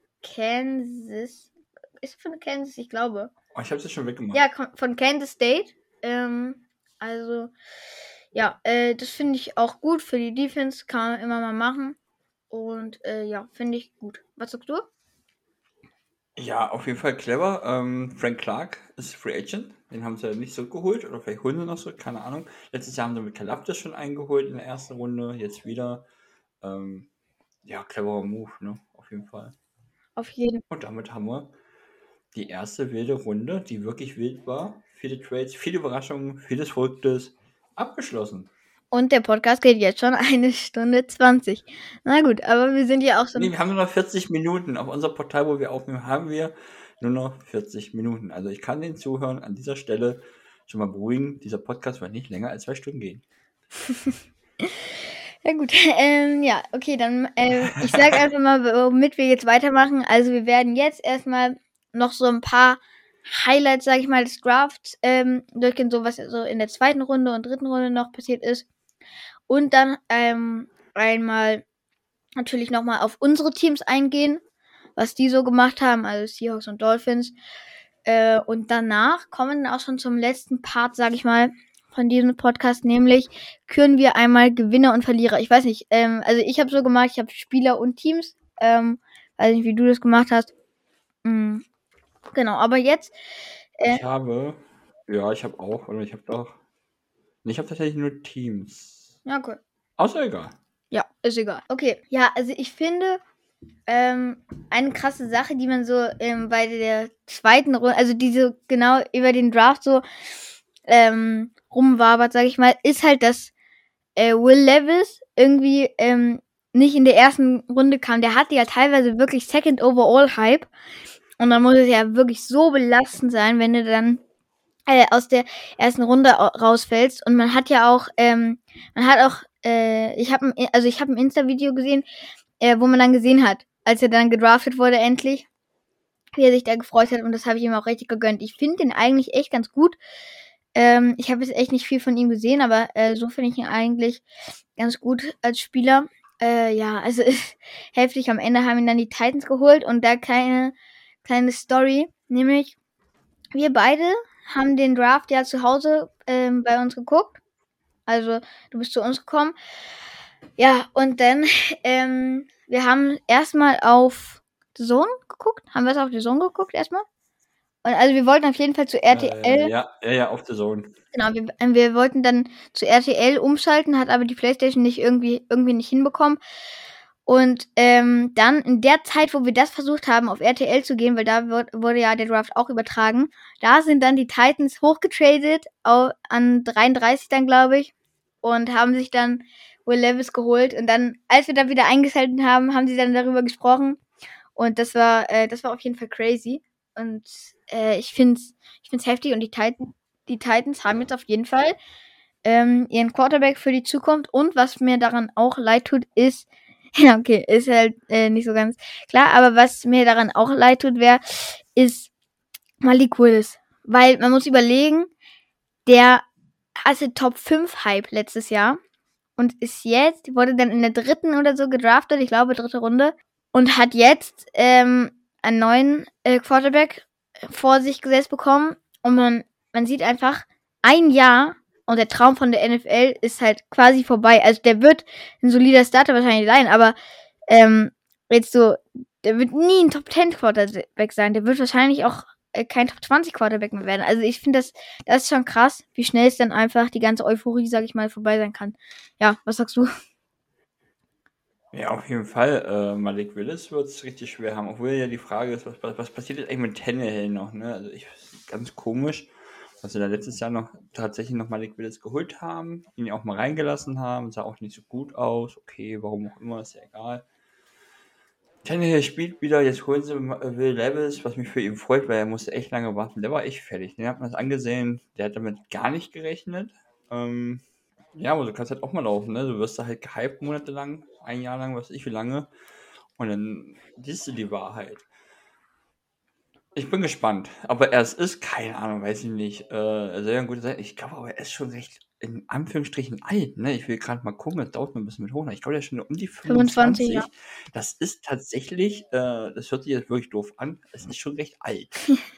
Kansas. Ist von Kansas, ich glaube. Oh, ich habe es schon weggemacht. Ja, von Kansas State. Ähm, also, ja, äh, das finde ich auch gut für die Defense. Kann man immer mal machen. Und äh, ja, finde ich gut. Was sagst du? Ja, auf jeden Fall clever. Ähm, Frank Clark ist Free Agent. Den haben sie ja nicht so geholt. Oder vielleicht holen sie noch so, keine Ahnung. Letztes Jahr haben sie mit Kalafdis schon eingeholt in der ersten Runde. Jetzt wieder. Ähm, ja, cleverer Move, ne? Auf jeden Fall. Auf jeden Fall. Und damit haben wir die erste wilde Runde, die wirklich wild war. Viele Trades, viele Überraschungen, vieles Verrücktes abgeschlossen. Und der Podcast geht jetzt schon eine Stunde zwanzig. Na gut, aber wir sind ja auch schon... Nee, wir haben nur noch vierzig Minuten. Auf unserem Portal, wo wir aufnehmen, haben wir nur noch vierzig Minuten. Also ich kann den Zuhörern an dieser Stelle schon mal beruhigen, dieser Podcast wird nicht länger als zwei Stunden gehen. Ja gut, ähm, ja, okay, dann, äh, ich sag einfach mal, womit wir jetzt weitermachen. Also wir werden jetzt erstmal noch so ein paar Highlights, sag ich mal, des Drafts ähm, durchgehen, so was so in der zweiten Runde und dritten Runde noch passiert ist. Und dann ähm, einmal natürlich nochmal auf unsere Teams eingehen, was die so gemacht haben, also Seahawks und Dolphins. Äh, und danach kommen wir auch schon zum letzten Part, sag ich mal, von diesem Podcast, nämlich küren wir einmal Gewinner und Verlierer. Ich weiß nicht, ähm, also ich habe so gemacht, ich habe Spieler und Teams. Ähm, weiß nicht, wie du das gemacht hast. Mhm. Genau, aber jetzt... Äh, ich habe, ja, ich habe auch, oder ich habe doch, ich habe tatsächlich nur Teams. Ja, cool. Außer egal. Ja, ist egal. Okay, ja, also ich finde, ähm, eine krasse Sache, die man so ähm, bei der zweiten Runde, also diese genau über den Draft so ähm, rumwabert, sag ich mal, ist halt, dass äh, Will Levis irgendwie ähm, nicht in der ersten Runde kam. Der hatte ja teilweise wirklich Second Overall Hype. Und dann muss es ja wirklich so belastend sein, wenn du dann äh, aus der ersten Runde rausfällst. Und man hat ja auch, ähm, man hat auch, äh, ich habe, also ich habe ein Insta-Video gesehen, äh, wo man dann gesehen hat, als er dann gedraftet wurde endlich, wie er sich da gefreut hat. Und das habe ich ihm auch richtig gegönnt. Ich finde den eigentlich echt ganz gut. Ähm, ich habe jetzt echt nicht viel von ihm gesehen, aber äh, so finde ich ihn eigentlich ganz gut als Spieler. Äh, ja, also ist heftig. Am Ende haben ihn dann die Titans geholt und da keine kleine Story, nämlich wir beide haben den Draft ja zu Hause ähm, bei uns geguckt. Also du bist zu uns gekommen. Ja, und dann ähm, wir haben erstmal auf The Zone geguckt. Haben wir es auf The Zone geguckt erstmal? Und also wir wollten auf jeden Fall zu R T L. Äh, ja, ja, ja, auf The Zone. Genau, wir, wir wollten dann zu R T L umschalten, hat aber die PlayStation nicht irgendwie irgendwie nicht hinbekommen. Und ähm, dann in der Zeit, wo wir das versucht haben, auf R T L zu gehen, weil da wird, wurde ja der Draft auch übertragen, da sind dann die Titans hochgetradet auf, an dreiunddreißig dann, glaube ich, und haben sich dann Will Levis geholt. Und dann, als wir dann wieder eingeschaltet haben, haben sie dann darüber gesprochen, Und das war, äh, das war auf jeden Fall crazy. Und äh, ich finde es ich find's heftig. Und die, Titan, die Titans haben jetzt auf jeden Fall ähm, ihren Quarterback für die Zukunft. Und was mir daran auch leid tut, ist, ja, okay, ist halt äh, nicht so ganz klar, aber was mir daran auch leid tut, wäre, ist Malik Willis. Weil man muss überlegen, der hatte Top fünf Hype letztes Jahr und ist jetzt, wurde dann in der dritten oder so gedraftet, ich glaube dritte Runde, und hat jetzt ähm, einen neuen äh, Quarterback vor sich gesetzt bekommen. Und man, man sieht einfach, ein Jahr und der Traum von der N F L ist halt quasi vorbei. Also der wird ein solider Starter wahrscheinlich sein, aber ähm, jetzt so, der wird nie ein Top zehn Quarterback sein. Der wird wahrscheinlich auch äh, kein Top zwanzig Quarterback mehr werden. Also ich finde das, das ist schon krass, wie schnell es dann einfach die ganze Euphorie, sag ich mal, vorbei sein kann. Ja, was sagst du? Ja, auf jeden Fall. Äh, Malik Willis wird es richtig schwer haben. Obwohl ja die Frage ist, was, was, was passiert jetzt eigentlich mit Tannehill noch? Ne? Also ich ganz komisch, dass sie da letztes Jahr noch tatsächlich noch Malik Willis geholt haben, ihn auch mal reingelassen haben, sah auch nicht so gut aus. Okay, warum auch immer, ist ja egal. Tannehill spielt wieder, jetzt holen sie äh, Will Levis, was mich für ihn freut, weil er musste echt lange warten. Der war echt fertig. Den hat man das angesehen, der hat damit gar nicht gerechnet. Ähm, ja, aber du kannst halt auch mal laufen, ne? Du wirst da halt gehypt monatelang, ein Jahr lang, was weiß ich wie lange. Und dann siehst du die Wahrheit. Ich bin gespannt. Aber er es ist, keine Ahnung, weiß ich nicht. Äh, er soll ja ein guter sein. Ich glaube aber, er ist schon recht in Anführungsstrichen alt, ne? Ich will gerade mal gucken, das dauert noch ein bisschen mit hoch. Ich glaube, er ist schon um die fünfundzwanzig, ja. fünfundzwanzig. Das ist tatsächlich, äh, das hört sich jetzt wirklich doof an, es ist schon recht alt.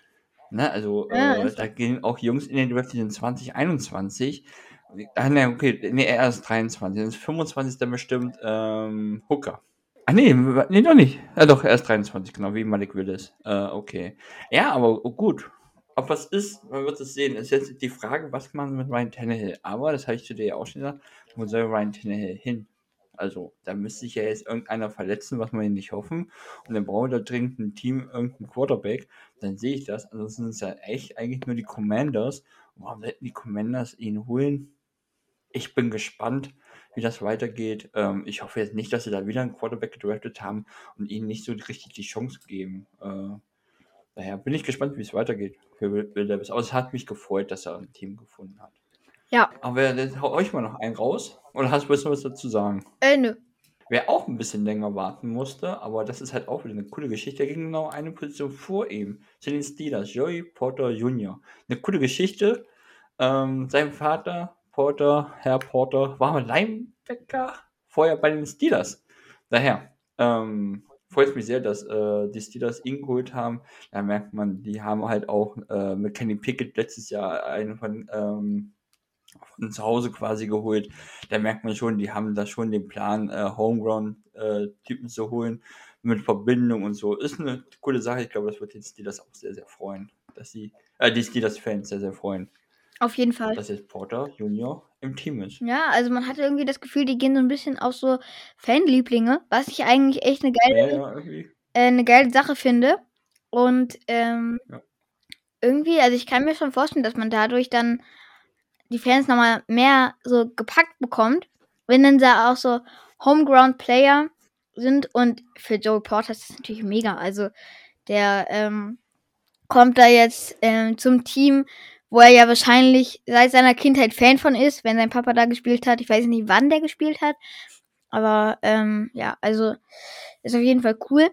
Ne? Also, Ja, äh, ist da gehen auch Jungs in den Draft, die sind zwanzig einundzwanzig. Ah, ne, okay, nee, er ist dreiundzwanzig. Dann ist fünfundzwanzig dann bestimmt ähm, Hooker. Ah, nee, nee, doch nicht. Ja, doch, er ist dreiundzwanzig, genau, wie Malik Willis. Äh, okay. Ja, aber oh, gut. Ob was ist, man wird es sehen. Es ist jetzt die Frage, was man mit Ryan Tannehill. Aber, das habe ich zu dir ja auch schon gesagt, wo soll Ryan Tannehill hin? Also, da müsste sich ja jetzt irgendeiner verletzen, was wir ihn nicht hoffen. Und dann brauchen wir da dringend ein Team, irgendeinen Quarterback. Dann sehe ich das. Ansonsten sind es ja echt eigentlich nur die Commanders. Und warum sollten die Commanders ihn holen? Ich bin gespannt, wie das weitergeht. Ähm, ich hoffe jetzt nicht, dass sie da wieder einen Quarterback gedraftet haben und ihnen nicht so richtig die Chance geben. Äh, daher bin ich gespannt, wie es weitergeht für Will Will Levis. Aber es hat mich gefreut, dass er ein Team gefunden hat. Ja, Aber jetzt hau euch mal noch einen raus. Oder hast du noch was dazu sagen? äh, nö. Wer auch ein bisschen länger warten musste, aber das ist halt auch wieder eine coole Geschichte. Der ging genau eine Position vor ihm. Zu den Steelers, Joey Porter Junior Eine coole Geschichte. Ähm, sein Vater, Porter, Herr Porter, war Linebacker vorher bei den Steelers. Daher ähm, freut es mich sehr, dass äh, die Steelers ihn geholt haben. Da merkt man, die haben halt auch äh, mit Kenny Pickett letztes Jahr einen von, ähm, von zu Hause quasi geholt. Da merkt man schon, die haben da schon den Plan, äh, Homegrown-Typen zu holen mit Verbindung und so. Ist eine coole Sache. Ich glaube, das wird den Steelers auch sehr, sehr freuen. Dass sie, äh, die Steelers-Fans sehr, sehr freuen, Auf jeden Fall. dass jetzt Porter Junior im Team ist. Ja, also man hatte irgendwie das Gefühl, die gehen so ein bisschen auf so Fanlieblinge, was ich eigentlich echt eine geile, Ja, ja, irgendwie. äh, eine geile Sache finde. Und ähm, Ja. irgendwie, also ich kann mir schon vorstellen, dass man dadurch dann die Fans nochmal mehr so gepackt bekommt, wenn dann da auch so Homeground-Player sind. Und für Joey Porter ist das natürlich mega. Also der ähm, kommt da jetzt ähm, zum Team, wo er ja wahrscheinlich seit seiner Kindheit Fan von ist, wenn sein Papa da gespielt hat. Ich weiß nicht, wann der gespielt hat. Aber ähm, ja, also ist auf jeden Fall cool.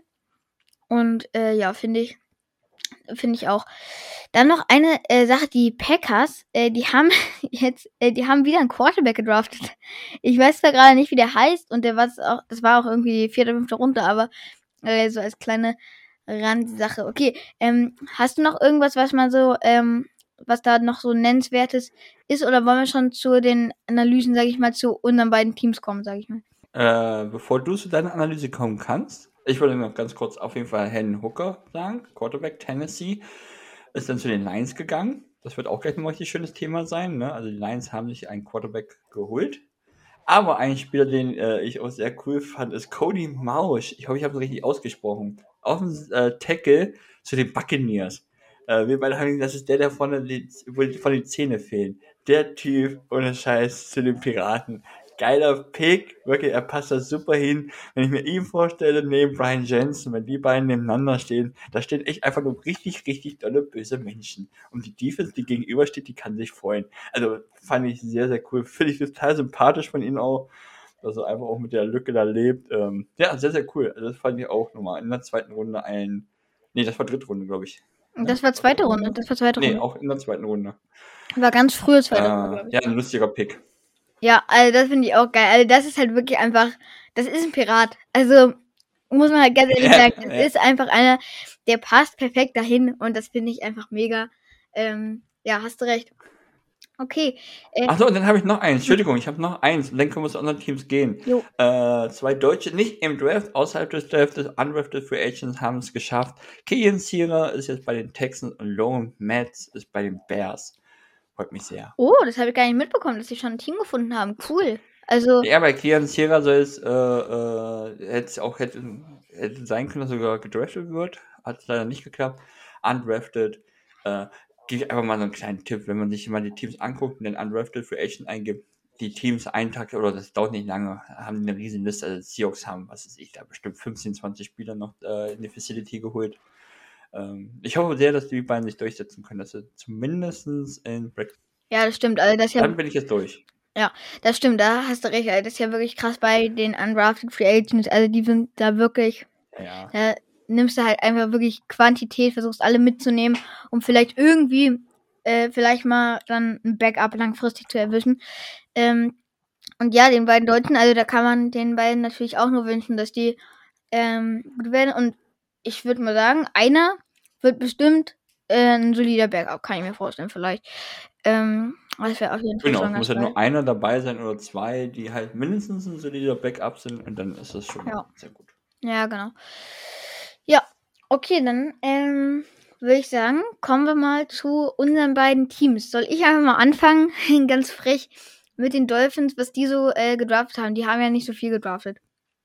Und äh, ja, finde ich, finde ich auch. Dann noch eine äh, Sache, die Packers, äh, die haben jetzt, äh, die haben wieder einen Quarterback gedraftet. Ich weiß zwar gerade nicht, wie der heißt, und der war auch, das war auch irgendwie die vierte, fünfte Runde, aber äh, so als kleine Randsache. Okay, ähm, hast du noch irgendwas, was man so, ähm, was da noch so nennenswertes ist, oder wollen wir schon zu den Analysen, sage ich mal, zu unseren beiden Teams kommen, sage ich mal? Äh, bevor du zu deiner Analyse kommen kannst, ich würde noch ganz kurz auf jeden Fall Hen Hooker sagen, Quarterback Tennessee, ist dann zu den Lions gegangen. Das wird auch gleich ein richtig schönes Thema sein. Ne? Also die Lions haben sich einen Quarterback geholt. Aber ein Spieler, den äh, ich auch sehr cool fand, ist Cody Mausch. Ich hoffe, ich habe es richtig ausgesprochen. Auf dem äh, Tackle zu den Buccaneers. Äh, wir beide haben gesagt, das ist der, der vorne die, wo die, von den Zähne fehlen. Der Typ, ohne Scheiß, zu den Piraten. geiler Pick. Wirklich, er passt da super hin. Wenn ich mir ihn vorstelle, neben Brian Jensen, wenn die beiden nebeneinander stehen, da stehen echt einfach nur richtig, richtig dolle, böse Menschen. Und die Defense, die gegenübersteht, die kann sich freuen. Also, fand ich sehr, sehr cool. Finde ich total sympathisch von ihnen auch, dass er einfach auch mit der Lücke da lebt. Ähm, ja, sehr, sehr cool. Also, das fand ich auch nochmal in der zweiten Runde ein, nee, das war dritte Runde, glaube ich. Das war zweite Runde. Das war zweite Nee, Runde. auch in der zweiten Runde. War ganz frühe zweite Runde, Äh, glaube ich. ja, ein lustiger Pick. Ja, also das finde ich auch geil. Also das ist halt wirklich einfach, das ist ein Pirat. Also muss man halt ganz ehrlich Ja, sagen, das ja. ist einfach einer, der passt perfekt dahin und das finde ich einfach mega. Ähm, ja, hast du recht. Okay. Äh, Achso, und dann habe ich noch eins. Entschuldigung, ich habe noch eins. Und dann können wir zu anderen Teams gehen. jo. Äh, zwei Deutsche, nicht im Draft, außerhalb des Draftes, undrafted Free Agents haben es geschafft. Killian Searer ist jetzt bei den Texans und Logan Metz ist bei den Bears. Freut mich sehr. Oh, das habe ich gar nicht mitbekommen, dass sie schon ein Team gefunden haben. Cool. Also, Ja, bei Killian Searer soll es äh, äh, hätte auch hätte, hätte sein können, dass er sogar gedraftet wird. Hat es leider nicht geklappt. Undrafted. Äh, gebe ich einfach mal so einen kleinen Tipp, wenn man sich mal die Teams anguckt und den Undrafted Free Agent eingibt. Die Teams einen Tag, oder das dauert nicht lange, haben eine riesen Liste. Also Seahawks haben, was weiß ich, da bestimmt fünfzehn, zwanzig Spieler noch äh, in die Facility geholt. Ähm, ich hoffe sehr, dass die beiden sich durchsetzen können, dass sie zumindest in Break. ja, das stimmt. Also das ist ja, Dann bin ich jetzt durch. ja, das stimmt. Da hast du recht. Also das ist ja wirklich krass bei den Undrafted Free Agents. Also die sind da wirklich, Ja. da nimmst du halt einfach wirklich Quantität, versuchst alle mitzunehmen, um vielleicht irgendwie, äh, vielleicht mal dann ein Backup langfristig zu erwischen. Ähm, und ja, den beiden Deutschen, also da kann man den beiden natürlich auch nur wünschen, dass die ähm, gut werden. Und ich würde mal sagen, einer wird bestimmt äh, ein solider Backup, kann ich mir vorstellen, vielleicht. Ähm, das wäre auf jeden Fall Genau, schon es ganz muss halt geil. nur einer dabei sein oder zwei, die halt mindestens ein solider Backup sind und dann ist das schon Ja. sehr gut. Ja, genau. Ja, okay, dann ähm, würde ich sagen, kommen wir mal zu unseren beiden Teams. Soll ich einfach mal anfangen, ganz frech, mit den Dolphins, was die so äh, gedraftet haben? Die haben ja nicht so viel gedraftet.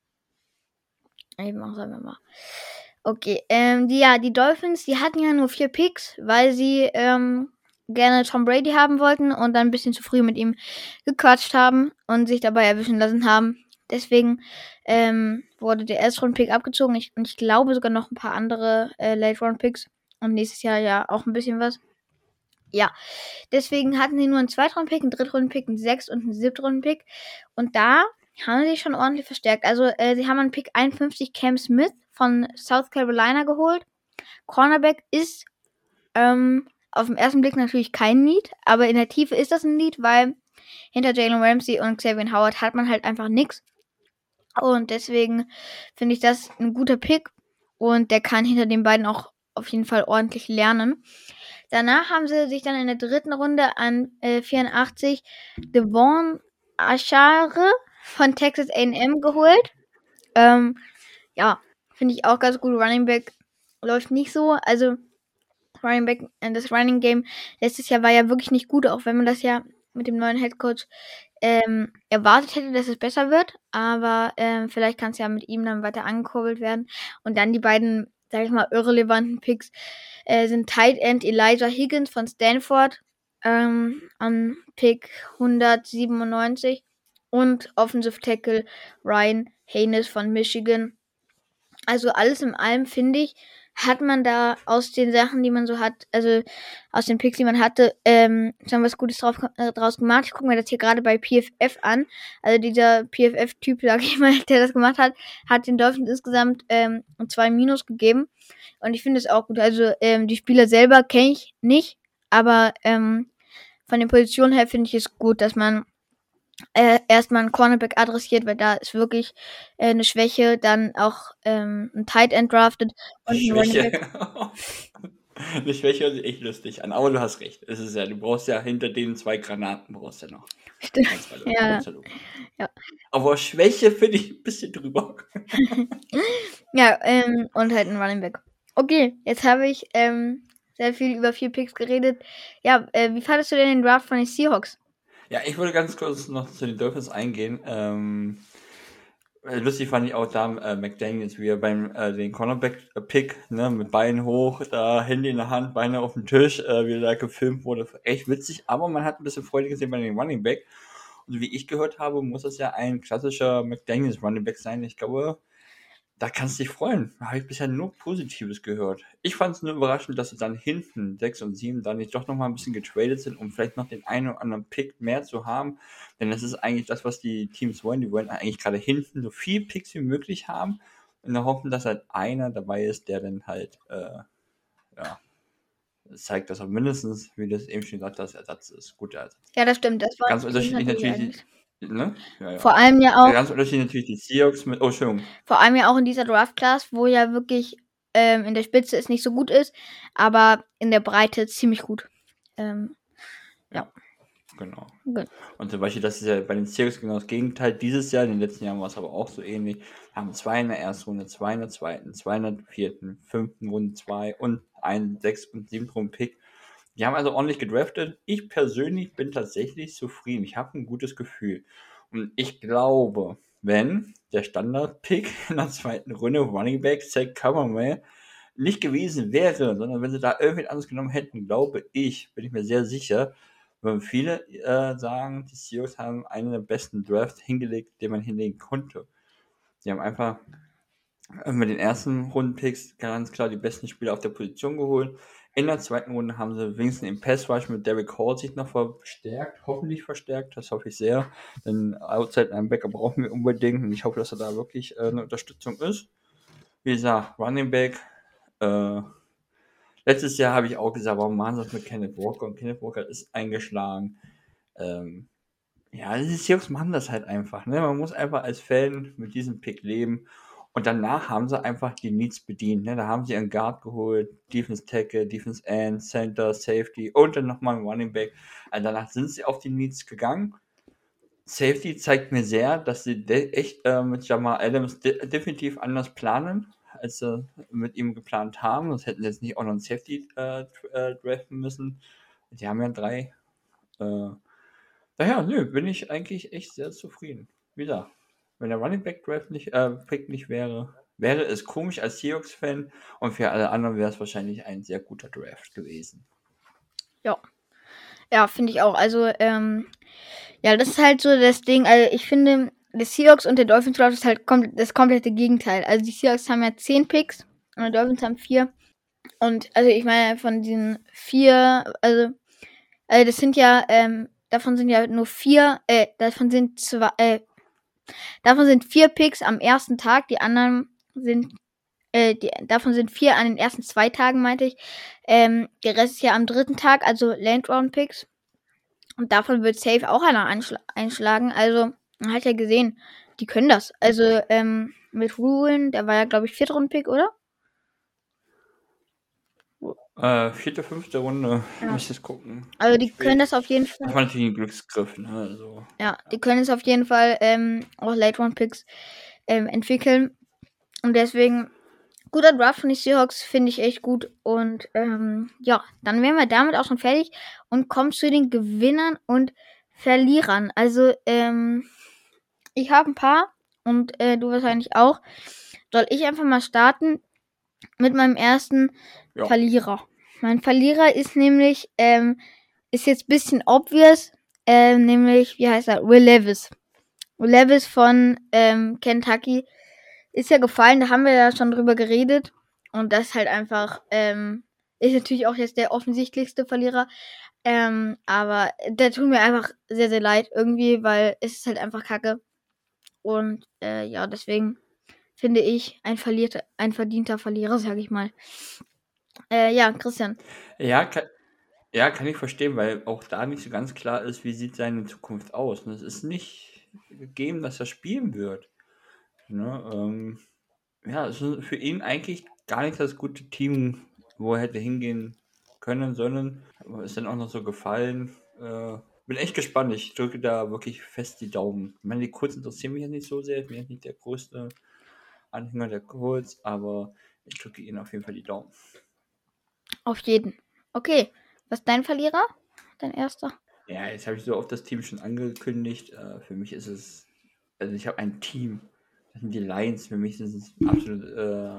Eben auch, sagen wir mal. Okay, ähm, die, ja, die Dolphins, die hatten ja nur vier Picks, weil sie ähm, gerne Tom Brady haben wollten und dann ein bisschen zu früh mit ihm gequatscht haben und sich dabei erwischen lassen haben. Deswegen ähm, wurde der Erstrunden-Pick abgezogen ich, und ich glaube sogar noch ein paar andere äh, Late-Round-Picks und nächstes Jahr ja auch ein bisschen was. Ja, deswegen hatten sie nur einen Zweitrunden-Pick, einen Drittrunden-Pick, einen Sechst- und einen Siebtrunden-Pick und da haben sie sich schon ordentlich verstärkt. Also äh, sie haben an Pick einundfünfzig Cam Smith von South Carolina geholt. Cornerback ist ähm, auf den ersten Blick natürlich kein Need, aber in der Tiefe ist das ein Need, weil hinter Jalen Ramsey und Xavier Howard hat man halt einfach nichts. Und deswegen finde ich das ein guter Pick und der kann hinter den beiden auch auf jeden Fall ordentlich lernen. Danach haben sie sich dann in der dritten Runde an äh, vierundachtzig Devon Achare von Texas A und M geholt. Ähm, ja, finde ich auch ganz gut. Running Back läuft nicht so. Also Running Back, äh, das Running Game letztes Jahr war ja wirklich nicht gut, auch wenn man das ja mit dem neuen Head Coach ähm, erwartet hätte, dass es besser wird. Aber ähm, vielleicht kann es ja mit ihm dann weiter angekurbelt werden. Und dann die beiden, sag ich mal, irrelevanten Picks äh, sind Tight End Elijah Higgins von Stanford ähm, an Pick hundertsiebenundneunzig und Offensive Tackle Ryan Haynes von Michigan. Also alles in allem, finde ich, hat man da aus den Sachen, die man so hat, also aus den Picks, die man hatte, ähm, schon was Gutes drauf, äh, draus gemacht. Ich gucke mir das hier gerade bei P F F an. Also dieser P F F-Typ, sag ich mal, der das gemacht hat, hat den Dolphins insgesamt ähm, zwei Minus gegeben. Und ich finde es auch gut. Also ähm, die Spieler selber kenne ich nicht, aber ähm, von den Positionen her finde ich es gut, dass man äh, erstmal einen Cornerback adressiert, weil da ist wirklich äh, eine Schwäche, dann auch ähm, ein Tight End drafted und ein Running Schwäche. Back. Eine Schwäche hört sich echt lustig an, aber du hast recht. Es ist ja, du brauchst ja hinter den zwei Granaten brauchst ja noch. Stimmt. Ein, zwei Leute, Ja. absolut. Ja. Aber Schwäche finde ich ein bisschen drüber. Ja, ähm, und halt ein Running Back. Okay, jetzt habe ich ähm, sehr viel über vier Picks geredet. Ja, äh, wie fandest du denn den Draft von den Seahawks? Ja, ich würde ganz kurz noch zu den Dolphins eingehen. Ähm, äh, lustig fand ich auch da äh, McDaniels, wie er beim äh, den Cornerback-Pick, ne, mit Beinen hoch, da Handy in der Hand, Beine auf dem Tisch, äh, wie er da gefilmt wurde. Echt witzig, aber man hat ein bisschen Freude gesehen bei dem Running Back. Und wie ich gehört habe, muss das ja ein klassischer McDaniels Running Back sein. Ich glaube, da kannst du dich freuen. Da habe ich bisher nur Positives gehört. Ich fand es nur überraschend, dass sie dann hinten sechs und sieben dann nicht doch nochmal ein bisschen getradet sind, um vielleicht noch den einen oder anderen Pick mehr zu haben. Denn das ist eigentlich das, was die Teams wollen. Die wollen eigentlich gerade hinten so viel Picks wie möglich haben. In der Hoffnung, dass halt einer dabei ist, der dann halt, äh, ja, zeigt, dass er mindestens, wie das eben schon gesagt hast, Ersatz ist. Guter Ersatz. Ja, das stimmt. Das war Ganz unterschiedlich natürlich, eigentlich. die, ne? Ja, ja. Vor allem ja auch, Ganz unterschiedlich natürlich die Seahawks mit, oh, Entschuldigung. vor allem ja auch in dieser Draft-Class, wo ja wirklich ähm, in der Spitze es nicht so gut ist, aber in der Breite ziemlich gut. Ähm, ja. Genau. Gut. Und zum Beispiel, das ist ja bei den Seahawks genau das Gegenteil. Dieses Jahr, in den letzten Jahren war es aber auch so ähnlich. Wir haben zwei in der ersten Runde, zwei in der zweiten, zwei in der vierten, fünften Runde zwei und einen sechs und sieben Runden Pick. Die haben also ordentlich gedraftet. Ich persönlich bin tatsächlich zufrieden. Ich habe ein gutes Gefühl. Und ich glaube, wenn der Standard-Pick in der zweiten Runde Running Back Zach Cumberland nicht gewesen wäre, sondern wenn sie da irgendwie anderes genommen hätten, glaube ich, bin ich mir sehr sicher, weil viele äh, sagen, die Seahawks haben einen der besten Drafts hingelegt, den man hinlegen konnte. Sie haben einfach äh, mit den ersten Rundenpicks ganz klar die besten Spieler auf der Position geholt. In der zweiten Runde haben sie wenigstens im Pass Rush mit Derek Hall sich noch verstärkt, hoffentlich verstärkt, das hoffe ich sehr. Denn Outside Linebacker brauchen wir unbedingt und ich hoffe, dass er da wirklich äh, eine Unterstützung ist. Wie gesagt, Running Back, äh, letztes Jahr habe ich auch gesagt, warum machen sie das mit Kenneth Walker? Und Kenneth Walker ist eingeschlagen. Ähm, ja, die Seahawks machen das halt einfach. Ne? Man muss einfach als Fan mit diesem Pick leben. Und danach haben sie einfach die Needs bedient. Ne? Da haben sie einen Guard geholt, Defense Tackle, Defense End, Center, Safety und dann nochmal ein Running Back. Also danach sind sie auf die Needs gegangen. Safety zeigt mir sehr, dass sie de- echt äh, mit Jamal Adams de- definitiv anders planen, als sie mit ihm geplant haben. Das hätten sie jetzt nicht auch noch einen Safety äh, äh, draften müssen. Die haben ja drei. Äh, daher, nö, bin ich eigentlich echt sehr zufrieden. Wieder. Wenn der Running Back Draft nicht, äh, Pick nicht wäre, wäre es komisch als Seahawks-Fan und für alle anderen wäre es wahrscheinlich ein sehr guter Draft gewesen. Ja. Ja, finde ich auch. Also, ähm, ja, das ist halt so das Ding. Also, ich finde, die Seahawks und der Dolphins Draft ist halt kom- das komplette Gegenteil. Also, die Seahawks haben ja zehn Picks und die Dolphins haben vier. Und, also, ich meine, von diesen vier, also, also das sind ja, ähm, davon sind ja nur vier, äh, davon sind zwei, äh, davon sind vier Picks am ersten Tag, die anderen sind, äh, die, davon sind vier an den ersten zwei Tagen, meinte ich. Ähm, der Rest ist ja am dritten Tag, also Land-Round-Picks. Und davon wird safe auch einer einschla- einschlagen. Also, man hat ja gesehen, die können das. Also, ähm, mit Ruin, der war ja, glaube ich, Viertrunden-Pick, oder? Äh, vierte, fünfte Runde, Ja. muss ich jetzt gucken. Also, die Spät. können das auf jeden Das Fall. war natürlich ein Glücksgriff, ne? Also, Ja, die können es auf jeden Fall ähm, auch Late-Round-Picks ähm, entwickeln. Und deswegen, guter Draft von den Seahawks finde ich echt gut. Und ähm, ja, dann wären wir damit auch schon fertig und kommen zu den Gewinnern und Verlierern. Also, ähm, ich habe ein paar und äh, du wahrscheinlich auch. Soll ich einfach mal starten mit meinem ersten ja. Verlierer? Mein Verlierer ist nämlich, ähm, ist jetzt ein bisschen obvious, ähm, nämlich, wie heißt er? Will Levis. Will Levis von ähm, Kentucky ist ja gefallen, da haben wir ja schon drüber geredet. Und das ist halt einfach, ähm, ist natürlich auch jetzt der offensichtlichste Verlierer. Ähm, aber der tut mir einfach sehr, sehr leid irgendwie, weil es ist halt einfach kacke. Und äh, ja, deswegen finde ich ein, verlierter, ein verdienter Verlierer, sag ich mal. Äh, ja, Christian. Ja, kann, ja, kann ich verstehen, weil auch da nicht so ganz klar ist, wie sieht seine Zukunft aus. Und es ist nicht gegeben, dass er spielen wird. Ne, ähm, ja, es ist für ihn eigentlich gar nicht das gute Team, wo er hätte hingehen können, sollen. Aber ist dann auch noch so gefallen. Äh, bin echt gespannt. Ich drücke da wirklich fest die Daumen. Ich meine, die Colts interessieren mich ja nicht so sehr. Ich bin jetzt nicht der größte Anhänger der Colts, aber ich drücke ihnen auf jeden Fall die Daumen. Auf jeden. Okay, was ist dein Verlierer? Dein erster? Ja, jetzt habe ich so oft das Team schon angekündigt. Äh, für mich ist es, also ich habe ein Team. Das sind die Lions. Für mich ist es absolut äh,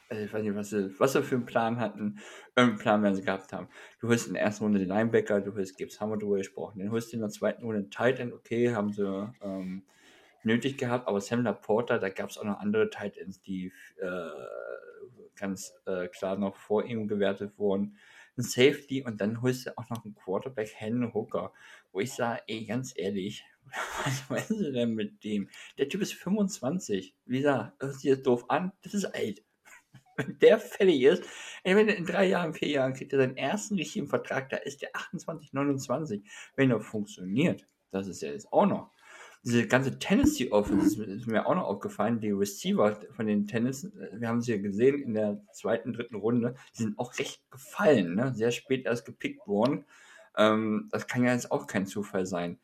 also ich weiß nicht, was sie, was sie für einen Plan hatten. Irgendeinen Plan werden sie gehabt haben. Du holst in der ersten Runde den Linebacker, du holst Gibbs, haben wir drüber gesprochen. Dann holst du in der zweiten Runde den Tight End, okay, haben sie ähm, nötig gehabt, aber Sam Laporta, da gab es auch noch andere Tight Ends, die äh, ganz äh, klar noch vor ihm gewertet wurden. Ein Safety und dann holst du auch noch einen Quarterback, Hendon Hooker, wo ich sage, ey, ganz ehrlich, was meinen sie denn mit dem? Der Typ ist fünfundzwanzig. Wie gesagt, hört sich das doof an, das ist alt. Wenn der fertig ist, ey, wenn er in drei Jahren, vier Jahren kriegt er seinen ersten richtigen Vertrag, da ist der achtundzwanzig, neunundzwanzig. Wenn er funktioniert, das ist ja jetzt auch noch. Diese ganze Tennessee Offense ist mir auch noch aufgefallen. Die Receiver von den Tennis, wir haben sie ja gesehen in der zweiten, dritten Runde, die sind auch recht gefallen, ne? Sehr spät erst gepickt worden. Ähm, das kann ja jetzt auch kein Zufall sein.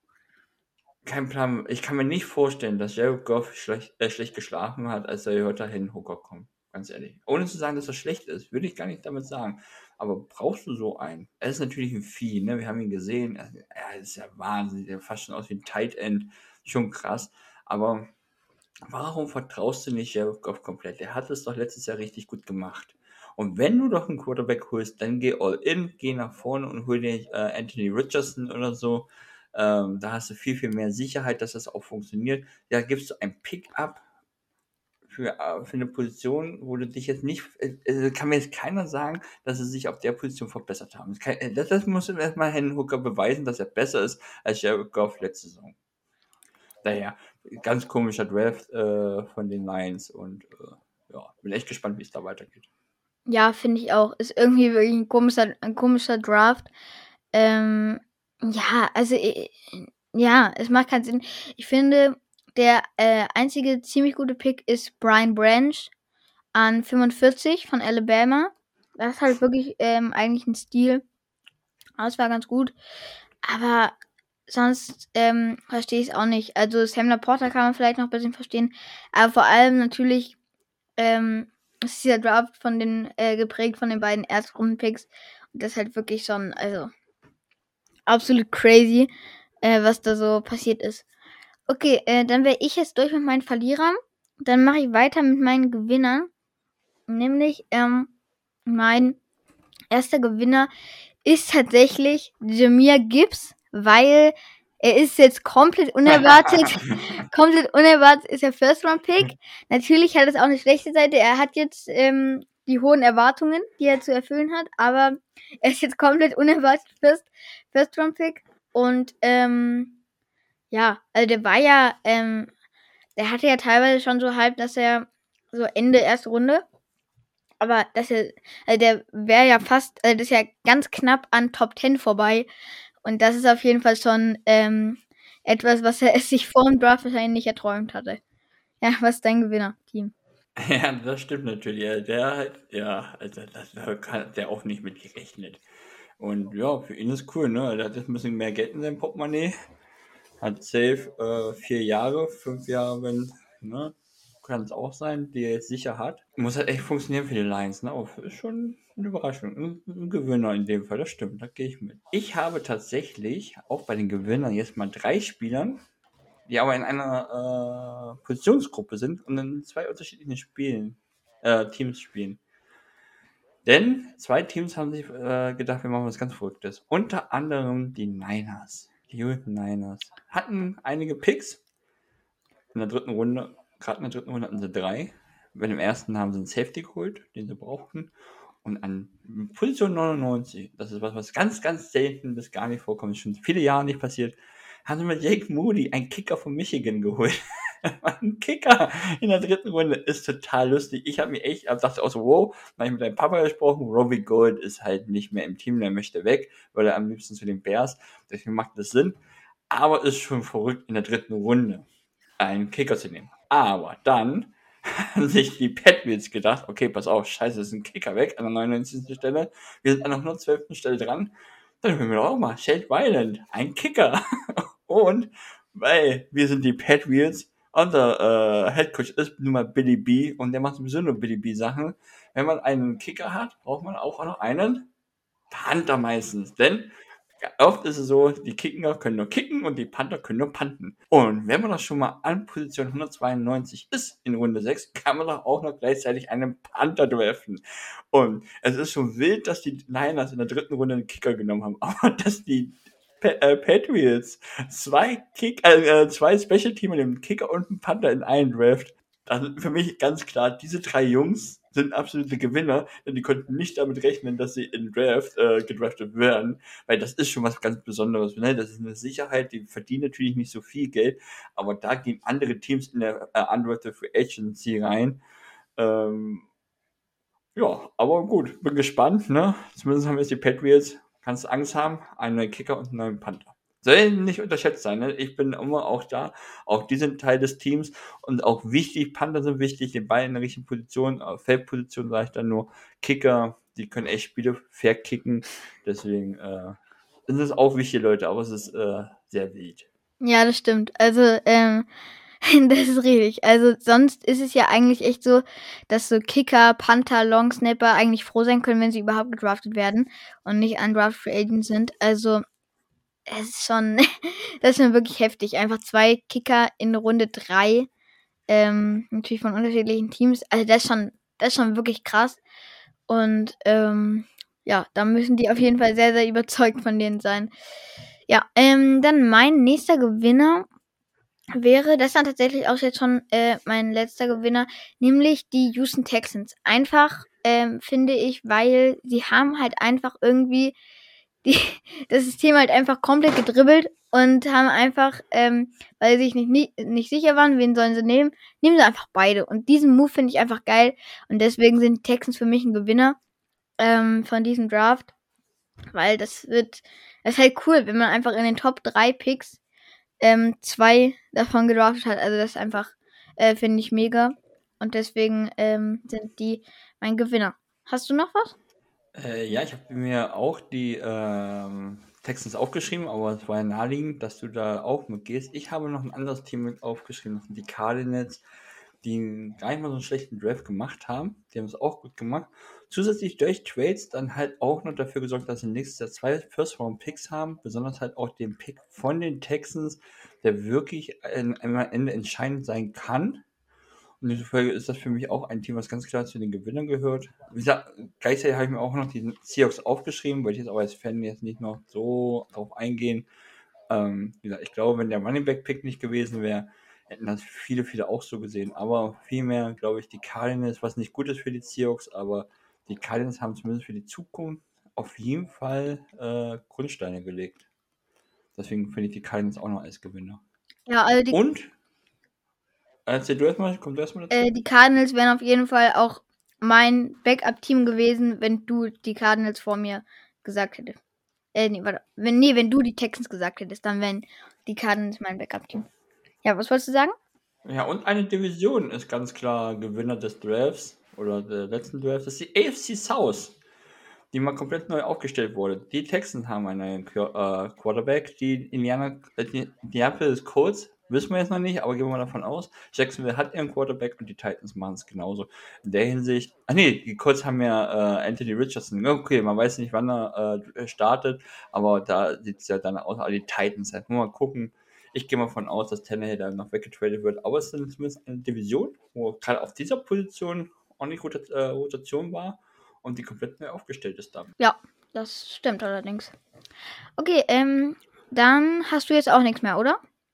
Kein Plan. Ich kann mir nicht vorstellen, dass Jared Goff schlecht, äh, schlecht geschlafen hat, als er heute hin Hooker kommt. Ganz ehrlich. Ohne zu sagen, dass er schlecht ist, würde ich gar nicht damit sagen. Aber brauchst du so einen? Er ist natürlich ein Vieh, ne? Wir haben ihn gesehen. Er, er ist ja Wahnsinn. Der fast schon aus wie ein Tight End. Schon krass. Aber warum vertraust du nicht Jared Goff komplett? Der hat es doch letztes Jahr richtig gut gemacht. Und wenn du doch einen Quarterback holst, dann geh all in, geh nach vorne und hol dir äh, Anthony Richardson oder so. Ähm, da hast du viel, viel mehr Sicherheit, dass das auch funktioniert. Da gibst du ein Pick-up für, äh, für eine Position, wo du dich jetzt nicht, äh, äh, kann mir jetzt keiner sagen, dass sie sich auf der Position verbessert haben. Das, kann, äh, das, das muss erstmal Hendon Hooker beweisen, dass er besser ist als Jared Goff letzte Saison. Daher, ganz komischer Draft äh, von den Lions und äh, ja, bin echt gespannt, wie es da weitergeht. Ja, finde ich auch. Ist irgendwie wirklich ein komischer, ein komischer Draft. Ähm, ja, also äh, ja, es macht keinen Sinn. Ich finde, der äh, einzige ziemlich gute Pick ist Brian Branch an fünfundvierzig von Alabama. Das ist halt wirklich ähm, eigentlich ein Stil. Das war ganz gut. Aber sonst ähm, verstehe ich es auch nicht. Also Sam Laporta kann man vielleicht noch ein bisschen verstehen. Aber vor allem natürlich ähm, ist dieser Draft von den äh, geprägt von den beiden Erstrunden-Picks. Und das ist halt wirklich schon, also absolut crazy, äh, was da so passiert ist. Okay, äh, dann wäre ich jetzt durch mit meinen Verlierern. Dann mache ich weiter mit meinen Gewinnern. Nämlich, ähm, mein erster Gewinner ist tatsächlich Jahmyr Gibbs, weil er ist jetzt komplett unerwartet, komplett unerwartet ist er First-Round-Pick. Natürlich hat es auch eine schlechte Seite. Er hat jetzt ähm, die hohen Erwartungen, die er zu erfüllen hat, aber er ist jetzt komplett unerwartet First, First-Round-Pick. Und ähm, ja, also der war ja, ähm, der hatte ja teilweise schon so halb, dass er so Ende erste Runde, aber das ist, also der wäre ja fast, also das ist ja ganz knapp an Top zehn vorbei. Und das ist auf jeden Fall schon ähm, etwas, was er sich vor dem Draft wahrscheinlich nicht erträumt hatte. Ja, was ist dein Gewinner, Team? Ja, das stimmt natürlich. Ja, der hat, ja, also das hat der auch nicht mit gerechnet. Und ja, für ihn ist cool, ne? Der hat jetzt ein bisschen mehr Geld in seinem Portemonnaie. Hat safe äh, vier Jahre, fünf Jahre, wenn, ne? Kann es auch sein, die er jetzt sicher hat. Muss halt echt funktionieren für die Lions, ne? Aber ist schon eine Überraschung. Ein, ein Gewinner in dem Fall, das stimmt, da gehe ich mit. Ich habe tatsächlich auch bei den Gewinnern jetzt mal drei Spielern, die aber in einer äh, Positionsgruppe sind und in zwei unterschiedlichen Spielen, äh, Teams spielen. Denn zwei Teams haben sich äh, gedacht, wir machen was ganz Verrücktes. Unter anderem die Niners. Die Niners hatten einige Picks in der dritten Runde. Gerade in der dritten Runde hatten sie drei. Bei dem ersten haben sie einen Safety geholt, den sie brauchten. Und an Position neunundneunzig, das ist was, was ganz, ganz selten bis gar nicht vorkommt, ist schon viele Jahre nicht passiert, haben sie mit Jake Moody einen Kicker von Michigan geholt. Ein Kicker in der dritten Runde ist total lustig. Ich habe mir echt, ich dachte auch so, wow, dann habe ich mit deinem Papa gesprochen, Robbie Gold ist halt nicht mehr im Team, der möchte weg, weil er am liebsten zu den Bears, deswegen macht das Sinn. Aber ist schon verrückt, in der dritten Runde einen Kicker zu nehmen. Aber dann haben sich die Patriots gedacht, okay, pass auf, scheiße, ist ein Kicker weg an der neunundneunzigsten Stelle. Wir sind an der hundertzwölften Stelle dran. Dann hören wir doch auch mal, Shade Wyland, ein Kicker. Und weil wir sind die Patriots, unser äh, Headcoach ist nun mal Billy B und der macht sowieso nur Billy B Sachen. Wenn man einen Kicker hat, braucht man auch noch einen Panther meistens. Denn Oft ist es so, die Kicker können nur kicken und die Panther können nur panten. Und wenn man das schon mal an Position hundertzweiundneunzig ist in Runde sechs, kann man doch auch noch gleichzeitig einen Panther draften. Und es ist schon wild, dass die Niners in der dritten Runde einen Kicker genommen haben, aber dass die Pa- äh, Patriots zwei Kick, äh, äh, zwei Special Teamer, den Kicker und einen Panther in einen Draft. Also für mich ganz klar, diese drei Jungs sind absolute Gewinner, denn die konnten nicht damit rechnen, dass sie in Draft äh, gedraftet werden, weil das ist schon was ganz Besonderes. Ne? Das ist eine Sicherheit, die verdienen natürlich nicht so viel Geld, aber da gehen andere Teams in der äh, Undrafted Free Agency rein. Ähm, ja, aber gut, bin gespannt. Ne? Zumindest haben jetzt die Patriots, kannst Angst haben, einen neuen Kicker und einen neuen Panther. Soll nicht unterschätzt sein, ne? Ich bin immer auch da. Auch die sind Teil des Teams und auch wichtig. Panther sind wichtig, den Ball in der richtigen Position, auf Feldposition sage ich dann nur. Kicker, die können echt Spiele verkicken. Deswegen äh, sind es auch wichtige Leute, aber es ist äh, sehr wild. Ja, das stimmt. Also, ähm, das ist richtig. Also sonst ist es ja eigentlich echt so, dass so Kicker, Panther, Longsnapper eigentlich froh sein können, wenn sie überhaupt gedraftet werden und nicht undrafted Free Agents sind. Also es ist schon, das ist schon wirklich heftig. Einfach zwei Kicker in Runde drei, ähm, natürlich von unterschiedlichen Teams. Also das ist schon, das ist schon wirklich krass. Und ähm, ja, da müssen die auf jeden Fall sehr, sehr überzeugt von denen sein. Ja, ähm, dann mein nächster Gewinner wäre, das ist dann tatsächlich auch jetzt schon äh, mein letzter Gewinner, nämlich die Houston Texans. Einfach, ähm, finde ich, weil sie haben halt einfach irgendwie die, das System halt einfach komplett gedribbelt und haben einfach, ähm, weil sie sich nicht, nicht, nicht sicher waren, wen sollen sie nehmen, nehmen sie einfach beide. Und diesen Move finde ich einfach geil und deswegen sind die Texans für mich ein Gewinner ähm, von diesem Draft, weil das wird, das ist halt cool, wenn man einfach in den Top drei Picks ähm, zwei davon gedraftet hat. Also das ist einfach, äh, finde ich mega. Und deswegen ähm, sind die mein Gewinner. Hast du noch was? Äh, ja, ich habe mir auch die ähm, Texans aufgeschrieben, aber es war ja naheliegend, dass du da auch mitgehst. Ich habe noch ein anderes Team mit aufgeschrieben, das sind die Cardinals, die gar nicht mal so einen schlechten Draft gemacht haben. Die haben es auch gut gemacht. Zusätzlich durch Trades dann halt auch noch dafür gesorgt, dass sie nächstes Jahr zwei First-Round-Picks haben, besonders halt auch den Pick von den Texans, der wirklich am Ende entscheidend sein kann. Und insofern ist das für mich auch ein Team, was ganz klar zu den Gewinnern gehört. Wie gesagt, gleichzeitig habe ich mir auch noch die Seahawks aufgeschrieben, weil ich jetzt auch als Fan jetzt nicht noch so drauf eingehen. Ähm, wie gesagt, ich glaube, wenn der Running Back Pick nicht gewesen wäre, hätten das viele, viele auch so gesehen. Aber vielmehr, glaube ich, die Cardinals, was nicht gut ist für die Seahawks, aber die Cardinals haben zumindest für die Zukunft auf jeden Fall äh, Grundsteine gelegt. Deswegen finde ich die Cardinals auch noch als Gewinner. Ja, also die, Und erzähl du erstmal, kommt du erstmal dazu? äh, die Cardinals wären auf jeden Fall auch mein Backup-Team gewesen, wenn du die Cardinals vor mir gesagt hättest. Äh, nee, warte. Wenn, nee, wenn du die Texans gesagt hättest, dann wären die Cardinals mein Backup-Team. Ja, was wolltest du sagen? Ja, und eine Division ist ganz klar Gewinner des Drafts oder der letzten Drafts, das ist die A F C South, die mal komplett neu aufgestellt wurde. Die Texans haben einen Qu- äh, Quarterback, die Indiana, äh, die Indianapolis Colts, wissen wir jetzt noch nicht, aber gehen wir mal davon aus. Jacksonville hat ihren Quarterback und die Titans machen es genauso. In der Hinsicht, ach nee, die Colts haben ja äh, Anthony Richardson. Okay, man weiß nicht, wann er äh, startet, aber da sieht es ja dann aus, aber die Titans, halt mal gucken. Ich gehe mal davon aus, dass Tannehill dann noch weggetradet wird, aber es ist zumindest eine Division, wo gerade auf dieser Position ordentlich Rota- äh, Rotation war und die komplett neu aufgestellt ist dann. Ja, das stimmt allerdings. Okay, ähm, dann hast du jetzt auch nichts mehr, oder?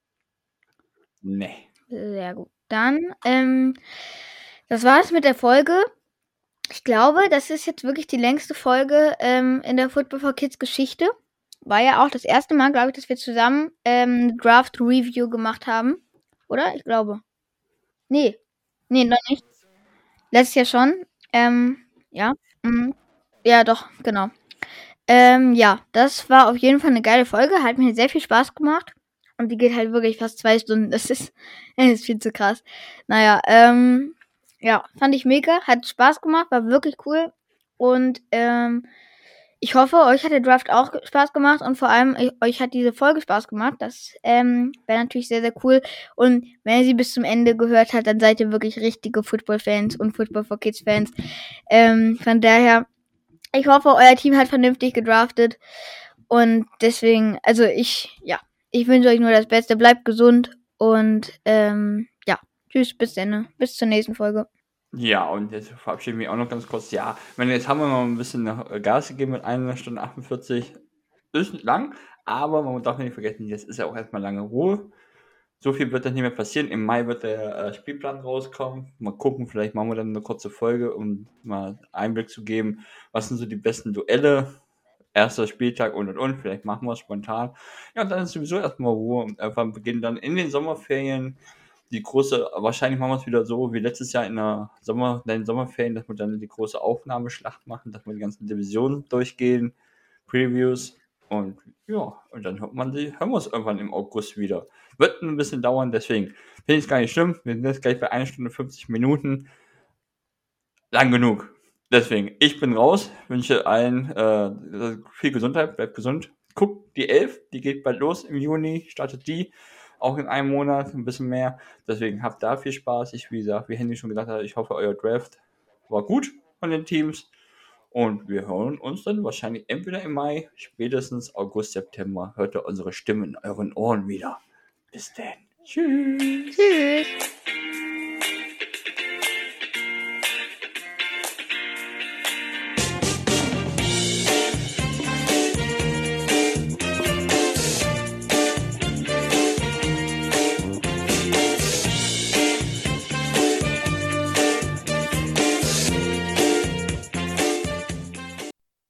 Nee. Sehr gut. Dann, ähm, das war's mit der Folge. Ich glaube, das ist jetzt wirklich die längste Folge ähm, in der Football for Kids Geschichte. War ja auch das erste Mal, glaube ich, dass wir zusammen ähm, eine Draft Review gemacht haben. Oder? Ich glaube. Nee. Nee, noch nicht. Letztes Jahr schon. Ähm, ja. Mhm. Ja, doch, genau. Ähm, ja, das war auf jeden Fall eine geile Folge. Hat mir sehr viel Spaß gemacht. Und die geht halt wirklich fast zwei Stunden. Das ist, das ist viel zu krass. Naja, ähm, ja, fand ich mega. Hat Spaß gemacht, war wirklich cool. Und ähm, ich hoffe, euch hat der Draft auch Spaß gemacht und vor allem ich, euch hat diese Folge Spaß gemacht. Das ähm, wäre natürlich sehr, sehr cool. Und wenn ihr sie bis zum Ende gehört habt, dann seid ihr wirklich richtige Football-Fans und Football for Kids-Fans. Ähm, von daher, ich hoffe, euer Team hat vernünftig gedraftet. Und deswegen, also ich, ja, ich wünsche euch nur das Beste. Bleibt gesund und ähm, ja, tschüss, bis dann. Bis zur nächsten Folge. Ja, und jetzt verabschiede ich mich auch noch ganz kurz. Ja, ich meine, jetzt haben wir mal ein bisschen noch Gas gegeben mit einer Stunde achtundvierzig. Ist lang, aber man darf nicht vergessen, jetzt ist ja auch erstmal lange Ruhe. So viel wird dann nicht mehr passieren. Im Mai wird der äh, Spielplan rauskommen. Mal gucken, vielleicht machen wir dann eine kurze Folge, um mal Einblick zu geben, was sind so die besten Duelle. Erster Spieltag und und und. Vielleicht machen wir es spontan. Ja, und dann ist sowieso erstmal Ruhe und irgendwann beginnen dann in den Sommerferien die große, wahrscheinlich machen wir es wieder so wie letztes Jahr in der Sommer, in den Sommerferien, dass wir dann die große Aufnahmeschlacht machen, dass wir die ganzen Divisionen durchgehen, Previews und ja, und dann hört man die, hören wir uns irgendwann im August wieder. Wird ein bisschen dauern, deswegen finde ich es gar nicht schlimm. Wir sind jetzt gleich bei einer Stunde fünfzig Minuten. Lang genug. Deswegen, ich bin raus, wünsche allen äh, viel Gesundheit, bleibt gesund. Guckt die elf, die geht bald los im Juni, startet die, auch in einem Monat, ein bisschen mehr. Deswegen habt da viel Spaß. Ich, wie gesagt, wie Henry schon gesagt hat, ich hoffe, euer Draft war gut von den Teams. Und wir hören uns dann wahrscheinlich entweder im Mai, spätestens August, September. Hört ihr unsere Stimmen in euren Ohren wieder. Bis dann. Tschüss. Tschüss.